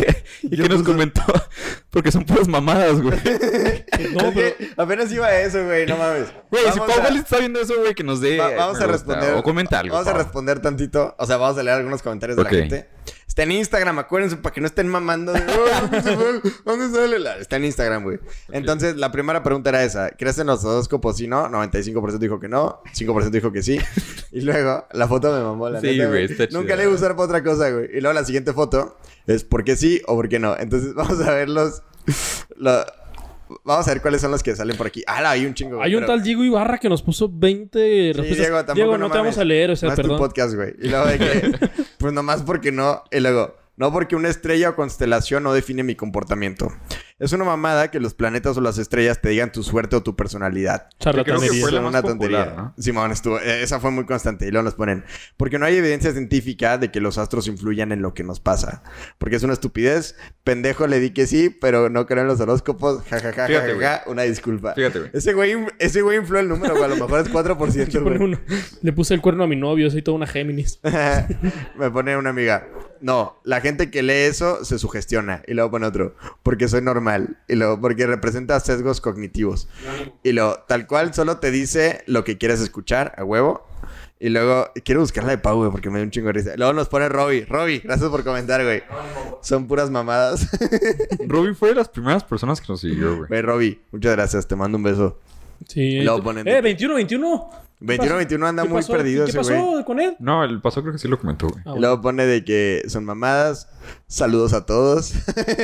¿Y qué nos comentó? Porque son puras mamadas, güey. No, pero... apenas iba a eso, güey. No mames. Güey, si Vamos Pau a- Valdez está viendo eso, güey, que nos dé... Va- vamos me a gusta, responder. O comenta algo. Vamos a Pau. responder tantito. O sea, vamos a leer algunos comentarios de Ok. la gente. Está en Instagram, acuérdense, para que no estén mamando. De, "Oh, ¿dónde se fue? ¿Dónde sale la-?" Está en Instagram, güey. Entonces, la primera pregunta era esa. ¿Crees en los horóscopos? Sí, no. noventa y cinco por ciento dijo que no. cinco por ciento dijo que sí. Y luego, la foto me mamó, la Sí, neta, güey, está Nunca chida. le iba a usar para otra cosa, güey. Y luego la siguiente foto es ¿por qué sí o por qué no? Entonces, vamos a ver los... lo- Vamos a ver cuáles son los que salen por aquí. Ah, hay un chingo, güey, Hay un pero- tal Diego Ibarra que nos puso veinte Sí, respuestas. Diego, tampoco Diego, no, te mames. vamos a leer, o sea, No es tu perdón. podcast, güey. Y luego de que... pues nomás porque no. Y luego... No porque una estrella o constelación no define mi comportamiento. Es una mamada que los planetas o las estrellas te digan tu suerte o tu personalidad. Charlatanería. Creo que fue la Son más una popular, tontería. ¿no? Simón estuvo... eh, Esa fue muy constante. Y luego nos ponen... Porque no hay evidencia científica de que los astros influyan en lo que nos pasa. Porque es una estupidez. Pendejo le di que sí, pero no creo en los horóscopos. Ja, ja, ja, Fíjate, ja, güey. ja, ja. Una disculpa. Fíjate, güey. Ese güey... Ese güey infló el número, güey. A lo mejor es cuatro por Aquí ciento, pone güey. uno. Le puse el cuerno a mi novio, soy toda una Géminis. Me pone una amiga. No, la gente que lee eso se sugestiona. Y luego pone otro. Porque soy normal. Y luego porque representa sesgos cognitivos. Y luego, tal cual, solo te dice lo que quieres escuchar, a huevo. Y luego, quiero buscar la de Pau, güey, porque me da un chingo de risa. Luego nos pone Robbie. Robbie, gracias por comentar, güey. Son puras mamadas. Ruby fue de las primeras personas que nos siguió, güey. Güey, Robbie, muchas gracias. Te mando un beso. Sí. Luego ponen- Eh, veintiuno, veintiuno. veintiuno veintiuno anda ¿Qué muy pasó? perdido ¿Qué ese pasó güey. con él? No, el pasó creo que sí lo comentó, güey. Ah, Y bueno. luego pone de que son mamadas. Saludos a todos.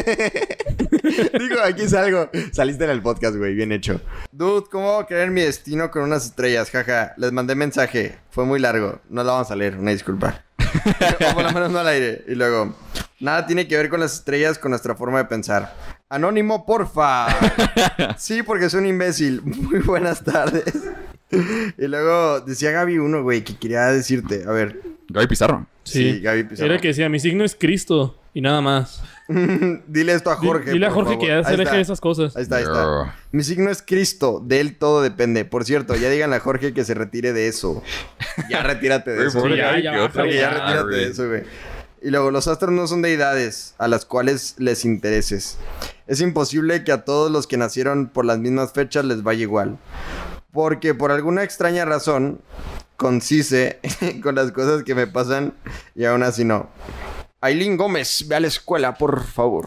Digo, aquí salgo. Saliste en el podcast, güey. Bien hecho. Dude, ¿cómo voy a creer en mi destino con unas estrellas? Jaja. Les mandé mensaje. Fue muy largo. No lo vamos a leer. Una disculpa. O por lo menos no al aire. Y luego... Nada tiene que ver con las estrellas, con nuestra forma de pensar. Anónimo, porfa. Sí, porque es un imbécil. Muy buenas tardes. Y luego decía Gaby uno, güey, que quería decirte. A ver. Gaby Pizarro. Sí, Sí, Gaby Pizarro. Era el que decía, mi signo es Cristo. Y nada más. Dile esto a Jorge. Dile a por Jorge favor. que ya se Ahí aleje está. de esas cosas. Ahí está, ahí está. Yo. Mi signo es Cristo. De él todo depende. Por cierto, ya díganle a Jorge que se retire de eso. Ya retírate de Güey, eso. pobre Sí, ya, Gaby, ya qué baja, otra, Jorge, ya ya, retírate güey. de eso, güey. Y luego, los astros no son deidades a las cuales les intereses. Es imposible que a todos los que nacieron por las mismas fechas les vaya igual. Porque por alguna extraña razón, concise con las cosas que me pasan y aún así no. Aileen Gómez, ve a la escuela, por favor.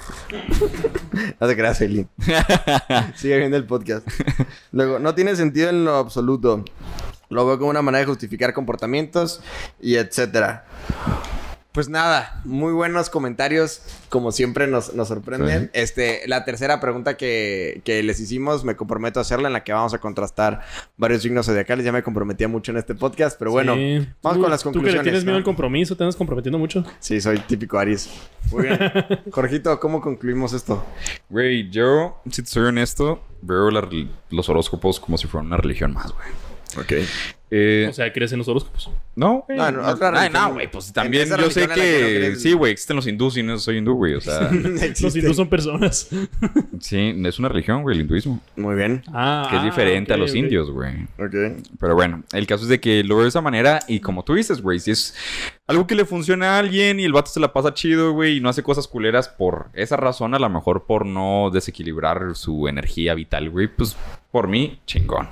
No te creas, Aileen. Sigue viendo el podcast. Luego, no tiene sentido en lo absoluto. Lo veo como una manera de justificar comportamientos y etcétera. Pues nada, muy buenos comentarios. Como siempre nos, nos sorprenden. Sí. Este, la tercera pregunta que, que les hicimos, me comprometo a hacerla, en la que vamos a contrastar varios signos zodiacales. Ya me comprometía mucho en este podcast, pero bueno, Sí. vamos Tú- con las Tú que conclusiones. le tienes miedo ¿no? al compromiso, te andas comprometiendo mucho. Sí, soy típico Aries. Muy bien. Jorgito, ¿cómo concluimos esto? Güey, yo, si te soy honesto, veo la rel- los horóscopos como si fueran una religión más, güey. Ok. Eh, O sea, crees en los horóscopos. no, güey. No, no, otra Ay, religión. no, güey. Pues también esa yo sé religión en la que no que... crees. Sí, güey. Existen los hindús y no soy hindú, güey. O sea... Los Existe. hindús son personas. sí, es una religión, güey, el hinduismo. Muy bien. Ah, Que es diferente ok, a los ok. indios, güey. Ok. Pero bueno, el caso es de que lo veo de esa manera y como tú dices, güey, si es algo que le funciona a alguien y el vato se la pasa chido, güey, y no hace cosas culeras por esa razón, a lo mejor por no desequilibrar su energía vital, güey, pues por mí, chingón.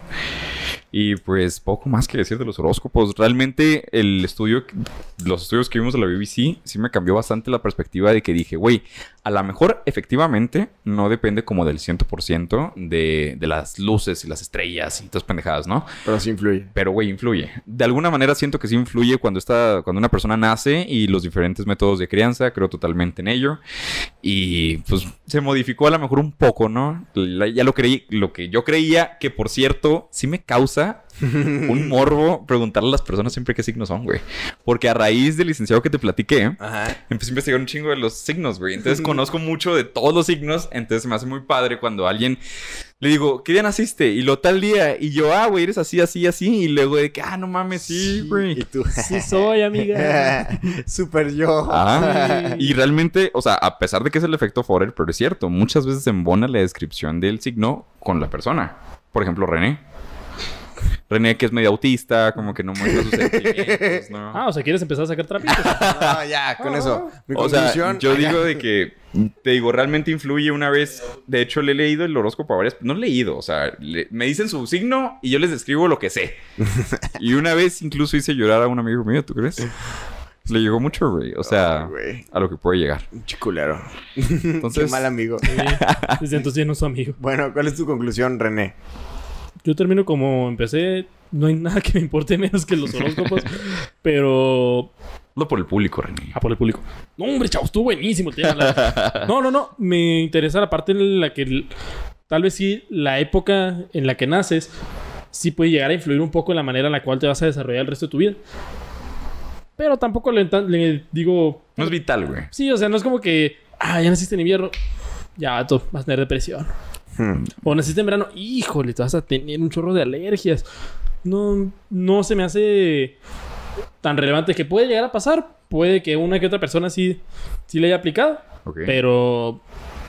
Y pues poco más que decir de los horóscopos. Realmente el estudio, los estudios que vimos de la B B C, sí me cambió bastante la perspectiva de que dije, güey, a lo mejor efectivamente no depende como del cien por ciento de, de las luces y las estrellas y todas pendejadas, ¿no? Pero sí influye. Pero, güey, influye. De alguna manera siento que sí influye cuando, está, cuando una persona nace y los diferentes métodos de crianza, creo totalmente en ello. Y, pues, se modificó a lo mejor un poco, ¿no? La- ya lo creí, lo que yo creía, que por cierto, sí me causa un morbo preguntarle a las personas siempre qué signos son, güey. Porque a raíz del licenciado que te platiqué, Ajá. empecé a investigar un chingo de los signos, güey. Entonces conozco mucho de todos los signos. Entonces me hace muy padre cuando alguien le digo, ¿qué día naciste? Y lo tal día. Y yo, ah, güey, eres así, así, así. Y luego de que, ah, no mames, sí, güey. Y tú. Sí soy, amiga. Super yo. Ah, y realmente, o sea, a pesar de que es el efecto Forer, pero es cierto, muchas veces embona la descripción del signo con la persona. Por ejemplo, René. René, que es medio autista, como que no muestra sus sentimientos, ¿no? Ah, o sea, ¿quieres empezar a sacar trapitos? No, ya, con eso. Mi O sea, conclusión... yo digo de que, te digo, realmente influye una vez. De hecho, le he leído el horóscopo a varias... No he leído, o sea, le- me dicen su signo y yo les describo lo que sé. Y una vez incluso hice llorar a un amigo mío, ¿tú crees? Le llegó mucho, güey. O sea, Ay, güey. a lo que puede llegar. Un chiculero. Entonces- Qué mal amigo. Sí, desde entonces ya no es su amigo. Bueno, ¿cuál es tu conclusión, René? Yo termino como empecé. No hay nada que me importe menos que los horóscopos. Pero... No por el público, René. Ah, por el público. No, hombre, chavos, estuvo buenísimo el tema. La- No, no, no. Me interesa la parte en la que... el- Tal vez sí, la época en la que naces... Sí puede llegar a influir un poco en la manera en la cual te vas a desarrollar el resto de tu vida. Pero tampoco le, le digo... No es vital, güey. Sí, o sea, no es como que... Ah, ya naciste en invierno. Ya, vato, vas a tener depresión. Hmm. O naciste en verano. Híjole, te vas a tener un chorro de alergias. No, no se me hace tan relevante. Que puede llegar a pasar. Puede que una que otra persona sí, sí le haya aplicado. Ok. Pero...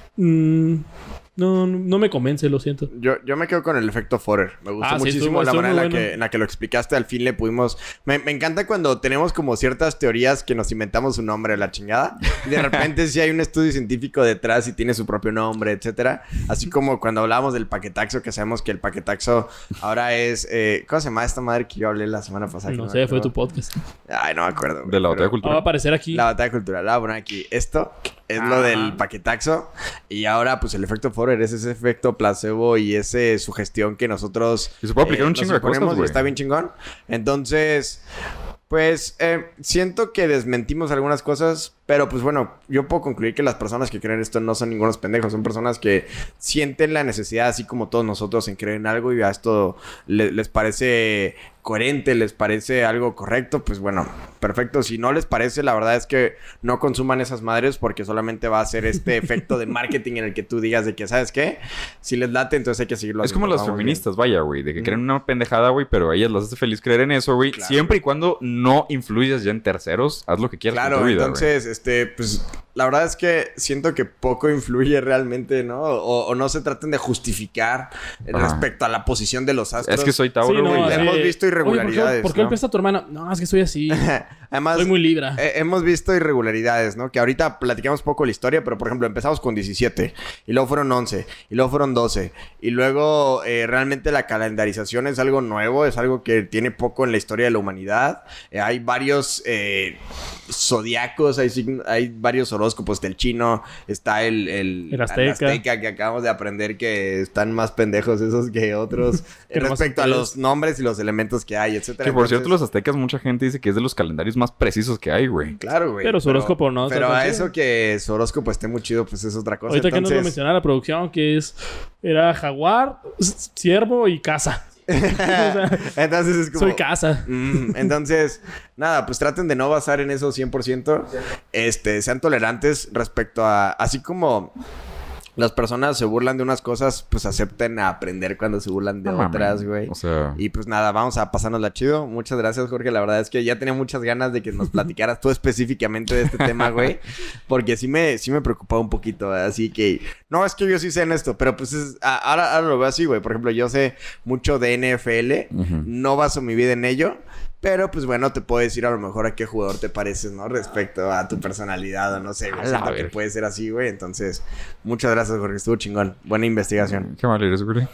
mm, no, no me convence, lo siento. Yo, yo me quedo con el efecto Forer. Me gustó Ah, sí, muchísimo estuvo- la estuvo manera en la, muy bueno. que, en la que lo explicaste. Al fin le pudimos... Me, me encanta cuando tenemos como ciertas teorías que nos inventamos un nombre a la chingada. Y de repente sí hay un estudio científico detrás y tiene su propio nombre, etcétera. Así como cuando hablábamos del paquetaxo, que sabemos que el paquetaxo ahora es... Eh, ¿Cómo se llama esta madre que yo hablé la semana pasada? No me sé, fue acuerdo. tu podcast. Ay, no me acuerdo. güey, De la batalla pero- cultural. Ah, va a aparecer aquí. La batalla cultural. La voy a poner aquí. Esto es lo Ah. del paquetaxo. Y ahora, pues, el efecto Forer es ese efecto placebo y ese sugestión que nosotros... Y se puede aplicar un nos chingo de cosas, suponemos y güey. está bien chingón. Entonces... Pues eh, siento que desmentimos algunas cosas, pero pues bueno, yo puedo concluir que las personas que creen esto no son ningunos pendejos, son personas que sienten la necesidad, así como todos nosotros, en creer en algo y a esto le- les parece coherente, les parece algo correcto, pues bueno, perfecto. Si no les parece, la verdad es que no consuman esas madres porque solamente va a ser este efecto de marketing en el que tú digas de que, ¿sabes qué? Si les late, entonces hay que seguirlo Es como haciendo. las Vamos feministas, vaya, güey. De que creen una pendejada, güey, pero a ellas las hace feliz creer en eso, güey. Claro. Siempre y cuando no influyas ya en terceros, haz lo que quieras Claro, con tu vida, entonces, este, pues, la verdad es que siento que poco influye realmente, ¿no? O, o no se traten de justificar eh, Ajá. respecto a la posición de los güey. astros. Es que soy Tauro, Sí, no, güey. así hemos de, visto "Oye, ¿por qué- irregularidades, ¿por qué ¿no? golpeaste a tu hermana? No, es que soy así. Además, Soy muy libra. eh, hemos visto irregularidades, ¿no? Que ahorita platicamos poco la historia, pero por ejemplo, empezamos con diecisiete, y luego fueron once, y luego fueron doce, y luego eh, realmente la calendarización es algo nuevo, es algo que tiene poco en la historia de la humanidad. Eh, hay varios eh, zodiacos, hay, sign- hay varios horóscopos del chino, está el, el, El azteca. que acabamos de aprender que están más pendejos esos que otros Que eh, nomás respecto a son los nombres y los elementos que hay, etcétera. Que por cierto, Entonces- los aztecas, mucha gente dice que es de los calendarios más precisos que hay, güey. Claro, güey. Pero su horóscopo no, Pero está a tan eso chido. que su horóscopo esté muy chido, pues es otra cosa. Ahorita que nos lo Entonces, mencionaba la producción, que es... Era jaguar, s- ciervo y casa. O sea, entonces es como... soy casa. Mm, entonces, nada, pues traten de no basar en eso cien por ciento. Este, sean tolerantes respecto a... Así como las personas se burlan de unas cosas, pues acepten a aprender cuando se burlan de No mames. otras, güey. O sea, Y pues nada, vamos a pasárnosla chido. Muchas gracias, Jorge. La verdad es que ya tenía muchas ganas de que nos platicaras tú específicamente de este tema, güey. Porque sí me, sí me preocupaba un poquito. Así que... No, es que yo sí sé en esto. Pero pues es... a- ahora, ahora lo veo así, güey. Por ejemplo, yo sé mucho de N F L. Ujú. No baso mi vida en ello. Pero pues bueno, te puedo decir a lo mejor a qué jugador te pareces, ¿no? Respecto a tu personalidad o no sé, güey. A la Siento que verga. puede ser así, güey. Entonces, muchas gracias, Jorge. Estuvo chingón. Buena investigación. qué mal eres, güey.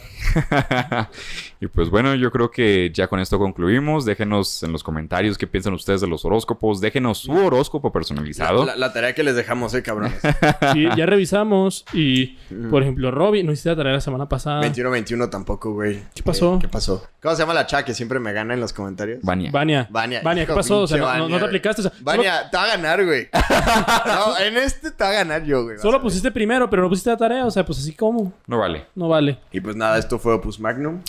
Y pues bueno, yo creo que ya con esto concluimos. Déjenos en los comentarios qué piensan ustedes de los horóscopos. Déjenos su horóscopo personalizado. La, la tarea que les dejamos, eh, cabrones. Sí, ya revisamos y, por ejemplo, Robby, no hiciste la tarea la semana pasada. veintiuno veintiuno tampoco, güey. ¿Qué pasó? ¿Qué pasó? ¿Cómo se llama la chava que siempre me gana en los comentarios? Vania. Vania. Vania. Vania, ¿qué Hijo, pasó? O sea, pinche no, no- no Vania, te aplicaste. O sea, Vania, te va a ganar, güey. No, en este te va a ganar yo, güey. Solo, vas solo a ver. pusiste primero, pero no pusiste la tarea. O sea, pues así como. No vale. No vale. Y pues nada, esto fue Opus Magnum.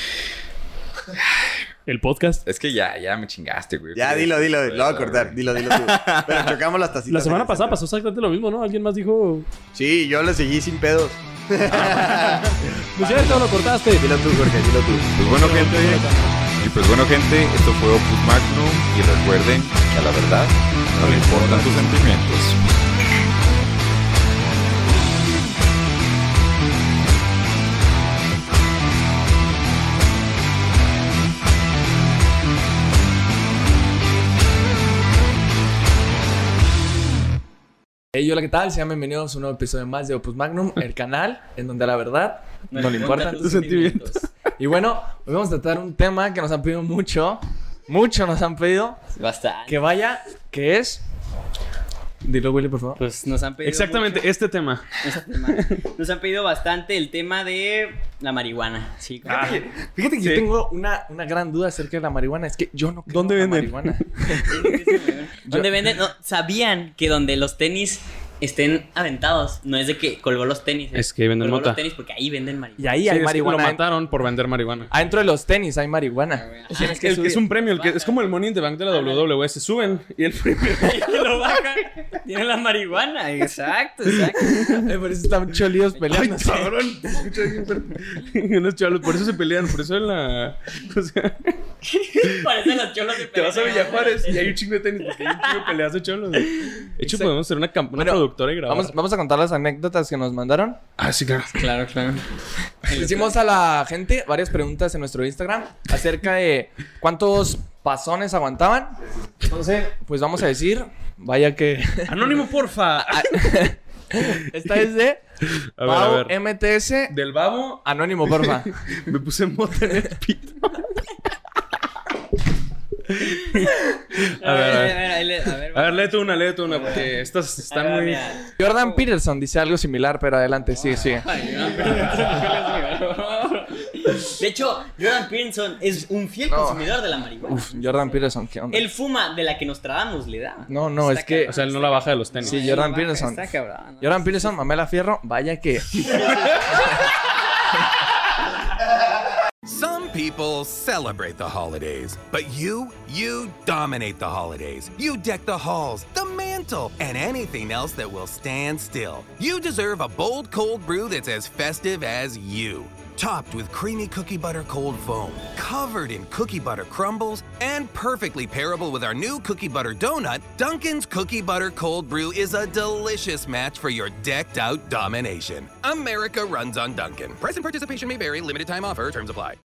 El podcast. Es que ya, ya me chingaste, güey. Ya, dilo, dilo. Lo voy a cortar. Güey. Dilo, dilo tú. Pero chocamos las tacitas. La semana en el pasada centro. pasó exactamente lo mismo, ¿no? Alguien más dijo... Sí, yo le seguí sin pedos. No es cierto, lo cortaste. Dilo tú, Jorge, dilo tú. Pues bueno, gente. Y pues bueno, gente, esto fue Opus Magnum. Y recuerden que a la verdad no le importan tus sentimientos. Hey, hola, ¿qué tal? Sean bienvenidos a un nuevo episodio más de Opus Magnum, el canal en donde a la verdad no, no le importan tus sentimientos. Y bueno, hoy vamos a tratar un tema que nos han pedido mucho. Mucho nos han pedido. Bastante. Que vaya, que es... Dilo, Willy, por favor. Pues nos han pedido Exactamente, mucho, este tema. este tema. Nos han pedido bastante el tema de la marihuana. Sí, Ah, claro. fíjate que Sí. yo tengo una, una gran duda acerca de la marihuana. Es que yo no creo ¿Dónde en la venden? marihuana. ¿Dónde venden? No, ¿sabían que donde los tenis estén aventados? No es de que colgó los tenis. Es que ahí venden colgó mota. los tenis porque ahí venden marihuana. Y ahí Sí, hay es que marihuana. lo mataron por vender marihuana. Adentro de los tenis hay marihuana. Ah, Tienes que El que subir. es un premio, el que es como el Money in the Bank de la W W E. Se suben y el premio. Y lo bajan. Tienen la marihuana. Exacto, exacto. Ay, por eso están cholíos peleando. Ay, cabrón. Te escucho bien fuerte. Unos chavos, por eso se pelean, por eso en la. O sea, Parecen los cholos de te vas a Pelea. Villa Juárez y hay un chingo de tenis porque hay un chingo de peleas de cholos. De hecho, Exacto. podemos hacer una, camp- una Bueno, productora y grabar. Vamos, vamos a contar las anécdotas que nos mandaron. Ah, sí, claro. Claro, claro. Le hicimos a la gente varias preguntas en nuestro Instagram acerca de cuántos pasones aguantaban. Entonces, pues vamos a decir, vaya que... Anónimo, porfa. Esta es de A ver, a Pau ver. M T S. Del babo, Anónimo, porfa. me puse mota en el pito. A ver, a ver, ver. ahí le- a ver. A ver, léete una, léete una, porque estas A están ver, muy... mira. Jordan Peterson dice algo similar, pero adelante, sigue, sigue. De hecho, Jordan Peterson es un fiel No. consumidor de la marihuana. Uf, Jordan Peterson, ¿qué onda? Él fuma de la que nos tragamos, le da. No, no, Está es que... cabrón. O sea, él no la baja de los tenis. Sí, Él Jordan la baja, Peterson. Está cabrón. ¿no? Jordan Peterson, Mamela Fierro, vaya que... Some people celebrate the holidays, but you, you dominate the holidays. You deck the halls, the mantle, and anything else that will stand still. You deserve a bold cold brew that's as festive as you. Topped with creamy cookie butter cold foam, covered in cookie butter crumbles, and perfectly pairable with our new cookie butter donut, Dunkin's Cookie Butter Cold Brew is a delicious match for your decked out domination. America runs on Dunkin'. Price and participation may vary, limited time offer, terms apply.